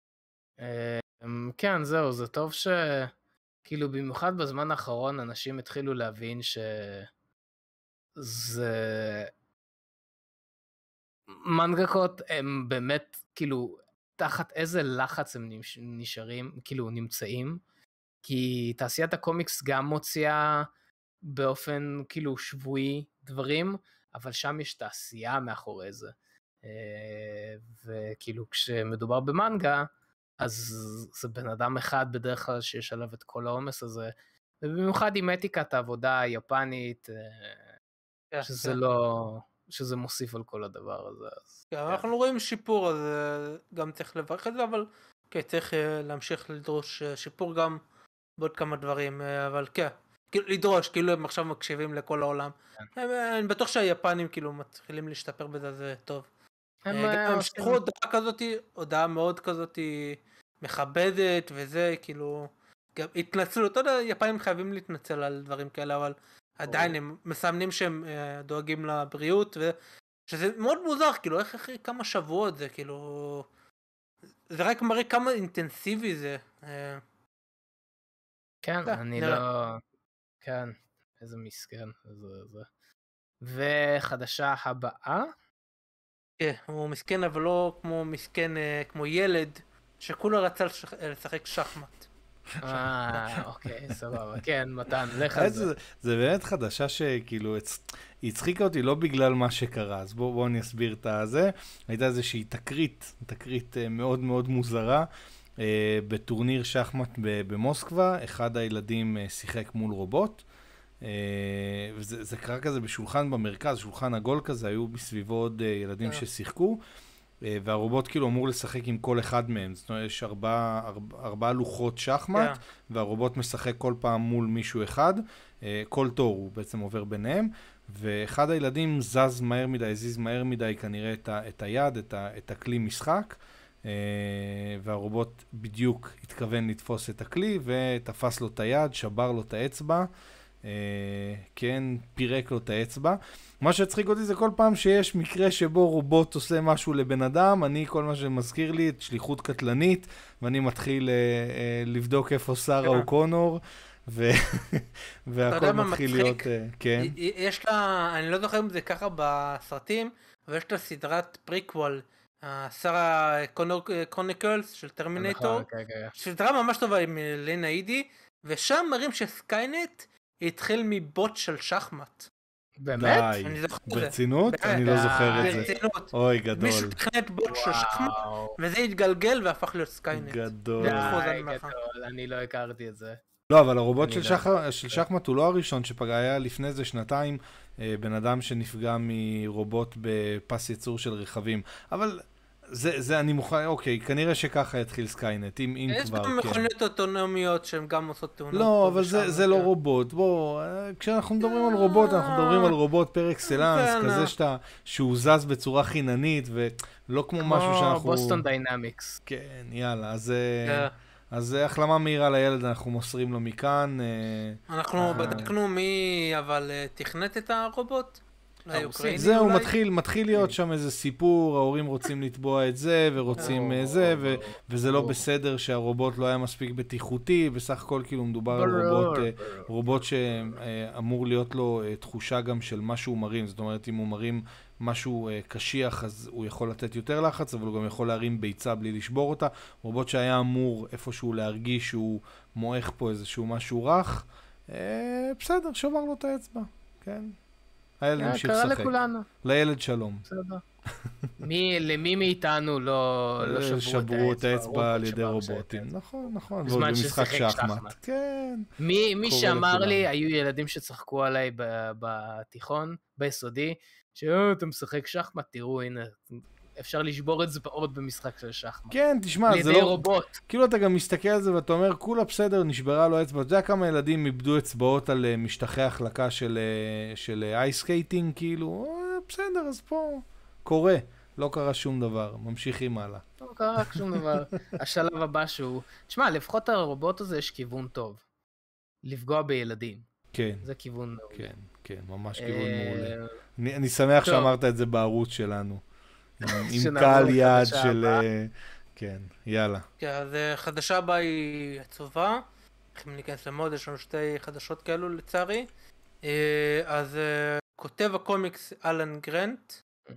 כן, זהו, זה טוב כאילו במיוחד בזמן האחרון אנשים התחילו להבין שזה... מנגקות הם באמת, כאילו, תחת איזה לחץ הם נשארים, כאילו, נמצאים, כי תעשיית הקומיקס גם מוציאה באופן, כאילו, שבועי דברים, אבל שם יש תעשייה מאחורי זה. וכאילו, כשמדובר במנגה, אז זה בן אדם אחד בדרך כלל שיש עליו את כל העומס הזה, ובמיוחד עם אתיקת העבודה היפנית, שזה לא... שזה מוסיף על כל הדבר הזה. אנחנו רואים שיפור, אז גם צריך לברך את זה, אבל כן, צריך להמשיך לדרוש שיפור גם בעוד כמה דברים, אבל כן, לדרוש, כאילו הם עכשיו מקשיבים לכל העולם. אני בטוח שהיפנים כאילו מתחילים להשתפר בזה, זה טוב. הם שתחו הודעה כזאת, הודעה מאוד כזאת מכבדת וזה, כאילו, התנצלו, אתה יודע, יפנים חייבים להתנצל על דברים כאלה, אבל עדיין הם מסמנים שהם דואגים לבריאות, שזה מאוד מוזר, כאילו, איך אחרי כמה שבועות זה, כאילו, זה רק מראה כמה אינטנסיבי זה. כן, אני לא... כן, איזה מסכן. וחדשה הבאה? כן, הוא מסכן, אבל לא כמו מסכן, כמו ילד, שכולו רצה לשחק שחמט. אוקיי, סבבה, כן, מתן, לך על זה. זה באמת חדשה שכאילו, היא הצחיקה אותי לא בגלל מה שקרה, אז בואו אני אסביר את זה. הייתה איזושהי תקרית מאוד מאוד מוזרה, בטורניר שחמט במוסקבה, אחד הילדים שיחק מול רובוט, וזה קרה כזה בשולחן במרכז, שולחן עגול כזה, היו מסביבו עוד ילדים ששיחקו, והרובוט כאילו אמור לשחק עם כל אחד מהם, זאת אומרת, יש 4 לוחות שחמט, והרובוט משחק כל פעם מול מישהו אחד, כל תור הוא בעצם עובר ביניהם, ואחד הילדים הזיז מהר מדי כנראה את היד, את הכלי משחק, והרובוט בדיוק התכוון לתפוס את הכלי, ותפס לו את היד, שבר לו את האצבע, כן, פירק לו את האצבע. מה שהצחיק אותי זה כל פעם שיש מקרה שבו רובוט עושה משהו לבן אדם, כל מה שמזכיר לי את שליחות קטלנית, ואני מתחיל לבדוק איפה שרה או קונור, והכל מתחיל להיות, כן. יש לה, אני לא זוכר אם זה ככה בסרטים, אבל יש לה סדרת פריקוול, שרה קרוניקלס של טרמינטור, סדרה ממש טובה עם לינה אידי, ושם מראים שסקיינט התחיל מבוט של שחמט. באמת? ברצינות? אני לא זוכר את זה. ברצינות. אוי, גדול. מישהו תכנת בוט של שחמט, וזה התגלגל והפך להיות סקיינט. גדול. אני לא הכרתי את זה. לא, אבל הרובוט של שחמט הוא לא הראשון שפגע, היה לפני זה 2 בן אדם שנפגע מרובוט בפס ייצור של רכבים. אבל זה אני מוכן, אוקיי, כנראה שככה יתחיל סקיינט, אם כבר, כן. יש גם מכוניות אוטונומיות שהן גם עושות תאונות. לא, אבל זה לא רובוט. בוא, כשאנחנו מדברים על רובוט, אנחנו מדברים על רובוט פר אקסלנס, כזה שהוא זז בצורה חיננית, ולא כמו משהו שאנחנו... כמו בוסטון דיינמיקס. כן, יאללה, אז החלמה מהירה לילד, אנחנו מוסרים לו מכאן. אנחנו בדקנו מי אבל תכנת את הרובוט? זהו, מתחיל להיות שם איזה סיפור, ההורים רוצים לתבוע את זה, ורוצים זה, וזה לא בסדר שהרובוט לא היה מספיק בטיחותי, בסך הכל כאילו מדובר על רובוט שאמור להיות לו תחושה גם של משהו מרים, זאת אומרת אם הוא מרים משהו קשיח אז הוא יכול לתת יותר לחץ, אבל הוא גם יכול להרים ביצה בלי לשבור אותה, רובוט שהיה אמור איפשהו להרגיש שהוא מועך פה איזשהו משהו רך, בסדר, שבר לו את האצבע, כן. הילד המשיך לשחק. לילד שלום. למי מאיתנו לא שברו את האצבע על ידי רובוטים. נכון. ועוד במשחק שחמט. כן. מי שאמר לי, היו ילדים שצחקו עליי בתיכון, ביסודי, שאתה משחק שחמט, תראו, הנה, אפשר לשבור את זה עוד במשחק של שחמט. כן, תשמע, זה לא... רובוט. כאילו אתה גם מסתכל על זה ואתה אומר, כולה בסדר, נשברה לו אצבע. אתה יודע כמה ילדים איבדו אצבעות על משטחי החלקה של אייס סקייטינג, כאילו, בסדר, אז פה קורה. לא קרה שום דבר, ממשיכים הלאה. לא קרה שום דבר. השלב הבא שהוא... תשמע, לפחות הרובוט הזה יש כיוון טוב. לפגוע בילדים. כן. זה כיוון מעולה. כן, כן, ממש כיוון מעולה. אני שמח שאמרת את זה בערוץ שלנו. עם קהל יעד של... כן, יאללה. כן, אז חדשה הבאה היא עצובה. אם ניכנס למוד, יש לנו שתי חדשות כאלו לצערי. אז כותב הקומיקס אלן גרנט,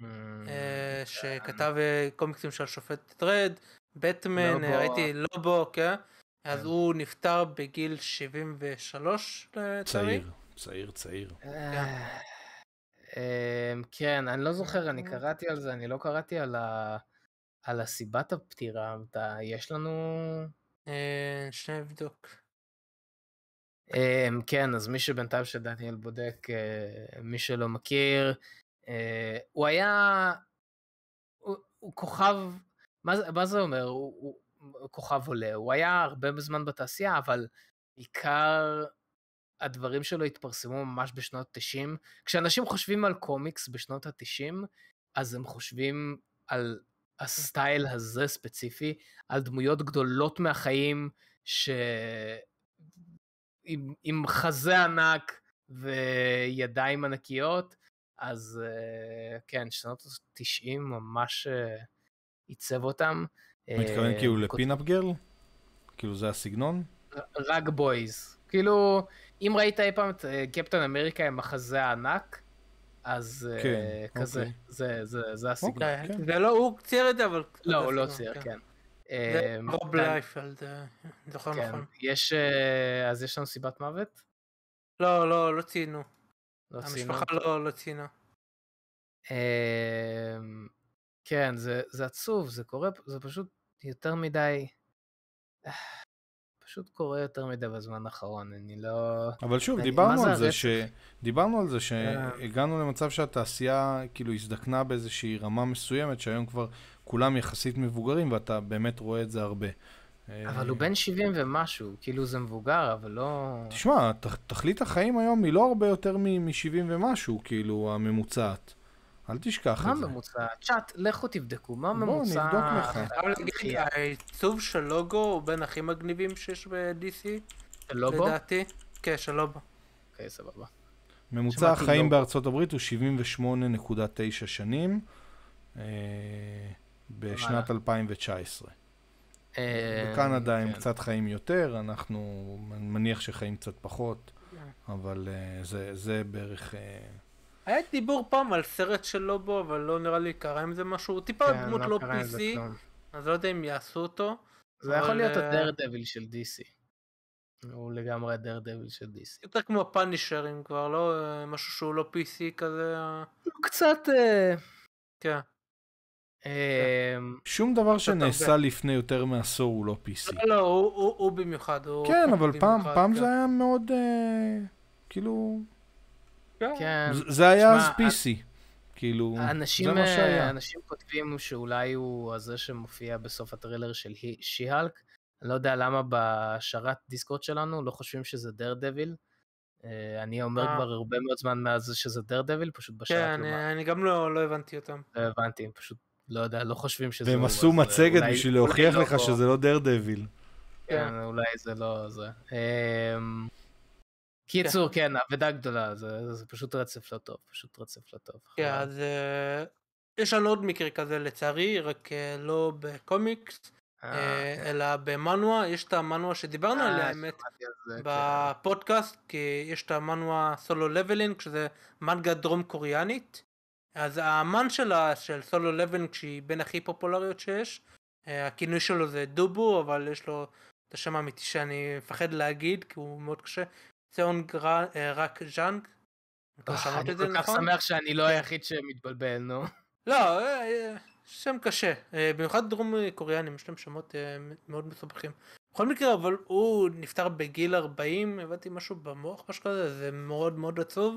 שכתב קומיקסים של שופט דרד, בטמן, ראיתי לובו, כן? אז הוא נפטר בגיל 73 לצערי. צעיר. כן, אני לא זוכר, אני קראתי על זה, אני לא קראתי על הסיבת הפטירה. יש לנו... שנייה לבדוק. כן, אז מי שבינתיים שדניאל בודק, מי שלא מכיר, הוא היה... הוא כוכב... מה זה אומר? הוא כוכב עולה. הוא היה הרבה זמן בתעשייה, אבל בעיקר הדברים שלו התפרסמו ממש בשנות ה-90. כשאנשים חושבים על קומיקס בשנות ה-90, אז הם חושבים על הסטייל הזה ספציפי, על דמויות גדולות מהחיים, עם חזה ענק וידיים ענקיות, אז כן, שנות ה-90 ממש עיצב אותם. מתכוון כאילו לפינאפ גרל? כאילו זה הסגנון? רק בויז. כאילו, אם ראית אי פעם את קפטן אמריקה עם החזה הענק, אז כזה, זה הסגנון. זה לא, הוא צייר את זה, אבל... לא, הוא לא צייר, כן. זה רוב לייפלד, זוכר נכון. אז יש לנו סיבת מוות? לא ציינו. המשפחה לא ציינה. כן, זה עצוב, זה קורה, זה פשוט יותר מדי, פשוט קורה יותר מדי בזמן האחרון, אני לא... אבל שוב, דיברנו על זה שהגענו למצב שהתעשייה כאילו הזדקנה באיזושהי רמה מסוימת, שהיום כבר כולם יחסית מבוגרים, ואתה באמת רואה את זה הרבה. אבל הוא בן 70 ומשהו, כאילו זה מבוגר, אבל לא... תשמע, תכלית החיים היום היא לא הרבה יותר מ-70 ומשהו, כאילו, הממוצעת. אל תשכח את זה. מה ממוצע? צ'אט, לכו תבדקו, מה ממוצע? בוא, נבדוק לך. העיצוב של לוגו הוא בין הכי מגניבים שיש ב-DC. של לובו? לדעתי. כן, של לובו. אוקיי, סבבה. ממוצע החיים בארצות הברית הוא 78.9 שנים בשנת 2019. בקנדה הם קצת חיים יותר, אנחנו מניח שחיים קצת פחות, אבל זה בערך... היה דיבור פעם על סרט של לובו, אבל לא נראה לי קרה עם זה משהו, טיפה דמות לא PC, אז לא יודע אם יעשו אותו. זה יכול להיות הדרדביל של DC. הוא לגמרי הדרדביל של DC. יותר כמו הפאנישרים כבר, לא משהו שהוא לא PC כזה. הוא קצת... כן. שום דבר שנעשה לפני יותר מעשור הוא לא PC. לא, הוא במיוחד. כן, אבל פעם זה היה מאוד, כאילו... זה היה אז PC. כאילו, זה מה שהיה. אנשים כותבים שאולי הוא הזה שמופיע בסוף הטריילר של שי-הלק. אני לא יודע למה בשרת דיסקורד שלנו לא חושבים שזה דרדביל. אני אומר כבר הרבה מאוד זמן מאז שזה דרדביל, פשוט בשרת כן, אני גם לא הבנתי אותם. לא הבנתי, פשוט לא יודע, לא חושבים שזה... והם עשו מצגת בשביל להוכיח לך שזה לא דרדביל. כן, אולי זה לא זה. קיצור, כן, עבודה גדולה, זה פשוט רצף לא טוב, כן, אז יש לנו עוד מקרה כזה לצערי, רק לא בקומיקס, אלא במנוע. יש את המנוע שדיברנו עליה, האמת, בפודקאסט, כי יש את המנוע סולו לבלינג, שזה מנגה דרום קוריאנית. אז האמן שלה, של סולו לבלינג, שהיא בין הכי פופולריות שיש, הכינוי שלו זה דובו, אבל יש לו את השם האמיתי שאני מפחד להגיד, כי הוא מאוד קשה. ציון רק ז'אנג. אני כל כך שמח שאני לא היחיד שמתבלבל, נו. לא, שם קשה. במיוחד דרום קוריאנים, יש להם שמות מאוד מסובכים. בכל מקרה, אבל הוא נפטר בגיל 40, הבאתי משהו במוח, משהו כזה, זה מאוד מאוד עצוב.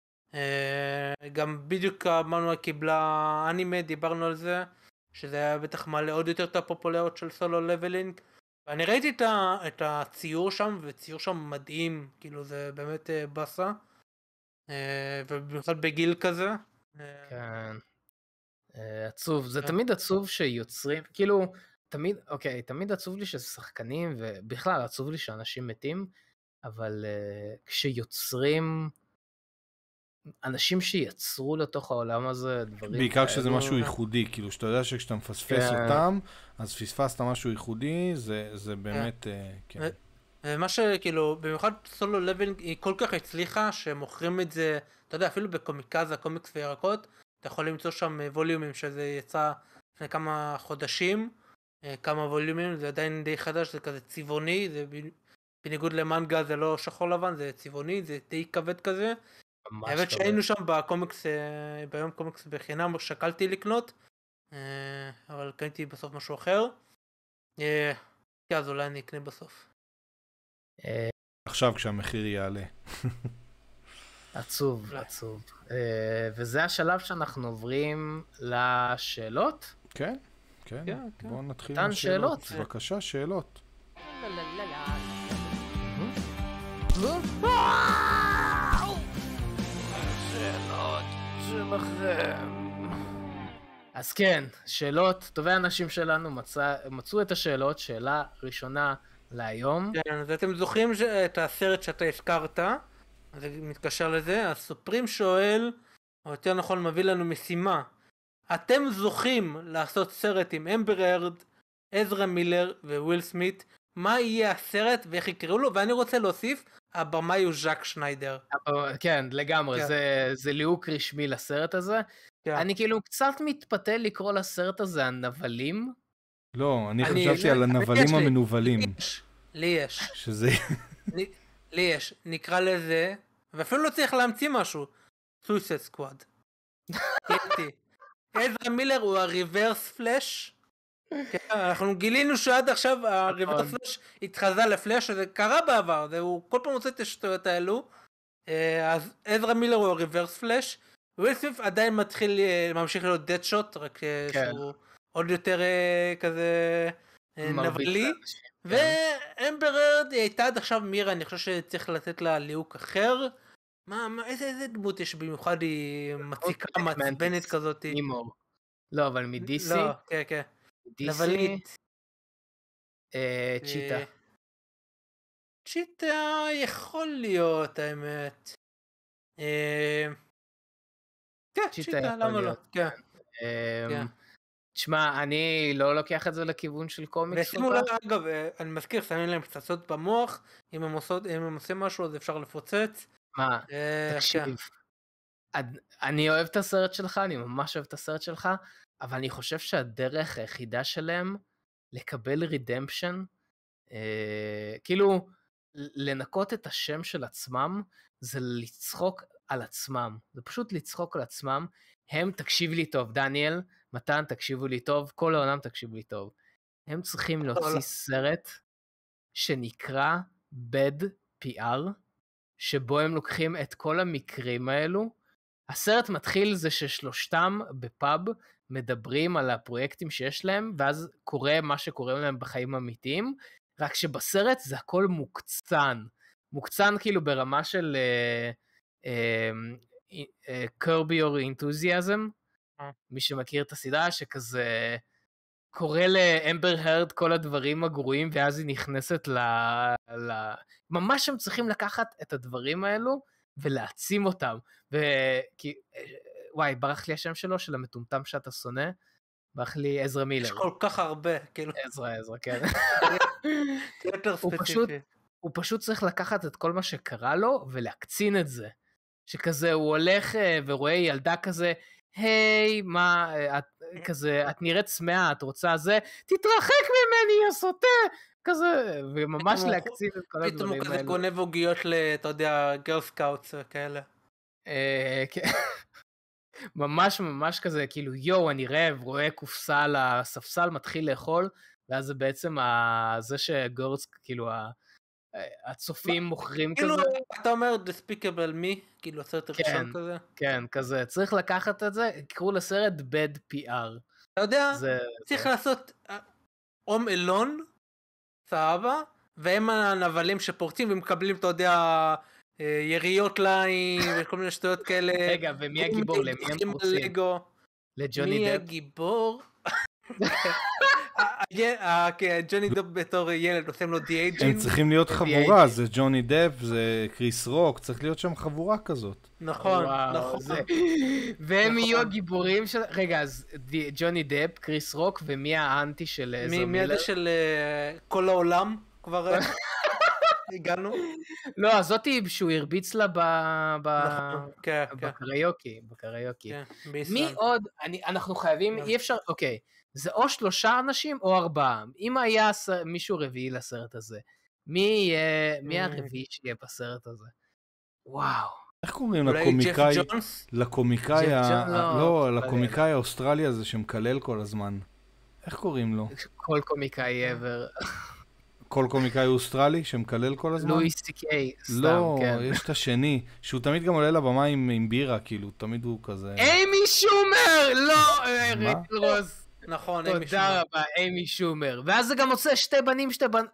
גם בדיוק המנוע קיבלה אנימה, דיברנו על זה, שזה היה בטח מעלה עוד יותר את הפופולריות של סולו לבלינג. אני ראיתי את הציור שם, וציור שם מדהים, כאילו זה באמת בסה, ובמיוחד בגיל כזה. כן. עצוב, זה תמיד עצוב שיוצרים, כאילו, תמיד, אוקיי, תמיד עצוב לי שזה שחקנים, ובכלל עצוב לי שאנשים מתים, אבל כשיוצרים, אנשים שיצרו לתוך העולם הזה דברים בעיקר כשזה משהו ייחודי, כאילו שאתה יודע שכשאתה מפספס אותם, אז פספסת משהו ייחודי, זה באמת, כן. מה שכאילו, במיוחד סולו לבלינג היא כל כך הצליחה שמוכרים את זה, אתה יודע, אפילו בקומיקזה, קומיקס וירקות, אתה יכול למצוא שם ווליומים שזה יצא לפני כמה חודשים, כמה ווליומים, זה עדיין די חדש, זה כזה צבעוני, זה בניגוד למנגה זה לא שחור לבן, זה צבעוני, זה די כבד כזה. האמת שהיינו שם בקומיקס, ביום קומיקס בחינם, שקלתי לקנות, אבל קניתי בסוף משהו אחר. אז אולי אני אקנה בסוף. עכשיו כשהמחיר יעלה. עצוב, עצוב. וזה השלב שאנחנו עוברים לשאלות. כן, כן. בואו נתחיל עם השאלות. בבקשה, שאלות. השאלות שלכם. אז כן, שאלות, טובי האנשים שלנו מצאו את השאלות, שאלה ראשונה להיום. כן, אז אתם זוכרים את הסרט שאתה הזכרת, זה מתקשר לזה, אז סופרים שואל, או יותר נכון מביא לנו משימה, אתם זוכים לעשות סרט עם אמבר הרד, עזרא מילר וויל סמית, מה יהיה הסרט ואיך יקראו לו, ואני רוצה להוסיף, הבמאי הוא ז'אק שניידר. כן, לגמרי, כן. זה ליהוק רשמי לסרט הזה. כן. אני כאילו קצת מתפתה לקרוא לסרט הזה הנבלים. לא, אני חשבתי על הנבלים המנובלים. לי יש. שזה... לי יש. נקרא לזה, ואפילו לא צריך להמציא משהו. סויסייד סקוואד. עזרא מילר הוא הריברס פלאש. אנחנו גילינו שעד עכשיו הריברס פלאש התחזה לפלאש, שזה קרה בעבר, הוא כל פעם עושה את השטויות האלו. אז עזרא מילר הוא הריברס פלאש. וויל סמית עדיין ממשיך להיות דד שוט, רק שהוא עוד יותר כזה נבלי. ואמבר הרד הייתה עד עכשיו מירה, אני חושב שצריך לתת לה ליהוק אחר. איזה דמות יש במיוחד, היא מציקה, מעצבנת כזאת. לא, אבל מדיסי. לא, כן, כן. נבלית. צ'יטה. צ'יטה יכול להיות, האמת. כן, צ'יטה, למה לא? כן. תשמע, אני לא לוקח את זה לכיוון של קומיקס. ושימו לב, אגב, אני מזכיר, שמים להם פצצות במוח, אם הם עושים משהו אז אפשר לפוצץ. מה? תקשיב. אני אוהב את הסרט שלך, אני ממש אוהב את הסרט שלך, אבל אני חושב שהדרך היחידה שלהם לקבל רידמפשן, כאילו לנקות את השם של עצמם, זה לצחוק על עצמם. זה פשוט לצחוק על עצמם. הם, תקשיב לי טוב, דניאל, מתן, תקשיבו לי טוב, כל העולם תקשיבו לי טוב. הם צריכים להוציא סרט שנקרא Bad PR, שבו הם לוקחים את כל המקרים האלו. הסרט מתחיל זה ששלושתם בפאב מדברים על הפרויקטים שיש להם, ואז קורה מה שקורה להם בחיים אמיתיים, רק שבסרט זה הכל מוקצן. מוקצן כאילו ברמה של Curb Your Enthusiasm, מי שמכיר את הסדרה, שכזה קורא לאמבר הרד כל הדברים הגרועים, ואז היא נכנסת ממש הם צריכים לקחת את הדברים האלו, ולהעצים אותם. וואי, ברח לי השם שלו, של המטומטם שאתה שונא, ברח לי עזרא מילר. יש כל כך הרבה, כאילו. עזרא, כן. הוא פשוט צריך לקחת את כל מה שקרה לו, ולהקצין את זה. שכזה הוא הולך ורואה ילדה כזה, היי, מה, כזה, את נראית צמאה, את רוצה זה, תתרחק ממני, הסוטה, כזה, וממש להקצין את כל הדברים האלה. פתאום הוא כזה גונב עוגיות אתה יודע, גרל סקאוטס כאלה. כן. ממש כזה, כאילו, אני רעב, רואה קופסה על הספסל, מתחיל לאכול, ואז זה בעצם זה שגורס, כאילו, הצופים מוכרים כזה. כאילו, אתה אומר Despicable Me, כאילו הסרט הראשון כזה. כן, כזה. צריך לקחת את זה, קראו לסרט Bad PR. אתה יודע, צריך לעשות Home Alone, סבבה, והם הנבלים שפורצים ומקבלים, אתה יודע, יריות לעין וכל מיני שטויות כאלה. רגע, ומי הגיבור? לג'וני מי דפ. הגיבור? ג'וני דפ בתור ילד עושים לו די-אייג'ינג. הם צריכים להיות חבורה, זה ג'וני דפ, זה קריס רוק, צריך להיות שם חבורה כזאת. נכון, וואו, נכון. והם נכון. יהיו הגיבורים של... רגע, אז ג'וני דפ, קריס רוק, ומי האנטי של עזר מי מילר? הזה של כל העולם כבר הגענו? לא, הזאתי שהוא הרביץ לה נכון, כן, כן. בקריוקי. כן, מי בישראל. עוד? אנחנו חייבים, אי אפשר, אוקיי. זה או 3 אנשים או 4. אם היה מישהו רביעי לסרט הזה, מי הרביעי שיהיה בסרט הזה? וואו. איך קוראים אולי לקומיקאי? ג'ף ג'ונס? לקומיקאי לא, לקומיקאי האוסטרלי הזה שמקלל כל הזמן. איך קוראים לו? כל קומיקאי ever. כל קומיקאי אוסטרלי שמקלל כל הזמן? לואי סי-קיי, סתם, לא, כן. יש את השני, שהוא תמיד גם עולה לבמה עם בירה, כאילו, תמיד הוא כזה... אימי שומר! לא, מה? רייצ'ל רוס. נכון, תודה רבה, אימי שומר. ואז זה גם עושה 2 בנים,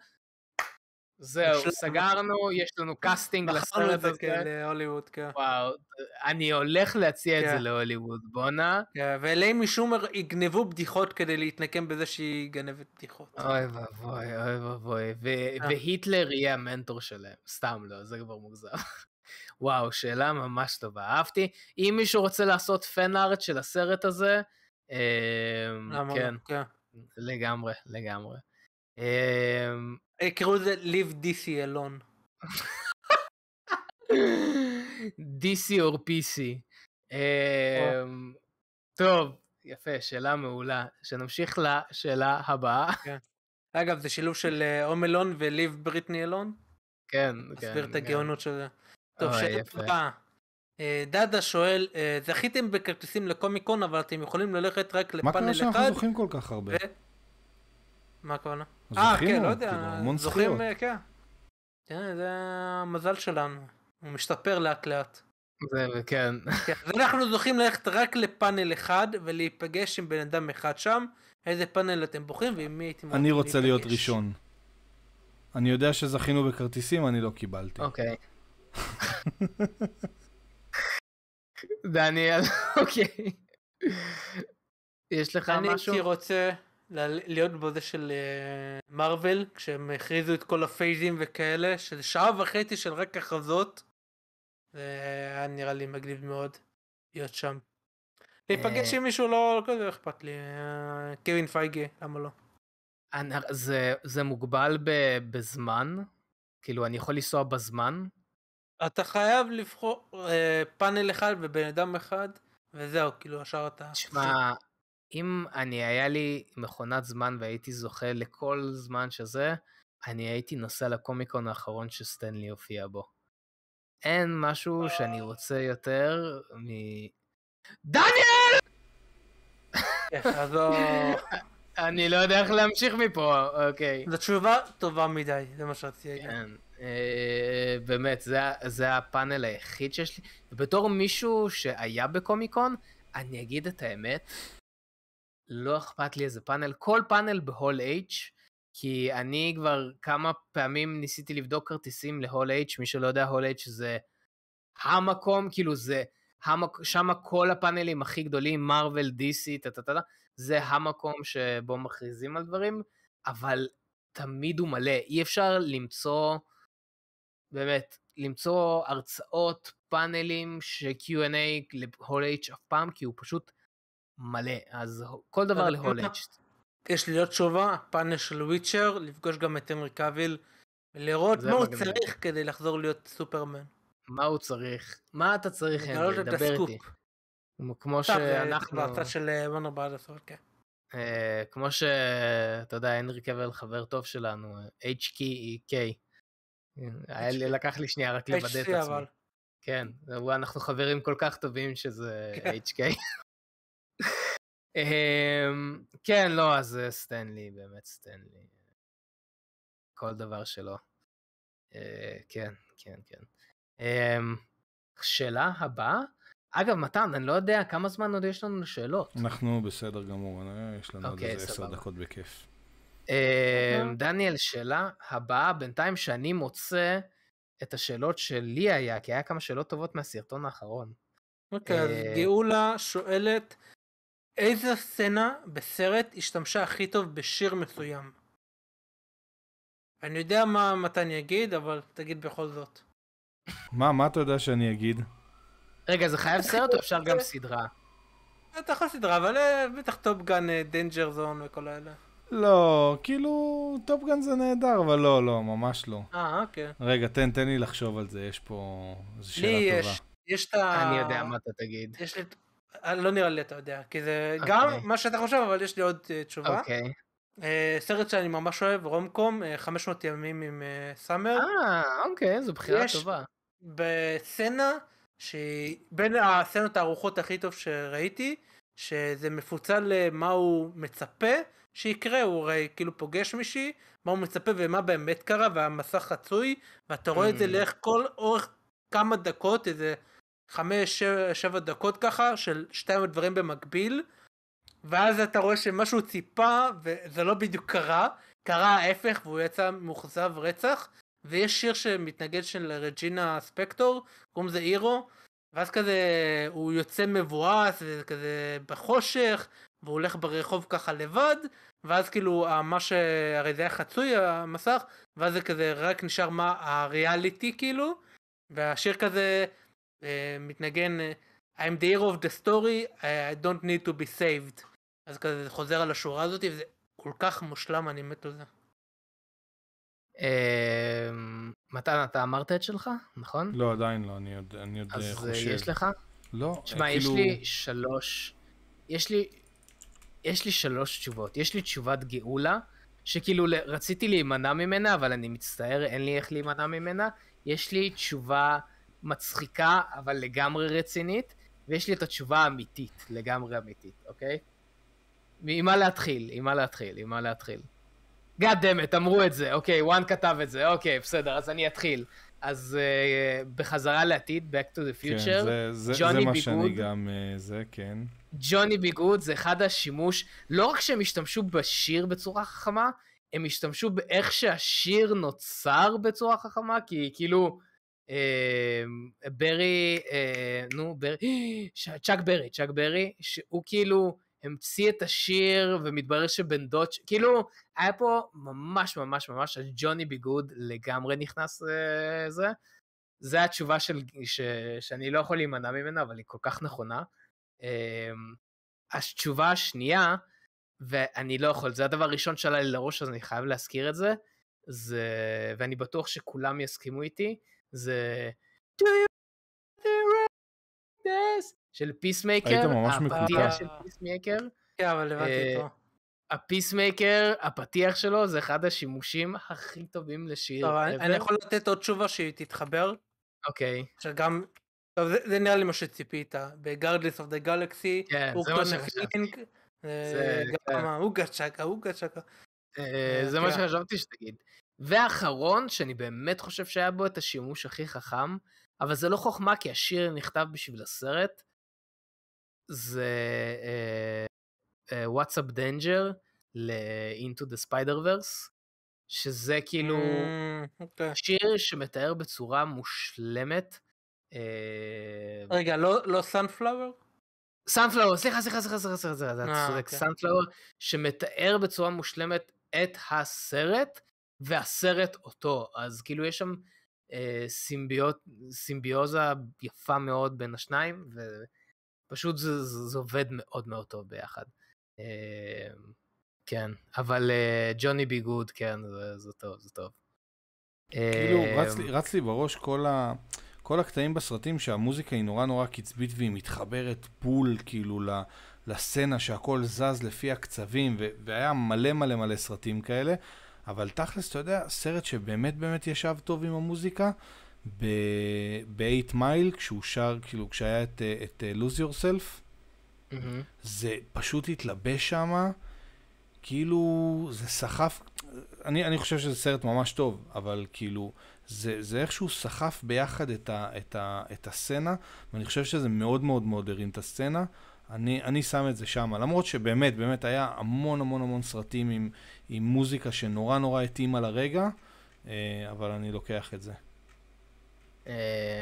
זהו, סגרנו, יש לנו קאסטינג בחרנו את לסרט זה הזה. להוליווד, כן. וואו, אני הולך להציע את זה כן. להוליווד, בואנה. כן, ולאימי שומר יגנבו בדיחות כדי להתנקם בזה שהיא גנבת בדיחות. אוי ואבוי, והיטלר יהיה המנטור שלהם. סתם לא, זה כבר מוגזם. וואו, שאלה ממש טובה, אהבתי. אם מישהו רוצה לעשות פן ארט של הסרט הזה, כן, כן. לגמרי. קראו לזה Leave DC Alone. DC or PC. טוב, יפה, שאלה מעולה. שנמשיך לשאלה הבאה. אגב, זה שילוב של Home Alone ו-Leave Britney Alone. כן. מסביר את הגאונות של זה. טוב, אוי, שאלה יפה. הבאה. דאדה שואל, זכיתם בכרטיסים לקומיקון, אבל אתם יכולים ללכת רק מה קרה לפאנל שאנחנו אחד. זוכים כל כך הרבה? מה הכוונה? זכינו, כן, לא יודע. כאילו, המון זוכים, זכיות. כן. כן, זה המזל שלנו. הוא משתפר לאט לאט. זה, וכן. כן, אז אנחנו זוכים ללכת רק לפאנל אחד ולהיפגש עם בן אדם אחד שם. איזה פאנל אתם בוחרים ועם מי הייתם אני רוצים רוצה להיות להיפגש? ראשון. אני יודע שזכינו בכרטיסים, אני לא קיבלתי. אוקיי. דניאל, אוקיי. יש לך אני משהו? הייתי רוצה להיות בזה של מרוול, כשהם הכריזו את כל הפייזים וכאלה, של 1.5 שעות של רק הכרזות. זה היה נראה לי מגניב מאוד להיות שם. להיפגש עם מישהו לא כזה אכפת לי. קווין פייגי, למה לא? זה מוגבל בזמן? כאילו, אני יכול לנסוע בזמן? אתה חייב לבחור פאנל אחד ובן אדם אחד, וזהו, כאילו השאר אתה... תשמע, אם היה לי מכונת זמן והייתי זוכה לכל זמן שזה, אני הייתי נוסע לקומיקון האחרון שסטנלי הופיע בו. אין משהו שאני רוצה יותר דניאל! אז לא... אני לא יודע איך להמשיך מפה, אוקיי. זו תשובה טובה מדי, זה מה שרציתי להגיד. כן, באמת, זה הפאנל היחיד שיש לי. ובתור מישהו שהיה בקומיקון, אני אגיד את האמת, לא אכפת לי איזה פאנל, כל פאנל בהול H, כי אני כבר כמה פעמים ניסיתי לבדוק כרטיסים להול H, מי שלא יודע, הול H זה המקום, כאילו זה, שם כל הפאנלים הכי גדולים, מרוול, DC, זה המקום שבו מכריזים על דברים, אבל תמיד הוא מלא, אי אפשר באמת, למצוא הרצאות, פאנלים, ש-Q&A להול H אף פעם, כי הוא פשוט מלא, אז כל דבר להול H. יש לי להיות תשובה, פאנל של וויצ'ר, לפגוש גם את הנרי קאביל, ולראות מה הוא צריך כדי לחזור להיות סופרמן. מה הוא צריך? מה אתה צריך, הנרי? דבר איתי. כמו שאנחנו... זה בהצעה של וורנר ברדרס, כן. כמו שאתה יודע, הנרי קאביל חבר טוב שלנו, HK. לקח לי שנייה רק לוודא את עצמי. כן, אנחנו חברים כל כך טובים שזה HK. כן, לא, אז סטנלי, באמת סטנלי. כל דבר שלו. כן. שאלה הבאה? אגב, מתן, אני לא יודע כמה זמן עוד יש לנו לשאלות. אנחנו בסדר גמור, יש לנו עוד איזה 10 דקות בכיף. דניאל, שאלה הבאה, בינתיים שאני מוצא את השאלות שלי היה, כי היה כמה שאלות טובות מהסרטון האחרון. אוקיי, אז גאולה שואלת, איזה סצנה בסרט השתמשה הכי טוב בשיר מסוים? אני יודע מה מתן יגיד, אבל תגיד בכל זאת. מה אתה יודע שאני אגיד? רגע, זה חייב סרט או אפשר גם סדרה? אתה יכול סדרה, אבל בטח טופגן, דנג'ר זון וכל האלה. לא, כאילו, טופגן זה נהדר, אבל לא, ממש לא. אוקיי. רגע, תן לי לחשוב על זה, יש פה... זו לי שאלה טובה. יש את ה... אני יודע מה אתה תגיד. יש לי... לא נראה לי אתה יודע, כי זה גם מה שאתה חושב, אבל יש לי עוד תשובה. אוקיי. סרט שאני ממש אוהב, רומקום, 500 ימים עם סאמר. אוקיי, זו בחירה יש- טובה. בסצנה שהיא בין הסצנות הארוחות הכי טוב שראיתי, שזה מפוצל למה הוא מצפה שיקרה, הוא הרי כאילו פוגש מישהי, מה הוא מצפה ומה באמת קרה, והמסך חצוי, ואתה רואה את זה לאורך כל אורך כמה דקות, איזה 5-7 דקות ככה, של 2 דברים במקביל, ואז אתה רואה שמשהו ציפה, וזה לא בדיוק קרה ההפך, והוא יצא מאוכזב רצח, ויש שיר שמתנגד של רג'ינה ספקטור, קוראים זה אירו, ואז כזה הוא יוצא מבואס, וכזה בחושך, והוא הולך ברחוב ככה לבד, ואז כאילו מה הרי זה היה חצוי המסך, ואז זה כזה רק נשאר מה הריאליטי כאילו, והשיר כזה מתנגן I'm the hero of the story, I don't need to be saved. אז כזה זה חוזר על השורה הזאת, וזה כל כך מושלם, אני מת על זה. מתן, אתה אמרת את שלך, נכון? לא, עדיין לא, אני עוד אז חושב. יש לך? לא, תשמע, יש לי 3... יש לי 3 תשובות. יש לי תשובת גאולה, שכאילו רציתי להימנע ממנה, אבל אני מצטער, אין לי איך להימנע ממנה. יש לי תשובה מצחיקה, אבל לגמרי רצינית, ויש לי את התשובה האמיתית, לגמרי אמיתית, אוקיי? עם מה להתחיל? God damn it, אמרו את זה, אוקיי, וואן כתב את זה, אוקיי, בסדר, אז אני אתחיל. אז בחזרה לעתיד, Back to the Future, כן, זה מה שאני גם, זה, כן. ג'וני בי גוד זה אחד השימוש, לא רק שהם השתמשו בשיר בצורה חכמה, הם השתמשו באיך שהשיר נוצר בצורה חכמה, כי כאילו, צ'אק ברי, שהוא כאילו המציא את השיר, ומתברר שבן דוד, כאילו, היה פה ממש, ג'וני בי גוד לגמרי נכנס זה. זה התשובה שאני לא יכול להימנע ממנה, אבל היא כל כך נכונה. התשובה השנייה, ואני לא יכול, זה הדבר הראשון שעלה לי לראש, אז אני חייב להזכיר את זה, ואני בטוח שכולם יסכימו איתי, זה Do you think this? של פיסמייקר, היית ממש הפתיח מקוטע. של פיסמייקר, כן, אבל הבנתי אותו. הפיסמייקר, הפתיח שלו, זה אחד השימושים הכי טובים לשיר. טוב, ever. אני יכול לתת עוד תשובה שהיא תתחבר, אוקיי, שגם, טוב, זה נראה לי מה שציפית, ב-Guardians of the Galaxy, כן, זה מה שחשבתי. זה, גם ההוגה צ'קה. זה מה כן. שחשבתי שתגיד. והאחרון, שאני באמת חושב שהיה בו את השימוש הכי חכם, אבל זה לא חוכמה, כי השיר נכתב בשביל הסרט, זה What's Up Danger ל-Into the Spider-Verse, שזה כאילו אוקיי. שיר שמתאר בצורה מושלמת. רגע, לא סנפלאואר? סנפלאואר, סליחה, אתה צודק, אוקיי. סנפלאואר, שמתאר בצורה מושלמת את הסרט, והסרט אותו, אז כאילו יש שם סימביוזה יפה מאוד בין השניים, ופשוט זה עובד מאוד מאוד טוב ביחד. כן, אבל ג'וני בי גוד, כן, זה טוב. כאילו, רץ לי בראש כל הקטעים בסרטים שהמוזיקה היא נורא קצבית והיא מתחברת בול כאילו לסצנה שהכל זז לפי הקצבים, והיה מלא סרטים כאלה, אבל תכלס, אתה יודע, סרט שבאמת ישב טוב עם המוזיקה, ב-8 Mile, כשהוא שר, כאילו, כשהיה את Lose Yourself, זה פשוט התלבש שם, כאילו, זה סחף, אני חושב שזה סרט ממש טוב, אבל כאילו, זה איכשהו סחף ביחד את הסצנה, ואני חושב שזה מאוד הרים את הסצנה, אני שם את זה שם, למרות שבאמת היה המון סרטים עם מוזיקה שנורא התאימה לרגע, אבל אני לוקח את זה.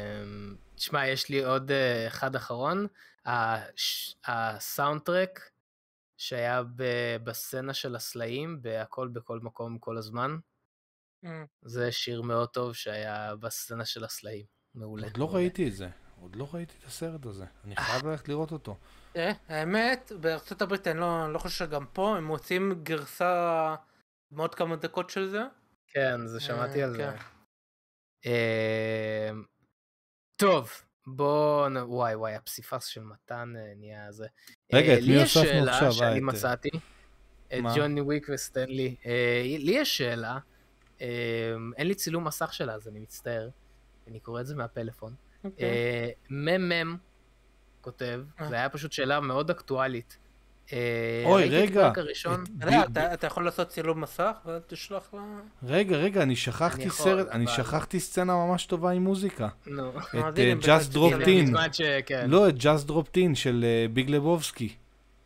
תשמע, יש לי עוד אחד אחרון, הסאונדטרק שהיה בסצנה של הסלעים, בהכל בכל מקום כל הזמן. זה שיר מאוד טוב שהיה בסצנה של הסלעים. מעולה. עוד לא ראיתי את זה. עוד לא ראיתי את הסרט הזה. אני חייב ללכת לראות אותו. האמת, בארצות הברית אני לא חושב שגם פה, הם מוצאים גרסה מאוד כמה דקות של זה. כן, זה שמעתי על זה. כן. טוב, וואי, הפסיפס של מתן נהיה זה. רגע, את מי הוספנו לי יש עכשיו? שאלה שאני מצאתי, את מה? ג'וני וויק וסטנלי. לי יש שאלה, אין לי צילום מסך שלה, אז אני מצטער. אני קורא את זה מהפלאפון. ממם כותב, זה היה פשוט שאלה מאוד אקטואלית. אוי, ראיתי את רגע. הפרק הראשון. אתה יכול לעשות צילום מסך ותשלח לה... רגע, אני שכחתי אני יכול, סרט, אני אבל- שכחתי סצנה ממש טובה עם מוזיקה. נו. את אז הנה, Just באמת, Dropped הנה, In. בזמן שכן. לא, את Just Dropped In של ביג לבובסקי.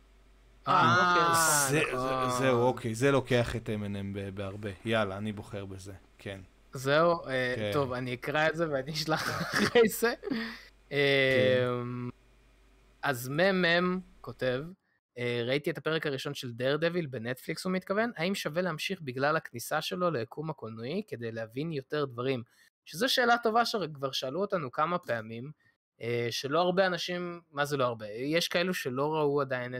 זהו, אוקיי, זה לוקח את M&M בהרבה. יאללה, אני בוחר בזה, כן. זהו, כן. טוב, אני אקרא את זה ואני אשלח אחרי זה. אז ממם כותב, ראיתי את הפרק הראשון של דרדביל בנטפליקס, הוא מתכוון, האם שווה להמשיך בגלל הכניסה שלו ליקום הקולנועי כדי להבין יותר דברים? שזו שאלה טובה שכבר שאלו אותנו כמה פעמים, שלא הרבה אנשים, מה זה לא הרבה? יש כאלו שלא ראו עדיין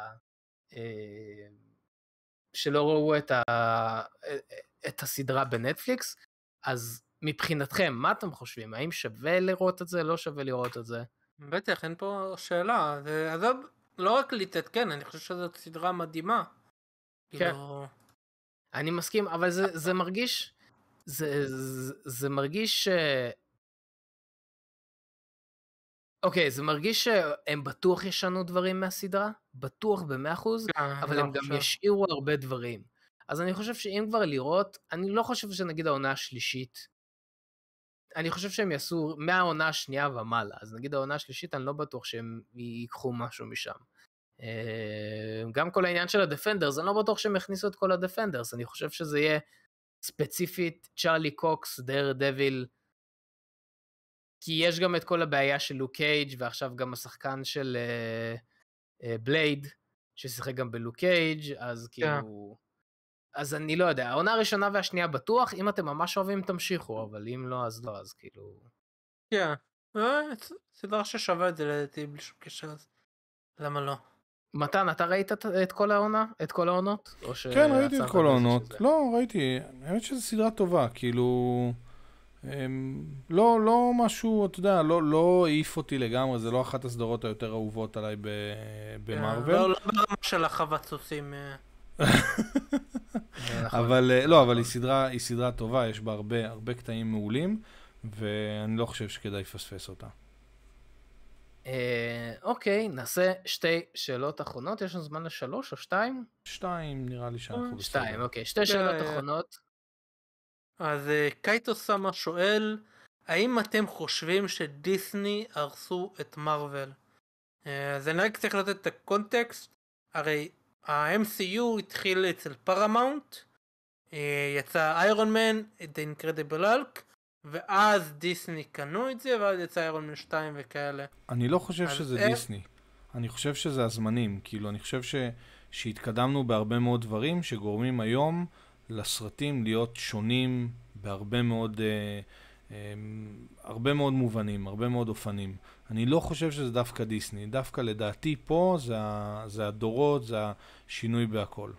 שלא ראו את הסדרה בנטפליקס, אז מבחינתכם, מה אתם חושבים? האם שווה לראות את זה, לא שווה לראות את זה? בטח, אין פה שאלה. עזוב, לא רק להתעדכן, אני חושב שזאת סדרה מדהימה. כן. כאילו... אני מסכים, אבל זה מרגיש, זה מרגיש אוקיי, זה מרגיש שהם בטוח ישנו דברים מהסדרה, בטוח ב100%, אבל הם גם ישאירו הרבה דברים. אז אני חושב שאם כבר לראות, אני לא חושב שנגיד העונה השלישית, אני חושב שהם יעשו מהעונה השנייה ומעלה, אז נגיד העונה השלישית, אני לא בטוח שהם ייקחו משהו משם. גם כל העניין של הדפנדרס, אני לא בטוח שהם יכניסו את כל הדפנדרס, אני חושב שזה יהיה ספציפית צ'רלי קוקס, דר דביל, כי יש גם את כל הבעיה של לוק קייג' ועכשיו גם השחקן של בלייד, ששיחק גם בלוק קייג', אז כאילו... אז אני לא יודע, העונה הראשונה והשנייה בטוח, אם אתם ממש אוהבים תמשיכו, אבל אם לא, אז לא, אז כאילו... כן, סדרה ששווה את זה לדעתי בלי שום קשר, אז למה לא? מתן, אתה ראית את כל העונה? את כל העונות? כן, ראיתי את כל העונות. לא, ראיתי, האמת שזו סדרה טובה, כאילו... לא משהו, אתה יודע, לא העיף אותי לגמרי, זה לא אחת הסדרות היותר אהובות עליי במרוול. לא ברמה של החוות סוסים. אבל היא סדרה טובה, יש בה הרבה קטעים מעולים, ואני לא חושב שכדאי לפספס אותה. אוקיי, נעשה שתי שאלות אחרונות, יש לנו זמן ל3 או 2? 2 נראה לי שאנחנו בסדר. 2, אוקיי, שתי שאלות אחרונות. אז קייטו סמה שואל, האם אתם חושבים שדיסני הרסו את מרוול? אז אני רק צריך לתת את הקונטקסט, הרי ה-MCU התחיל אצל פרמאונט, יצא איירון מן, את אינקרדיבל הולק, ואז דיסני קנו את זה, ואז יצא איירון מן 2 וכאלה. אני לא חושב שזה דיסני, אני חושב שזה הזמנים, כאילו אני חושב שהתקדמנו בהרבה מאוד דברים שגורמים היום לסרטים להיות שונים בהרבה מאוד מובנים, הרבה מאוד אופנים. אני לא חושב שזה דווקא דיסני, דווקא לדעתי פה זה הדורות, זה השינוי בהכל.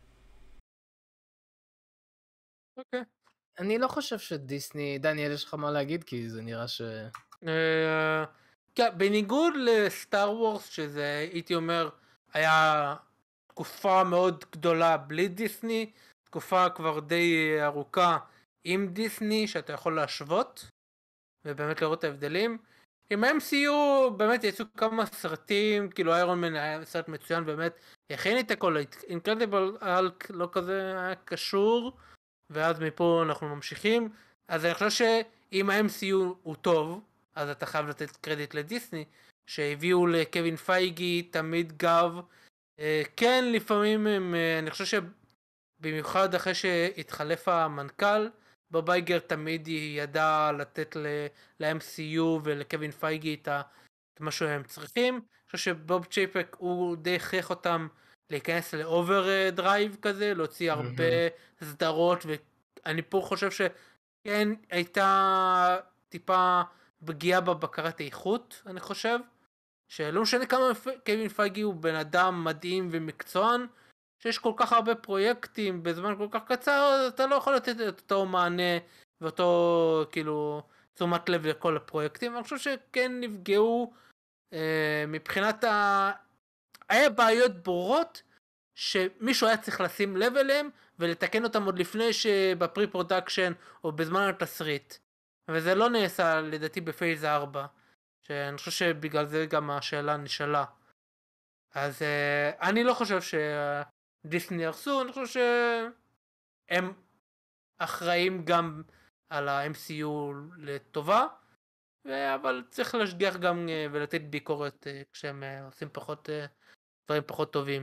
אוקיי. אני לא חושב שדיסני, דניאל, יש לך מה להגיד? כי זה נראה ש... כן, בניגוד לסטאר וורס, שזה הייתי אומר, היה תקופה מאוד גדולה בלי דיסני, תקופה כבר די ארוכה עם דיסני שאתה יכול להשוות ובאמת לראות את ההבדלים. עם ה-MCU באמת יצאו כמה סרטים, כאילו איירון מן היה סרט מצוין, באמת הכין את הכל, אינקרדיבל הולק לא כזה היה קשור, ואז מפה אנחנו ממשיכים. אז אני חושב שאם ה-MCU הוא טוב, אז אתה חייב לתת קרדיט לדיסני, שהביאו לקווין פייגי תמיד גב. כן, לפעמים הם, אני חושב שבמיוחד אחרי שהתחלף המנכ"ל, בוב אייגר תמיד ידע לתת ל-MCU ולקווין פייגי את מה שהם צריכים. אני חושב שבוב צ'ייפק הוא די הכריח אותם להיכנס לאובר דרייב כזה, להוציא הרבה סדרות, ואני פה חושב שכן הייתה טיפה פגיעה בבקרת איכות, אני חושב, שלא משנה כמה קווין פייגי הוא בן אדם מדהים ומקצוען, שיש כל כך הרבה פרויקטים בזמן כל כך קצר, אתה לא יכול לתת את אותו מענה ואותו כאילו תשומת לב לכל הפרויקטים. אני חושב שכן נפגעו מבחינת היה בעיות ברורות שמישהו היה צריך לשים לב אליהם ולתקן אותם עוד לפני שבפרי פרודקשן או בזמן התסריט, וזה לא נעשה לדעתי בפייז 4, שאני חושב שבגלל זה גם השאלה נשאלה. אז אני לא חושב שדיסני הרסו, אני חושב שהם אחראים גם על ה-MCU לטובה, אבל צריך להשגיח גם ולתת ביקורת כשהם עושים פחות דברים פחות טובים.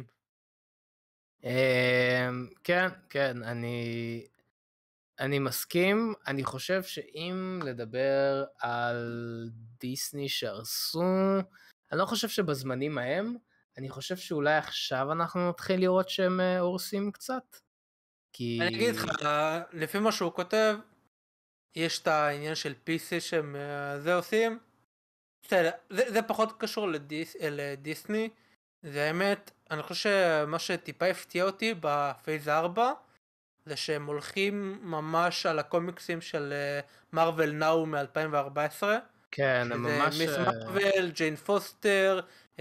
כן, כן, אני מסכים. אני חושב שאם לדבר על דיסני שהרסו, אני לא חושב שבזמנים ההם, אני חושב שאולי עכשיו אנחנו נתחיל לראות שהם הורסים קצת. כי... אני אגיד לך, לפי מה שהוא כותב, יש את העניין של PC שהם זה עושים, זה פחות קשור לדיסני, זה האמת, אני חושב שמה שטיפה הפתיע אותי בפייז 4, זה שהם הולכים ממש על הקומיקסים של מרוול נאו מ-2014. כן, הם ממש... מיס מרוול, ג'יין פוסטר,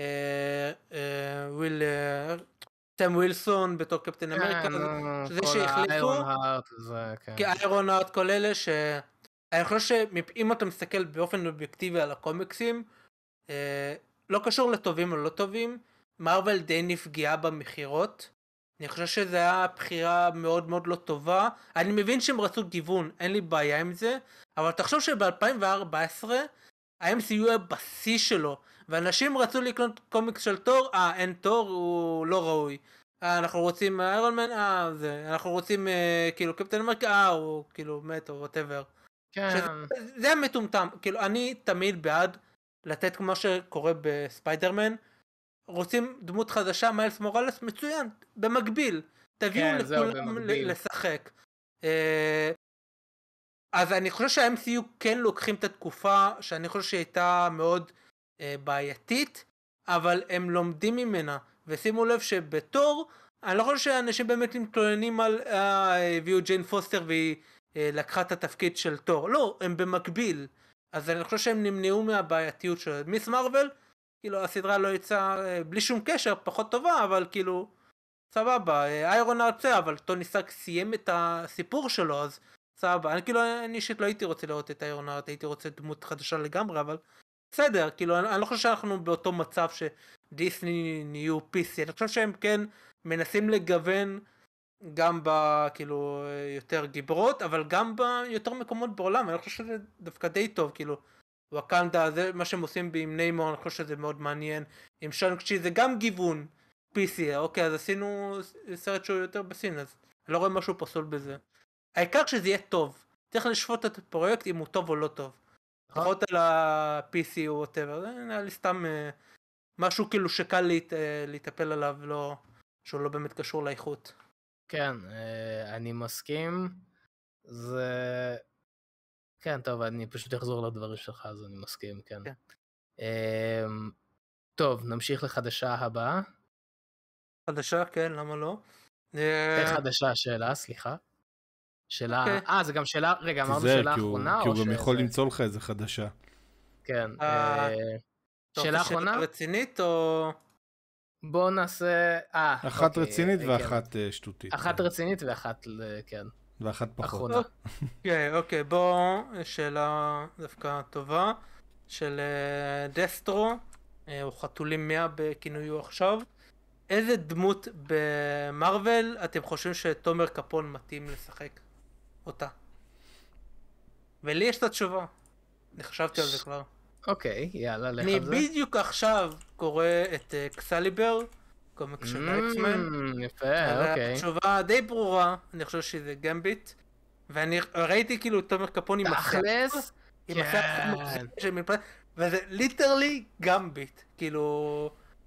סם ווילסון בתור קפטן אמריקה, שזה שהחליפו, איירון הארט, כל אלה ש... אני חושב שאם אתה מסתכל באופן אובייקטיבי על הקומיקסים, לא קשור לטובים או לא טובים, מרוול די נפגעה במחירות. אני חושב שזו היה בחירה מאוד מאוד לא טובה. אני מבין שהם רצו גיוון, אין לי בעיה עם זה, אבל תחשוב שב-2014 ה-MCU היה בשיא שלו, ואנשים רצו לקנות קומיקס של תור, אין תור, הוא לא ראוי. אנחנו רוצים איירון מן, אנחנו רוצים כאילו קפטן אמריקה, הוא כאילו מת או whatever. כן. זה המטומטם, כאילו אני תמיד בעד לתת כמו שקורה בספיידרמן, רוצים דמות חדשה, מיילס מוראלס, מצוין, במקביל, תביאו לכולם לשחק. אז אני חושב שה-MCU כן לוקחים את התקופה שאני חושב שהייתה מאוד בעייתית, אבל הם לומדים ממנה, ושימו לב שבתור, אני לא חושב שאנשים באמת מתלוננים על הביאו ג'יין פוסטר והיא לקחה את התפקיד של תור, לא, הם במקביל, אז אני חושב שהם נמנעו מהבעייתיות של מיס מרוול, כאילו הסדרה לא יצאה בלי שום קשר, פחות טובה, אבל כאילו סבבה, איירון ארצה, אבל טוני סטארק סיים את הסיפור שלו, אז סבבה, אני אישית לא הייתי רוצה לראות את איירון ארצה, הייתי רוצה דמות חדשה לגמרי, אבל בסדר, כאילו אני לא חושב שאנחנו באותו מצב שדיסני נהיו PC, אני חושב שהם כן מנסים לגוון גם כאילו יותר גיברות, אבל גם ביותר מקומות בעולם, אני חושב שזה דווקא די טוב, כאילו ווקנדה, זה מה שהם עושים עם ניימור, אני חושב שזה מאוד מעניין, עם שאנג-צ'י זה גם גיוון PC, אוקיי, אז עשינו סרט שהוא יותר בסין, אז אני לא רואה משהו פסול בזה. העיקר שזה יהיה טוב, צריך לשפוט את הפרויקט אם הוא טוב או לא טוב. פחות על ה-PC או whatever, זה נראה לי סתם משהו כאילו שקל להתאפל עליו, שהוא לא באמת קשור לאיכות. כן, אני מסכים, זה... כן, טוב, אני פשוט אחזור לדברים שלך, אז אני מסכים, כן. טוב, נמשיך לחדשה הבאה. חדשה, כן, למה לא? חדשה, שאלה, סליחה. שאלה, זה גם שאלה, רגע, אמרנו שאלה אחרונה? כי הוא גם יכול למצוא לך איזה חדשה. כן, שאלה אחרונה? שאלה רצינית או... בואו נעשה... אחת רצינית ואחת שטותית. אחת רצינית ואחת, כן. ואחת פחות. אחרונה. אוקיי, בואו, שאלה דווקא טובה, של דסטרו, הוא חתולים 100 בכינויו עכשיו. איזה דמות במרוול אתם חושבים שתומר קפון מתאים לשחק אותה? ולי יש את התשובה, אני חשבתי על זה כבר. אוקיי, יאללה, לך אני על זה. בדיוק עכשיו קורא את קסליבר, קומיקס של אקסמן. יפה, אוקיי. התשובה די ברורה, אני חושב שזה גמביט, ואני ראיתי כאילו תומר קפון עם תכלס? עם וזה ליטרלי גמביט, כאילו,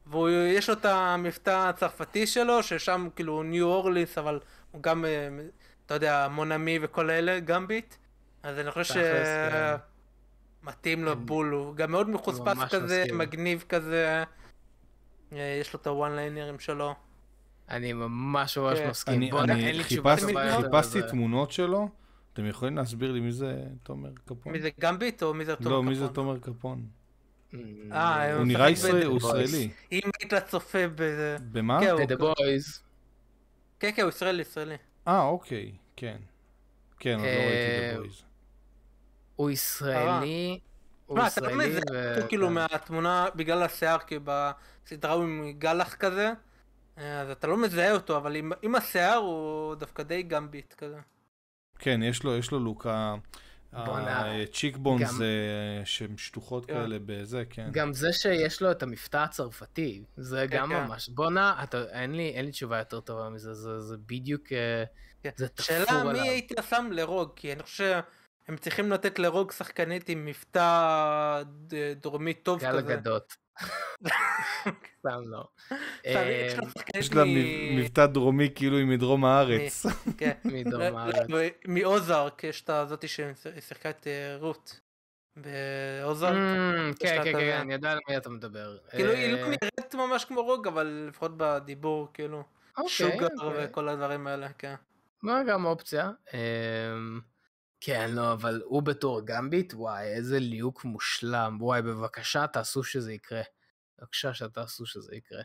ויש לו את המבטא הצרפתי שלו, ששם כאילו ניו אורליס, אבל הוא גם, אתה יודע, מונמי וכל אלה, גמביט. אז אני חושב שמתאים לו בול, הוא גם מאוד מחוספס כזה, מגניב כזה. יש לו את הוואן ליינרים שלו. אני ממש מסכים. אני חיפשתי תמונות שלו. אתם יכולים להסביר לי מי זה תומר קפון? מי זה גמביט או מי זה תומר קפון? לא, מי זה תומר קפון? הוא נראה ישראלי. אם היית צופה במה? The Boys. כן, הוא ישראלי. אוקיי, כן. כן, עוד לא ראיתי The Boys. הוא ישראלי. אתה לא מזהה אותו כאילו מהתמונה בגלל השיער, כי בסדרה הוא עם גלח כזה, אז אתה לא מזהה אותו, אבל עם השיער הוא דווקא די גמביט כזה. כן, יש לו לוקה, צ'יק בונס שהן שטוחות כאלה בזה, כן. גם זה שיש לו את המבטא הצרפתי, זה גם ממש, בונה, אין לי תשובה יותר טובה מזה, זה בדיוק, זה תפור עליו. שאלה מי הייתי שם לרוג, כי אני חושב שהם צריכים לתת לרוג שחקנית עם מבטא דרומי טוב כזה. גל אגדות. סתם לא. יש לה מבטא דרומי כאילו היא מדרום הארץ. כן, מדרום הארץ. מאוזארק יש את הזאתי ששיחקה את רות באוזארק. כן, אני יודע על מי אתה מדבר. כאילו היא לא נראית ממש כמו רוג, אבל לפחות בדיבור כאילו שוגר וכל הדברים האלה, כן. מה גם אופציה. כן, לא, אבל הוא בתור גמביט, וואי, איזה ליהוק מושלם. וואי, בבקשה תעשו שזה יקרה. בבקשה שתעשו שזה יקרה.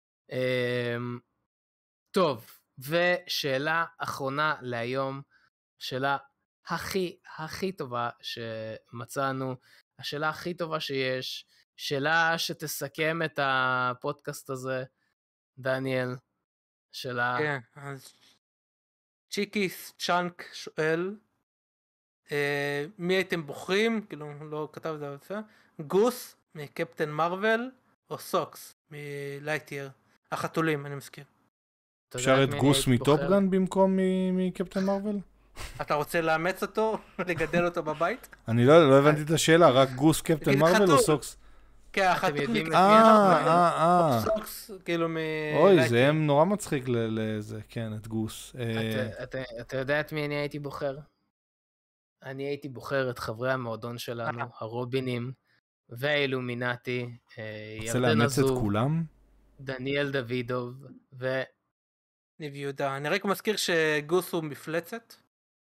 טוב, ושאלה אחרונה להיום, שאלה הכי טובה שמצאנו, השאלה הכי טובה שיש, שאלה שתסכם את הפודקאסט הזה, דניאל, שאלה... כן, אז צ'יקיס צ'אנק שואל, מי הייתם בוחרים? כאילו, לא כתב את זה, גוס מקפטן מרוול, או סוקס מלייטייר, החתולים, אני מזכיר. אפשר את גוס מטופגן במקום מקפטן מרוול? אתה רוצה לאמץ אותו? לגדל אותו בבית? אני לא הבנתי את השאלה, רק גוס קפטן מרוול או סוקס? כן, החתול סוקס, כאילו אוי, זה נורא מצחיק לזה, כן, את גוס. אתה יודע את מי אני הייתי בוחר? אני הייתי בוחר את חברי המועדון שלנו, הרובינים והאילומינטי, רוצה לאמץ את כולם? דניאל דוידוב ניב יהודה. אני רק מזכיר שגוס הוא מפלצת.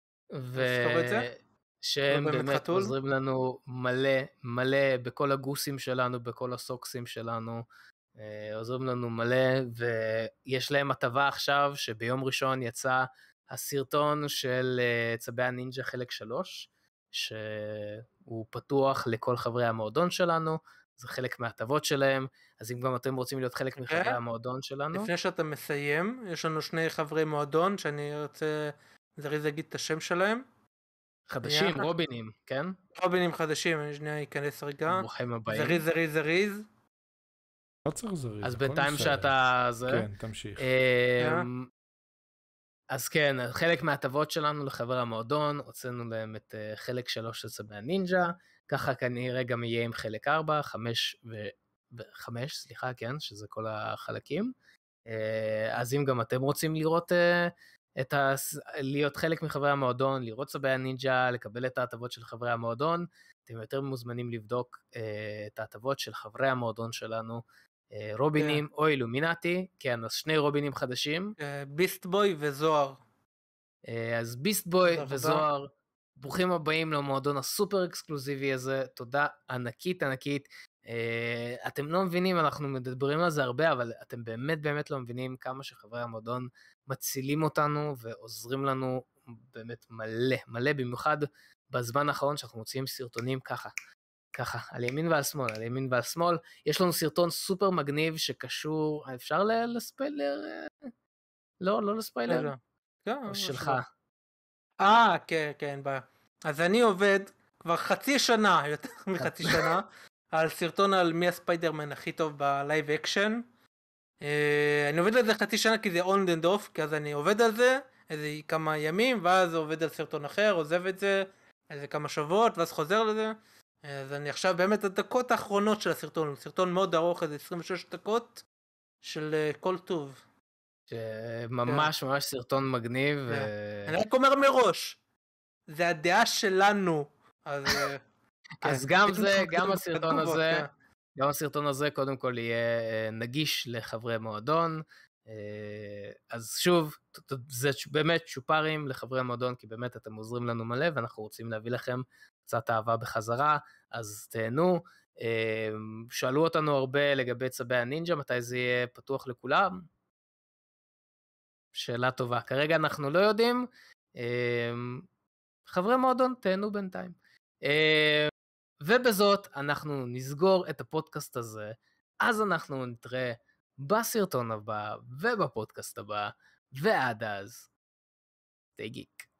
שהם באמת עוזרים לנו מלא בכל הגוסים שלנו, בכל הסוקסים שלנו, עוזרים לנו מלא, ויש להם הטבה עכשיו שביום ראשון יצא הסרטון של צבי הנינג'ה חלק 3, שהוא פתוח לכל חברי המועדון שלנו, זה חלק מההטבות שלהם, אז אם גם אתם רוצים להיות חלק מחברי המועדון שלנו. לפני שאתה מסיים, יש לנו 2 חברי מועדון, שאני רוצה זריז להגיד את השם שלהם. חדשים, רובינים, כן? רובינים חדשים, אני שנייה אכנס רגע. ברוכים הבאים. זריז. לא צריך זריז. אז בינתיים שאתה... כן, תמשיך. אז כן, חלק מההטבות שלנו לחבר המועדון, הוצאנו להם את חלק 3 של צבי הנינג'ה, ככה כנראה גם יהיה עם חלק 4, 5 ו-5, סליחה, כן, שזה כל החלקים. אז אם גם אתם רוצים לראות להיות חלק מחברי המועדון, לראות צבי הנינג'ה, לקבל את ההטבות של חברי המועדון, אתם יותר מוזמנים לבדוק את ההטבות של חברי המועדון שלנו, רובינים או אילומינטי, כן, אז 2 רובינים חדשים. ביסט בוי וזוהר. אז ביסט בוי וזוהר, ברוכים הבאים למועדון הסופר אקסקלוסיבי הזה, תודה ענקית. אתם לא מבינים, אנחנו מדברים על זה הרבה, אבל אתם באמת לא מבינים כמה שחברי המועדון מצילים אותנו ועוזרים לנו באמת מלא, במיוחד בזמן האחרון שאנחנו מוציאים סרטונים ככה, על ימין ועל שמאל, יש לנו סרטון סופר מגניב שקשור, אפשר לספיילר? לא לספיילר? או שלך? כן, בעיה. אז אני עובד כבר חצי שנה, יותר מחצי שנה, על סרטון על מי הספיידרמן הכי טוב בלייב אקשן. אני עובד על זה חצי שנה כי זה on and off, כי אז אני עובד על זה איזה כמה ימים, ואז עובד על סרטון אחר, עוזב את זה איזה כמה שבועות, ואז חוזר לזה. אז אני עכשיו באמת הדקות האחרונות של הסרטון, סרטון מאוד ארוך, איזה 26 דקות, של כל טוב. שממש ממש סרטון מגניב. אני רק אומר מראש, זה הדעה שלנו, אז... אז גם זה, גם הסרטון הזה, גם הסרטון הזה קודם כל יהיה נגיש לחברי מועדון. אז שוב, זה באמת צ'ופרים לחברי מועדון, כי באמת אתם עוזרים לנו מלא, ואנחנו רוצים להביא לכם קצת אהבה בחזרה, אז תהנו. שאלו אותנו הרבה לגבי צבי הנינג'ה, מתי זה יהיה פתוח לכולם? שאלה טובה. כרגע אנחנו לא יודעים. חברי מועדון, תהנו בינתיים. ובזאת אנחנו נסגור את הפודקאסט הזה, אז אנחנו נתראה בסרטון הבא ובפודקאסט הבא, ועד אז, stay geek.